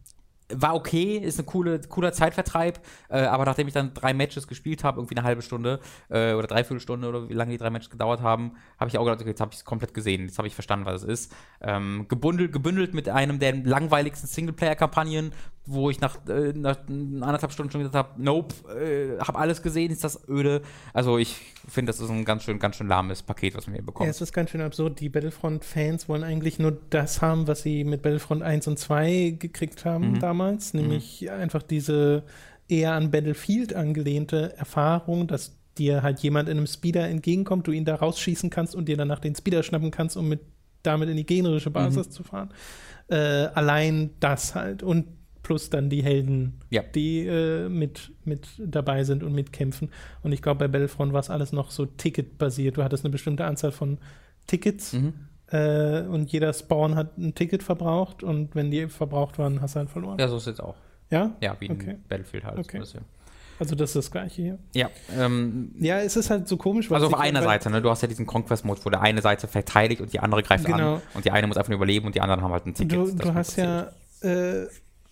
war okay, ist ein coole, cooler Zeitvertreib, äh, aber nachdem ich dann drei Matches gespielt habe, irgendwie eine halbe Stunde äh, oder dreiviertel Stunde oder wie lange die drei Matches gedauert haben, habe ich auch gedacht, okay, jetzt habe ich es komplett gesehen, jetzt habe ich verstanden, was es ist. Ähm, gebundelt, gebündelt mit einem der langweiligsten Singleplayer-Kampagnen, wo ich nach, äh, nach anderthalb Stunden schon gesagt habe, nope, äh, habe alles gesehen, ist das öde. Also ich finde, das ist ein ganz schön, ganz schön lahmes Paket, was wir hier bekommen. Ja, es ist ganz schön absurd. Die Battlefront-Fans wollen eigentlich nur das haben, was sie mit Battlefront eins und zwei gekriegt haben mhm. damals, nämlich mhm. einfach diese eher an Battlefield angelehnte Erfahrung, dass dir halt jemand in einem Speeder entgegenkommt, du ihn da rausschießen kannst und dir danach den Speeder schnappen kannst, um mit, damit in die gegnerische Basis mhm. zu fahren. Äh, allein das halt. Und plus dann die Helden, ja. die äh, mit, mit dabei sind und mitkämpfen. Und ich glaube, bei Battlefront war es alles noch so Ticket-basiert. Du hattest eine bestimmte Anzahl von Tickets mhm. äh, und jeder Spawn hat ein Ticket verbraucht und wenn die verbraucht waren, hast du halt verloren. Ja, so ist es jetzt auch. Ja? Ja, wie okay. in Battlefield halt. Okay. So ein bisschen. Also das ist das Gleiche hier. Ja. Ähm, ja, es ist halt so komisch. Also auf einer Seite, ne? Du hast ja diesen Conquest-Mode, wo der eine Seite verteidigt und die andere greift genau. an und die eine muss einfach nur überleben und die anderen haben halt ein Ticket. Du, du hast ja äh,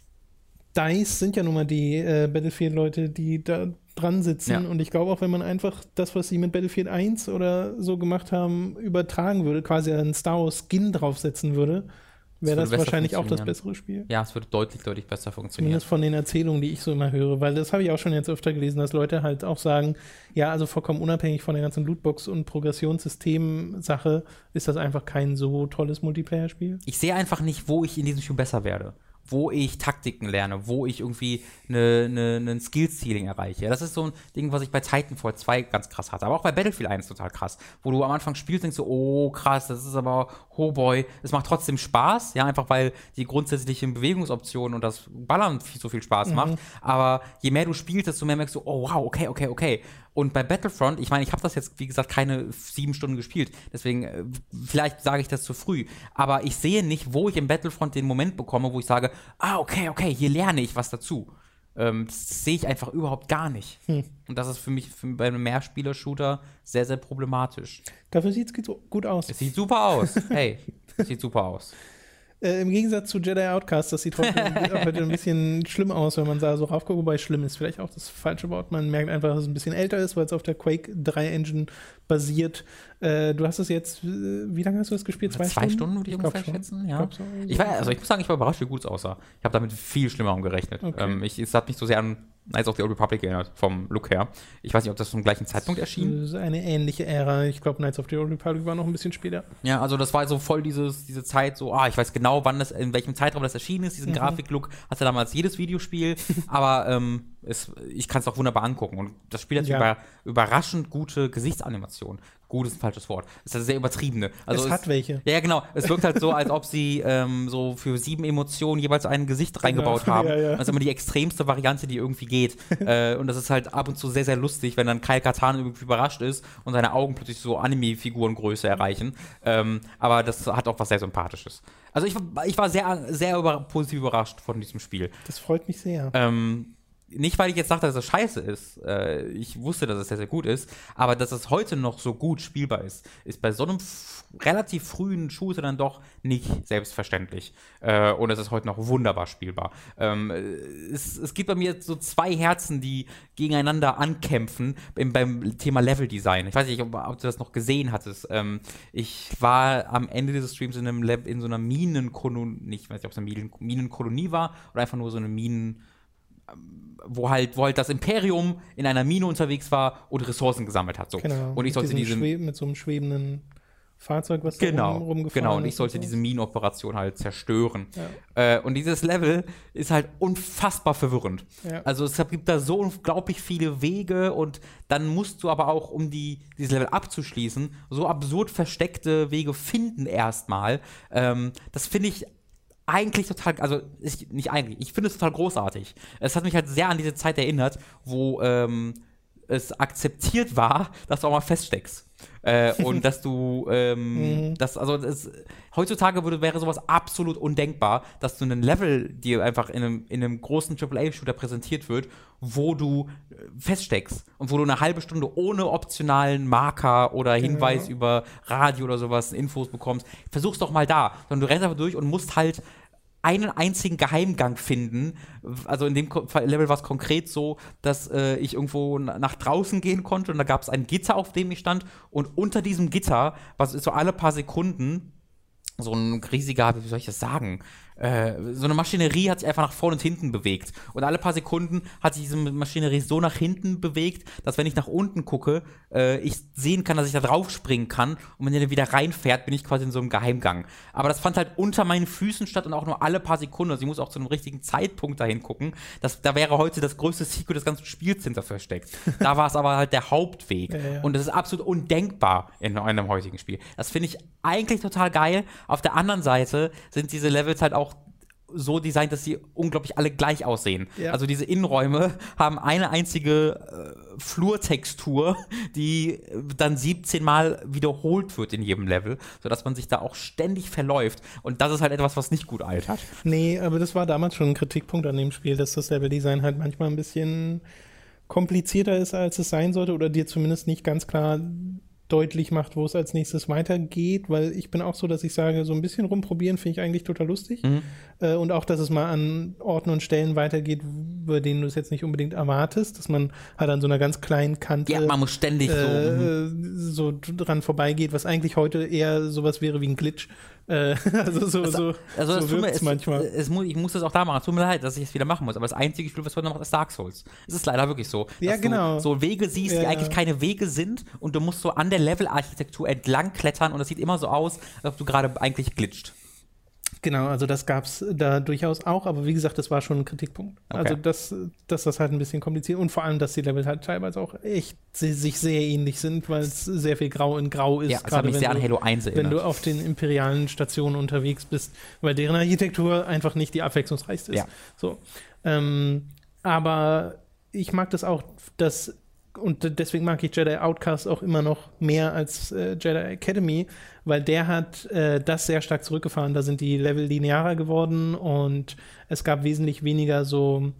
DICE sind ja nun mal die äh, Battlefield-Leute, die da dran sitzen. Ja. Und ich glaube auch, wenn man einfach das, was sie mit Battlefield eins oder so gemacht haben, übertragen würde, quasi einen Star Wars Skin draufsetzen würde, wäre das, das wahrscheinlich auch das bessere Spiel. Ja, es würde deutlich, deutlich besser funktionieren. Zumindest von den Erzählungen, die ich so immer höre. Weil das habe ich auch schon jetzt öfter gelesen, dass Leute halt auch sagen, ja, also vollkommen unabhängig von der ganzen Lootbox- und Progressionssystem-Sache ist das einfach kein so tolles Multiplayer-Spiel. Ich sehe einfach nicht, wo ich in diesem Spiel besser werde. Wo ich Taktiken lerne, wo ich irgendwie eine ne, ne Skill-Ceiling erreiche. Das ist so ein Ding, was ich bei Titanfall zwei ganz krass hatte, aber auch bei Battlefield eins total krass, wo du am Anfang spielst und denkst so, oh krass, das ist aber, oh boy, es macht trotzdem Spaß, ja, einfach weil die grundsätzlichen Bewegungsoptionen und das Ballern so viel Spaß mhm. macht, aber je mehr du spielst, desto mehr merkst du, oh wow, okay, okay, okay. Und bei Battlefront, ich meine, ich habe das jetzt, wie gesagt, keine sieben Stunden gespielt, deswegen, äh, vielleicht sage ich das zu früh, aber ich sehe nicht, wo ich im Battlefront den Moment bekomme, wo ich sage, ah, okay, okay, hier lerne ich was dazu. Ähm, das sehe ich einfach überhaupt gar nicht. Hm. Und das ist für mich für, bei einem Mehrspieler-Shooter sehr, sehr problematisch. Dafür sieht es gut aus. Es sieht super aus. Hey, es sieht super aus. Äh, Im Gegensatz zu Jedi Outcast, das sieht heute, heute ein bisschen schlimm aus, wenn man da so raufguckt, wobei schlimm ist vielleicht auch das falsche Wort. Man merkt einfach, dass es ein bisschen älter ist, weil es auf der Quake drei Engine basiert. Äh, du hast es jetzt, wie lange hast du das gespielt? Zwei, Zwei Stunden? Stunden würde ich, ich ungefähr schätzen, ja. Ich, so, ich, war, also ich muss sagen, ich war überrascht, wie gut es aussah. Ich habe damit viel schlimmer gerechnet. Okay. Ähm, ich, es hat mich so sehr an Knights of the Old Republic erinnert, vom Look her. Ich weiß nicht, ob das zum gleichen Zeitpunkt erschien. Das ist eine ähnliche Ära. Ich glaube, Knights of the Old Republic war noch ein bisschen später. Ja, also das war so voll dieses, diese Zeit, so, ah, ich weiß genau, wann das, in welchem Zeitraum das erschienen ist. Diesen mhm. Grafiklook hatte damals jedes Videospiel, aber ähm, es, ich kann es auch wunderbar angucken. Und das Spiel hat ja. über, überraschend gute Gesichtsanimationen. Gut ist ein falsches Wort. Das ist eine sehr übertriebene. Also es, es hat welche. Ja, genau. Es wirkt halt so, als ob sie ähm, so für sieben Emotionen jeweils ein Gesicht reingebaut ja, haben. Ja, ja. Das ist immer die extremste Variante, die irgendwie geht. äh, und das ist halt ab und zu sehr, sehr lustig, wenn dann Kyle Katarn irgendwie überrascht ist und seine Augen plötzlich so Anime-Figurengröße erreichen. Ähm, aber das hat auch was sehr Sympathisches. Also ich, ich war sehr, sehr über, positiv überrascht von diesem Spiel. Das freut mich sehr. Ähm, nicht, weil ich jetzt sage, dass es scheiße ist. Äh, ich wusste, dass es sehr, sehr gut ist. Aber dass es heute noch so gut spielbar ist, ist bei so einem f- relativ frühen Shooter dann doch nicht selbstverständlich. Äh, und es ist heute noch wunderbar spielbar. Ähm, es, es gibt bei mir so zwei Herzen, die gegeneinander ankämpfen beim, beim Thema Leveldesign. Ich weiß nicht, ob, ob du das noch gesehen hattest. Ähm, ich war am Ende dieses Streams in, einem Level, in so einer Minenkolonie, nicht, ich weiß nicht, ob es eine Minen- Minenkolonie war oder einfach nur so eine Minen- Wo halt, wo halt das Imperium in einer Mine unterwegs war und Ressourcen gesammelt hat. So. Genau, und ich sollte diese Schweb- mit so einem schwebenden Fahrzeug, was genau, da rum, rumgefahren genau, und ist ich sollte und so. diese Minenoperation halt zerstören. Ja. Äh, und dieses Level ist halt unfassbar verwirrend. Ja. Also es gibt da so unglaublich viele Wege und dann musst du aber auch, um die, dieses Level abzuschließen, so absurd versteckte Wege finden erstmal. Ähm, das finde ich eigentlich total, also ich, nicht eigentlich, ich finde es total großartig. Es hat mich halt sehr an diese Zeit erinnert, wo ähm, es akzeptiert war, dass du auch mal feststeckst. Äh, und dass du, ähm, mhm. das, also das, heutzutage würde, wäre sowas absolut undenkbar, dass du einen Level dir einfach in einem, in einem großen Triple A-Shooter präsentiert wird, wo du äh, feststeckst und wo du eine halbe Stunde ohne optionalen Marker oder Hinweis ja. über Radio oder sowas Infos bekommst. Versuch's doch mal da. Sondern du rennst einfach durch und musst halt einen einzigen Geheimgang finden. Also in dem Level war es konkret so, dass äh, ich irgendwo nach draußen gehen konnte und da gab es ein Gitter, auf dem ich stand und unter diesem Gitter, was ist so alle paar Sekunden, so ein riesiger, wie soll ich das sagen, äh, so eine Maschinerie hat sich einfach nach vorne und hinten bewegt. Und alle paar Sekunden hat sich diese Maschinerie so nach hinten bewegt, dass wenn ich nach unten gucke, äh, ich sehen kann, dass ich da drauf springen kann. Und wenn der dann wieder reinfährt, bin ich quasi in so einem Geheimgang. Aber das fand halt unter meinen Füßen statt und auch nur alle paar Sekunden. Also ich muss auch zu einem richtigen Zeitpunkt dahin gucken. Das, da wäre heute das größte Secret des ganzen Spiels hinter versteckt. Da war es aber halt der Hauptweg. Ja, ja. Und das ist absolut undenkbar in einem heutigen Spiel. Das finde ich eigentlich total geil. Auf der anderen Seite sind diese Levels halt auch so designt, dass sie unglaublich alle gleich aussehen. Ja. Also diese Innenräume haben eine einzige äh, Flurtextur, die dann siebzehn Mal wiederholt wird in jedem Level, sodass man sich da auch ständig verläuft. Und das ist halt etwas, was nicht gut altert. Nee, aber das war damals schon ein Kritikpunkt an dem Spiel, dass das Leveldesign halt manchmal ein bisschen komplizierter ist, als es sein sollte oder dir zumindest nicht ganz klar deutlich macht, wo es als nächstes weitergeht, weil ich bin auch so, dass ich sage, so ein bisschen rumprobieren finde ich eigentlich total lustig. Mhm. Äh, und auch, dass es mal an Orten und Stellen weitergeht, bei denen du es jetzt nicht unbedingt erwartest, dass man halt an so einer ganz kleinen Kante ja, man muss ständig äh, so, so dran vorbeigeht, was eigentlich heute eher sowas wäre wie ein Glitch. Äh, also so, also, so, also so wirkt's es, manchmal. Es, es, ich muss das auch da machen. Es tut mir leid, dass ich es wieder machen muss, aber das einzige Spiel, was man macht, ist Dark Souls. Es ist leider wirklich so, ja, dass genau. du so Wege siehst, ja, die eigentlich ja. keine Wege sind und du musst so an der Levelarchitektur entlang klettern und es sieht immer so aus, als ob du gerade eigentlich glitscht. Genau, also das gab es da durchaus auch, aber wie gesagt, das war schon ein Kritikpunkt. Okay. Also, dass, dass das halt ein bisschen kompliziert und vor allem, dass die Level halt teilweise auch echt se- sich sehr ähnlich sind, weil es sehr viel Grau in Grau ist. Ja, das hat mich sehr du, an Halo eins erinnert. Wenn du auf den imperialen Stationen unterwegs bist, weil deren Architektur einfach nicht die abwechslungsreichste ist. Ja. So. Ähm, aber ich mag das auch, dass und deswegen mag ich Jedi Outcast auch immer noch mehr als äh, Jedi Academy, weil der hat äh, das sehr stark zurückgefahren. Da sind die Level linearer geworden und es gab wesentlich weniger so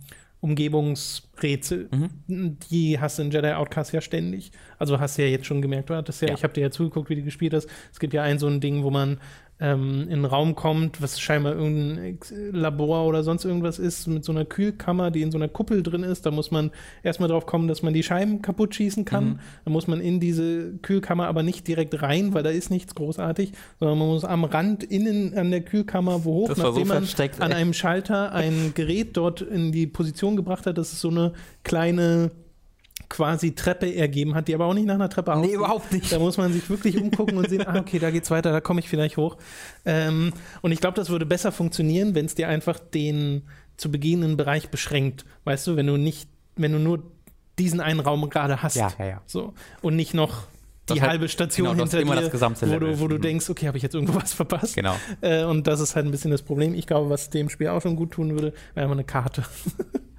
Umgebungsrätsel. Mhm. Die hast du in Jedi Outcast ja ständig. Also hast du ja jetzt schon gemerkt, du hattest ja, ja. ich habe dir ja zugeguckt, wie du gespielt hast. Es gibt ja ein so ein Ding, wo man ähm, in einen Raum kommt, was scheinbar irgendein Labor oder sonst irgendwas ist, mit so einer Kühlkammer, die in so einer Kuppel drin ist. Da muss man erstmal drauf kommen, dass man die Scheiben kaputt schießen kann. Mhm. Da muss man in diese Kühlkammer aber nicht direkt rein, weil da ist nichts großartig, sondern man muss am Rand innen an der Kühlkammer wo hoch, das war nachdem so man versteckt, an einem Schalter ein Gerät dort in die Position gebracht hat, dass es so eine kleine quasi Treppe ergeben hat, die aber auch nicht nach einer Treppe aussieht. Nee, überhaupt nicht. Da muss man sich wirklich umgucken und sehen, ah, okay, da geht's weiter, da komme ich vielleicht hoch. Ähm, und ich glaube, das würde besser funktionieren, wenn es dir einfach den zu beginnenden Bereich beschränkt. Weißt du, wenn du nicht, wenn du nur diesen einen Raum gerade hast. Ja, ja, ja. So. Und nicht noch die das halbe halt, Station genau, hinter immer dir, das gesamte wo Level. du, wo du mhm. denkst, okay, habe ich jetzt irgendwo was verpasst? Genau. Äh, und das ist halt ein bisschen das Problem. Ich glaube, was dem Spiel auch schon gut tun würde, wäre immer eine Karte.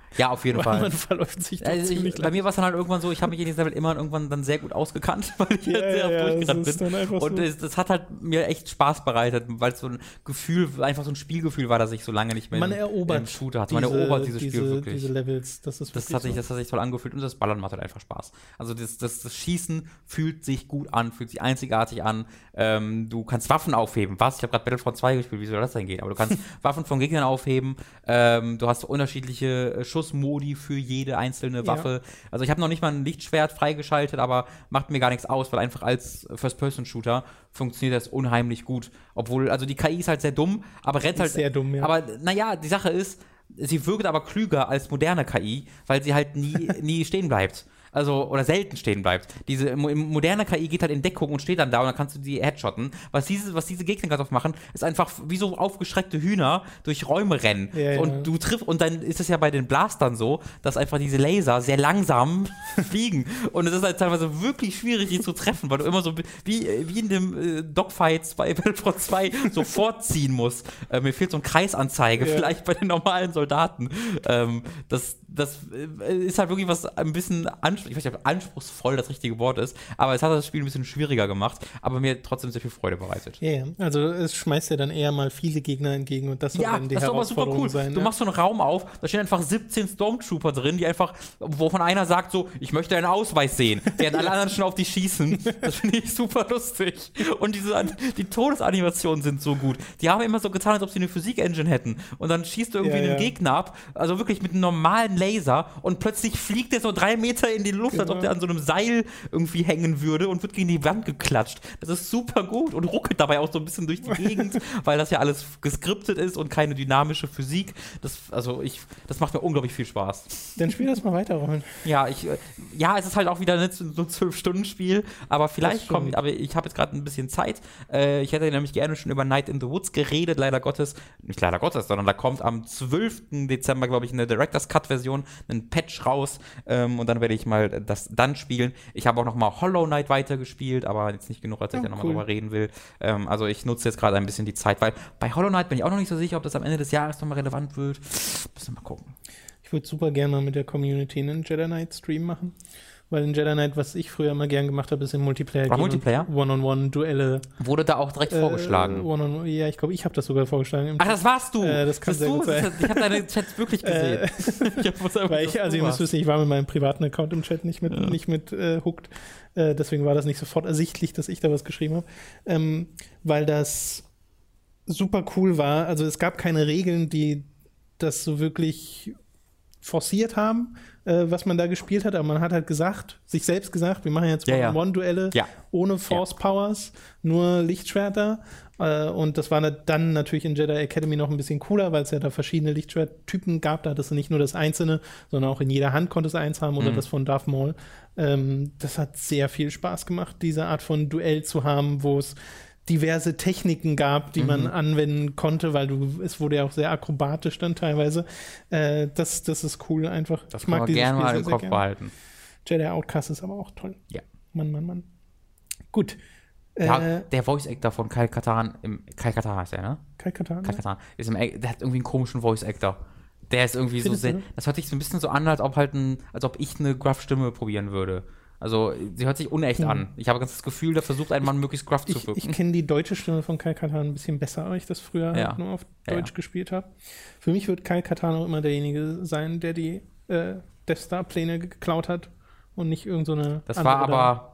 Ja, auf jeden Fall. Man verläuft sich also ich, Bei mir war es dann halt irgendwann so, ich habe mich in diesem Level immer irgendwann dann sehr gut ausgekannt, weil ich ja, halt sehr ja, oft durchgerannt bin. Und so. es, das hat halt mir echt Spaß bereitet, weil es so ein Gefühl, einfach so ein Spielgefühl war, dass ich so lange nicht mehr Man erobert im Shooter hatte. Man diese, erobert dieses diese, Spiel wirklich. Diese Levels, das ist das hat, sich, so. das hat sich toll angefühlt und das Ballern macht halt einfach Spaß. Also das, das, das Schießen fühlt sich gut an, fühlt sich einzigartig an. Ähm, du kannst Waffen aufheben. Was? Ich habe gerade Battlefront zwei gespielt, wie soll das denn gehen? Aber du kannst Waffen von Gegnern aufheben. Ähm, du hast unterschiedliche Schussmodi für jede einzelne Waffe. Ja. Also ich habe noch nicht mal ein Lichtschwert freigeschaltet, aber macht mir gar nichts aus, weil einfach als First-Person-Shooter funktioniert das unheimlich gut. Obwohl, also die K I ist halt sehr dumm, aber rennt halt. Sehr dumm, ja. Aber naja, die Sache ist, sie wirkt aber klüger als moderne K I, weil sie halt nie, nie stehen bleibt. Also, oder selten stehen bleibt. Diese moderne K I geht halt in Deckung und steht dann da und dann kannst du die headshotten. Was diese, was diese Gegner gerade machen, ist einfach wie so aufgeschreckte Hühner durch Räume rennen. Ja, und ja. du triffst, und dann ist es ja bei den Blastern so, dass einfach diese Laser sehr langsam fliegen. Und es ist halt teilweise wirklich schwierig, die zu treffen, weil du immer so wie, wie in dem äh, Dogfights bei Battlefront zwei so vorziehen musst. Äh, mir fehlt so eine Kreisanzeige, ja. vielleicht bei den normalen Soldaten. Ähm, das, das äh, ist halt wirklich was ein bisschen anstrengend. Ich weiß nicht, ob anspruchsvoll das richtige Wort ist, aber es hat das Spiel ein bisschen schwieriger gemacht, aber mir trotzdem sehr viel Freude bereitet. Ja, yeah, also es schmeißt ja dann eher mal viele Gegner entgegen und das soll ja, dann die das Herausforderung super cool. sein. Du ja. machst so einen Raum auf, da stehen einfach siebzehn Stormtrooper drin, die einfach, wovon einer sagt so, ich möchte einen Ausweis sehen, während alle anderen schon auf die schießen. Das finde ich super lustig. Und diese, die Todesanimationen sind so gut. Die haben immer so getan, als ob sie eine Physik-Engine hätten. Und dann schießt du irgendwie ja, einen ja. Gegner ab, also wirklich mit einem normalen Laser und plötzlich fliegt der so drei Meter in die Luft, genau. als ob der an so einem Seil irgendwie hängen würde und wird gegen die Wand geklatscht. Das ist super gut und ruckelt dabei auch so ein bisschen durch die Gegend, weil das ja alles geskriptet ist und keine dynamische Physik. Das, also ich, das macht mir unglaublich viel Spaß. Dann spiel das mal weiter, Ron. Ja, ich, ja, es ist halt auch wieder nicht so ein zwölf-Stunden-Spiel, aber vielleicht kommt, aber ich habe jetzt gerade ein bisschen Zeit. Äh, ich hätte nämlich gerne schon über Night in the Woods geredet, leider Gottes, nicht leider Gottes, sondern da kommt am zwölften Dezember, glaube ich, eine Director's Cut-Version, ein Patch raus ähm, und dann werde ich mal das dann spielen. Ich habe auch noch mal Hollow Knight weitergespielt, aber jetzt nicht genug, als ich oh, da noch mal cool. drüber reden will. Ähm, also ich nutze jetzt gerade ein bisschen die Zeit, weil bei Hollow Knight bin ich auch noch nicht so sicher, ob das am Ende des Jahres noch mal relevant wird. Müssen wir mal gucken. Ich würde super gerne mal mit der Community einen Jedi Knight Stream machen. Weil in Jedi Knight, was ich früher immer gern gemacht habe, ist im Multiplayer. War Multiplayer? One-on-One-Duelle. Wurde da auch direkt äh, vorgeschlagen? One on, ja, ich glaube, ich habe das sogar vorgeschlagen. Ach, das warst du! Äh, das kann sehr gut sein. Ich habe deine Chats wirklich gesehen. ich hab, weil ich, also ihr müsst wissen, ich war mit meinem privaten Account im Chat nicht mit, ja. nicht mit äh, hooked. Äh, deswegen war das nicht sofort ersichtlich, dass ich da was geschrieben habe. Ähm, weil das super cool war. Also es gab keine Regeln, die das so wirklich forciert haben, äh, was man da gespielt hat, aber man hat halt gesagt, sich selbst gesagt, wir machen jetzt ja, One-on-One-Duelle ja. ohne Force-Powers, nur Lichtschwerter äh, und das war dann natürlich in Jedi Academy noch ein bisschen cooler, weil es ja da verschiedene Lichtschwerttypen gab, da hattest du nicht nur das einzelne, sondern auch in jeder Hand konntest du eins haben oder mhm. das von Darth Maul. Ähm, das hat sehr viel Spaß gemacht, diese Art von Duell zu haben, wo es diverse Techniken gab, die mhm. man anwenden konnte, weil du, es wurde ja auch sehr akrobatisch dann teilweise. Äh, das, das ist cool einfach. Das ich mag kann man gerne mal im Kopf behalten. Jedi Outcast ist aber auch toll. Ja. Mann, Mann, Mann. Gut. Ja, äh, der Voice-Actor von Kyle Katarn, im, Kyle Katarn heißt der, ne? Kyle Katarn? Kyle Katarn. Ist im, der hat irgendwie einen komischen Voice-Actor. Der ist irgendwie Findest so sehr, das hört sich so ein bisschen so an, als ob halt ein, als ob ich eine Gruff-Stimme probieren würde. Also, sie hört sich unecht hm. an. Ich habe ganz das Gefühl, da versucht ein Mann möglichst gruff zu wirken. Ich, ich kenne die deutsche Stimme von Kyle Katarn ein bisschen besser, weil ich das früher ja. halt nur auf ja, Deutsch ja. gespielt habe. Für mich wird Kyle Katarn auch immer derjenige sein, der die äh, Death Star-Pläne geklaut hat und nicht irgend so eine Das war aber...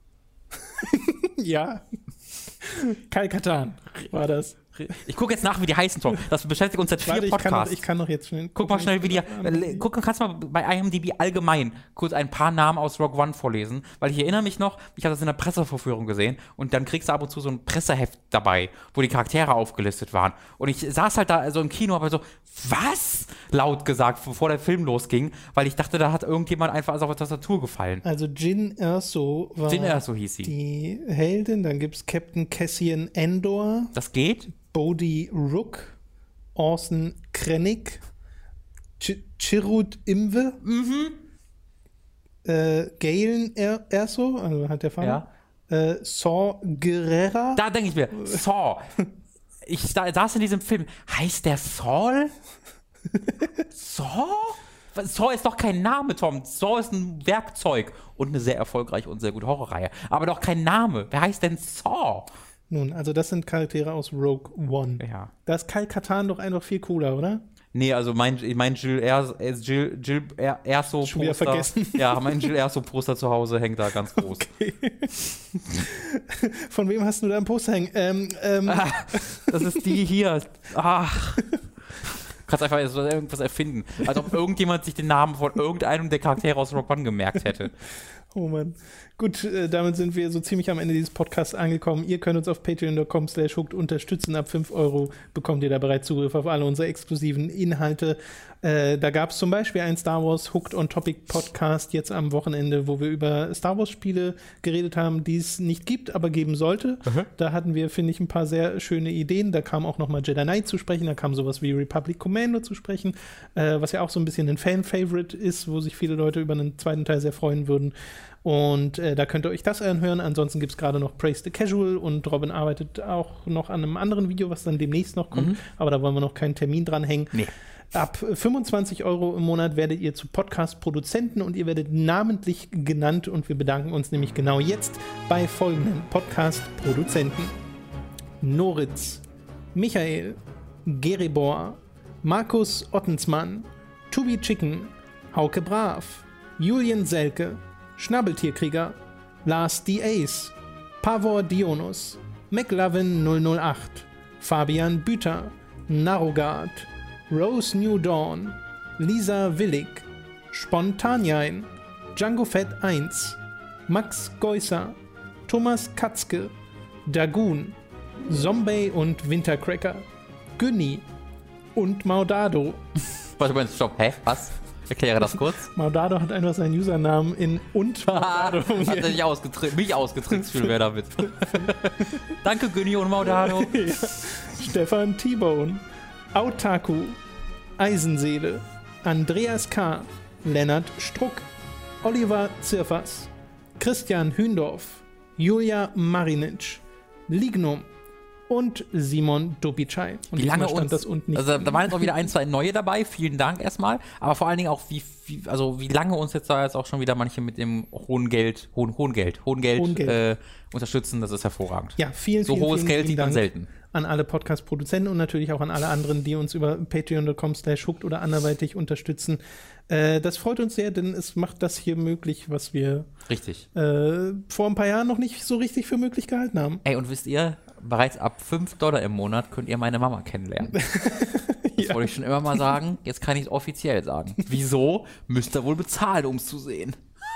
ja. Kyle Katarn war das. Ich gucke jetzt nach, wie die heißen, Tom. Das beschäftigt uns seit vier Warte, Podcasts. Ich kann doch jetzt schnell. Guck mal schnell, wie die. Äh, guck, kannst du mal bei I M D B allgemein kurz ein paar Namen aus Rogue One vorlesen, weil ich erinnere mich noch, ich habe das in der Pressevorführung gesehen und dann kriegst du ab und zu so ein Presseheft dabei, wo die Charaktere aufgelistet waren. Und ich saß halt da also im Kino, aber so, was? Laut gesagt, bevor der Film losging, weil ich dachte, da hat irgendjemand einfach auf der Tastatur gefallen. Also Jyn Erso war Jyn Erso hieß sie. Die Heldin, dann gibt es Captain Cassian Andor. Das geht? Bodhi Rook, Orson Krennic, Ch Chirrut Imwe, mhm. äh, Galen er Erso, also hat der Vater, ja. äh, Saw Gerrera. Da denke ich mir, Saw. Ich da, saß in diesem Film, heißt der Saul? Saw? Saw ist doch kein Name, Tom. Saw ist ein Werkzeug und eine sehr erfolgreiche und sehr gute Horrorreihe. Aber doch kein Name. Wer heißt denn Saw? Nun, also das sind Charaktere aus Rogue One. Ja. Da ist Kyle Katarn doch einfach viel cooler, oder? Nee, also mein, mein Jill Erso Jill, Jill er, Erso Schon wieder Poster. vergessen. Ja, mein Jill Erso Poster zu Hause hängt da ganz groß. Okay. Von wem hast du da ein Poster hängen? Ähm, ähm. Ah, das ist die hier. Ach. Kannst einfach irgendwas erfinden. Als ob irgendjemand sich den Namen von irgendeinem der Charaktere aus Rogue One gemerkt hätte. Oh Mann. Gut, äh, damit sind wir so ziemlich am Ende dieses Podcasts angekommen. Ihr könnt uns auf patreon punkt com slash hooked unterstützen. Ab fünf Euro bekommt ihr da bereits Zugriff auf alle unsere exklusiven Inhalte. Äh, da gab es zum Beispiel einen Star Wars Hooked on Topic Podcast jetzt am Wochenende, wo wir über Star Wars Spiele geredet haben, die es nicht gibt, aber geben sollte. Mhm. Da hatten wir, finde ich, ein paar sehr schöne Ideen. Da kam auch nochmal Jedi Knight zu sprechen, da kam sowas wie Republic Commando zu sprechen, äh, was ja auch so ein bisschen ein Fan-Favorite ist, wo sich viele Leute über einen zweiten Teil sehr freuen würden. Und äh, da könnt ihr euch das anhören. Ansonsten gibt es gerade noch Praise the Casual und Robin arbeitet auch noch an einem anderen Video, was dann demnächst noch kommt. Mhm. Aber da wollen wir noch keinen Termin dran hängen. Nee. Ab fünfundzwanzig Euro im Monat werdet ihr zu Podcast-Produzenten und ihr werdet namentlich genannt. Und wir bedanken uns nämlich genau jetzt bei folgenden Podcast-Produzenten: Noritz, Michael, Geribor, Markus Ottensmann, Tubi Chicken, Hauke Brav, Julian Selke, Schnabeltierkrieger, Lars D. Ace, Pavor Dionus, McLovin null null acht, Fabian Büter, Narogard, Rose New Dawn, Lisa Willig, Spontanjein, Django Fett eins, Max Geusser, Thomas Katzke, Dagoon, Zombie und Wintercracker, Günni und Maudado. Warte mal, stopp, hä? Was? Erkläre das kurz. Maudado hat einfach seinen Usernamen in und Maudado. Hat er nicht ausgetri- mich ausgetrickst, für wer damit. Danke, Günni und Maudado. Ja. Stefan T-Bone, Autaku, Eisenseele, Andreas K., Lennart Struck, Oliver Zirfers, Christian Hündorf, Julia Marinic, Lignum und Simon Dobitschei. Und wie lange stand uns, das unten nicht. Also da waren jetzt auch wieder ein, zwei neue dabei, vielen Dank erstmal, aber vor allen Dingen auch, wie, wie, also wie lange uns jetzt da jetzt auch schon wieder manche mit dem hohen Geld, hohen, hohen Geld, hohen Geld, hohen Geld. Äh, unterstützen, das ist hervorragend. Ja, vielen, so vielen, hohes vielen, Geld vielen sieht man Dank selten. An alle Podcast-Produzenten und natürlich auch an alle anderen, die uns über patreon punkt com slash hooked oder anderweitig unterstützen. Äh, das freut uns sehr, denn es macht das hier möglich, was wir richtig. Äh, vor ein paar Jahren noch nicht so richtig für möglich gehalten haben. Ey, und wisst ihr, bereits ab fünf Dollar im Monat könnt ihr meine Mama kennenlernen. Das ja. wollte ich schon immer mal sagen, jetzt kann ich es offiziell sagen. Wieso? Müsst ihr wohl bezahlen, um es zu sehen.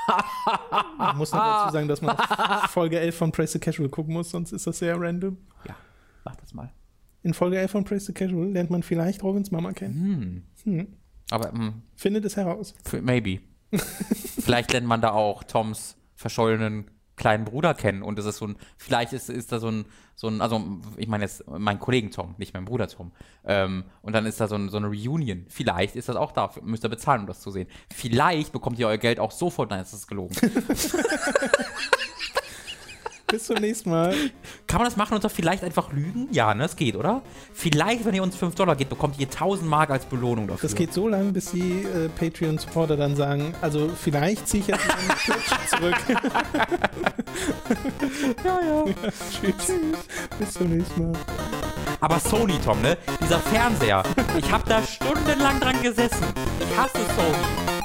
Ich muss noch dazu sagen, dass man Folge elf von Praise the Casual gucken muss, sonst ist das sehr random. Ja, mach das mal. In Folge elf von Praise the Casual lernt man vielleicht Robins Mama kennen. Hm. Hm. Aber hm. findet es heraus. Maybe. Vielleicht lernt man da auch Toms verschollenen kleinen Bruder kennen und es ist so ein, vielleicht ist, ist da so ein, so ein, also ich meine jetzt meinen Kollegen Tom, nicht mein Bruder Tom. Ähm, und dann ist da so, ein, so eine Reunion. Vielleicht ist das auch da, müsst ihr bezahlen, um das zu sehen. Vielleicht bekommt ihr euer Geld auch sofort, nein, das ist gelogen. Bis zum nächsten Mal. Kann man das machen und doch vielleicht einfach lügen? Ja, ne, es geht, oder? Vielleicht, wenn ihr uns fünf Dollar gebt, bekommt ihr tausend Mark als Belohnung dafür. Das geht so lange, bis die äh, Patreon-Supporter dann sagen, also vielleicht ziehe ich jetzt meinen Pledge zurück. ja, ja. ja tschüss. tschüss. Bis zum nächsten Mal. Aber Sony, Tom, ne? Dieser Fernseher. Ich habe da stundenlang dran gesessen. Ich hasse Sony.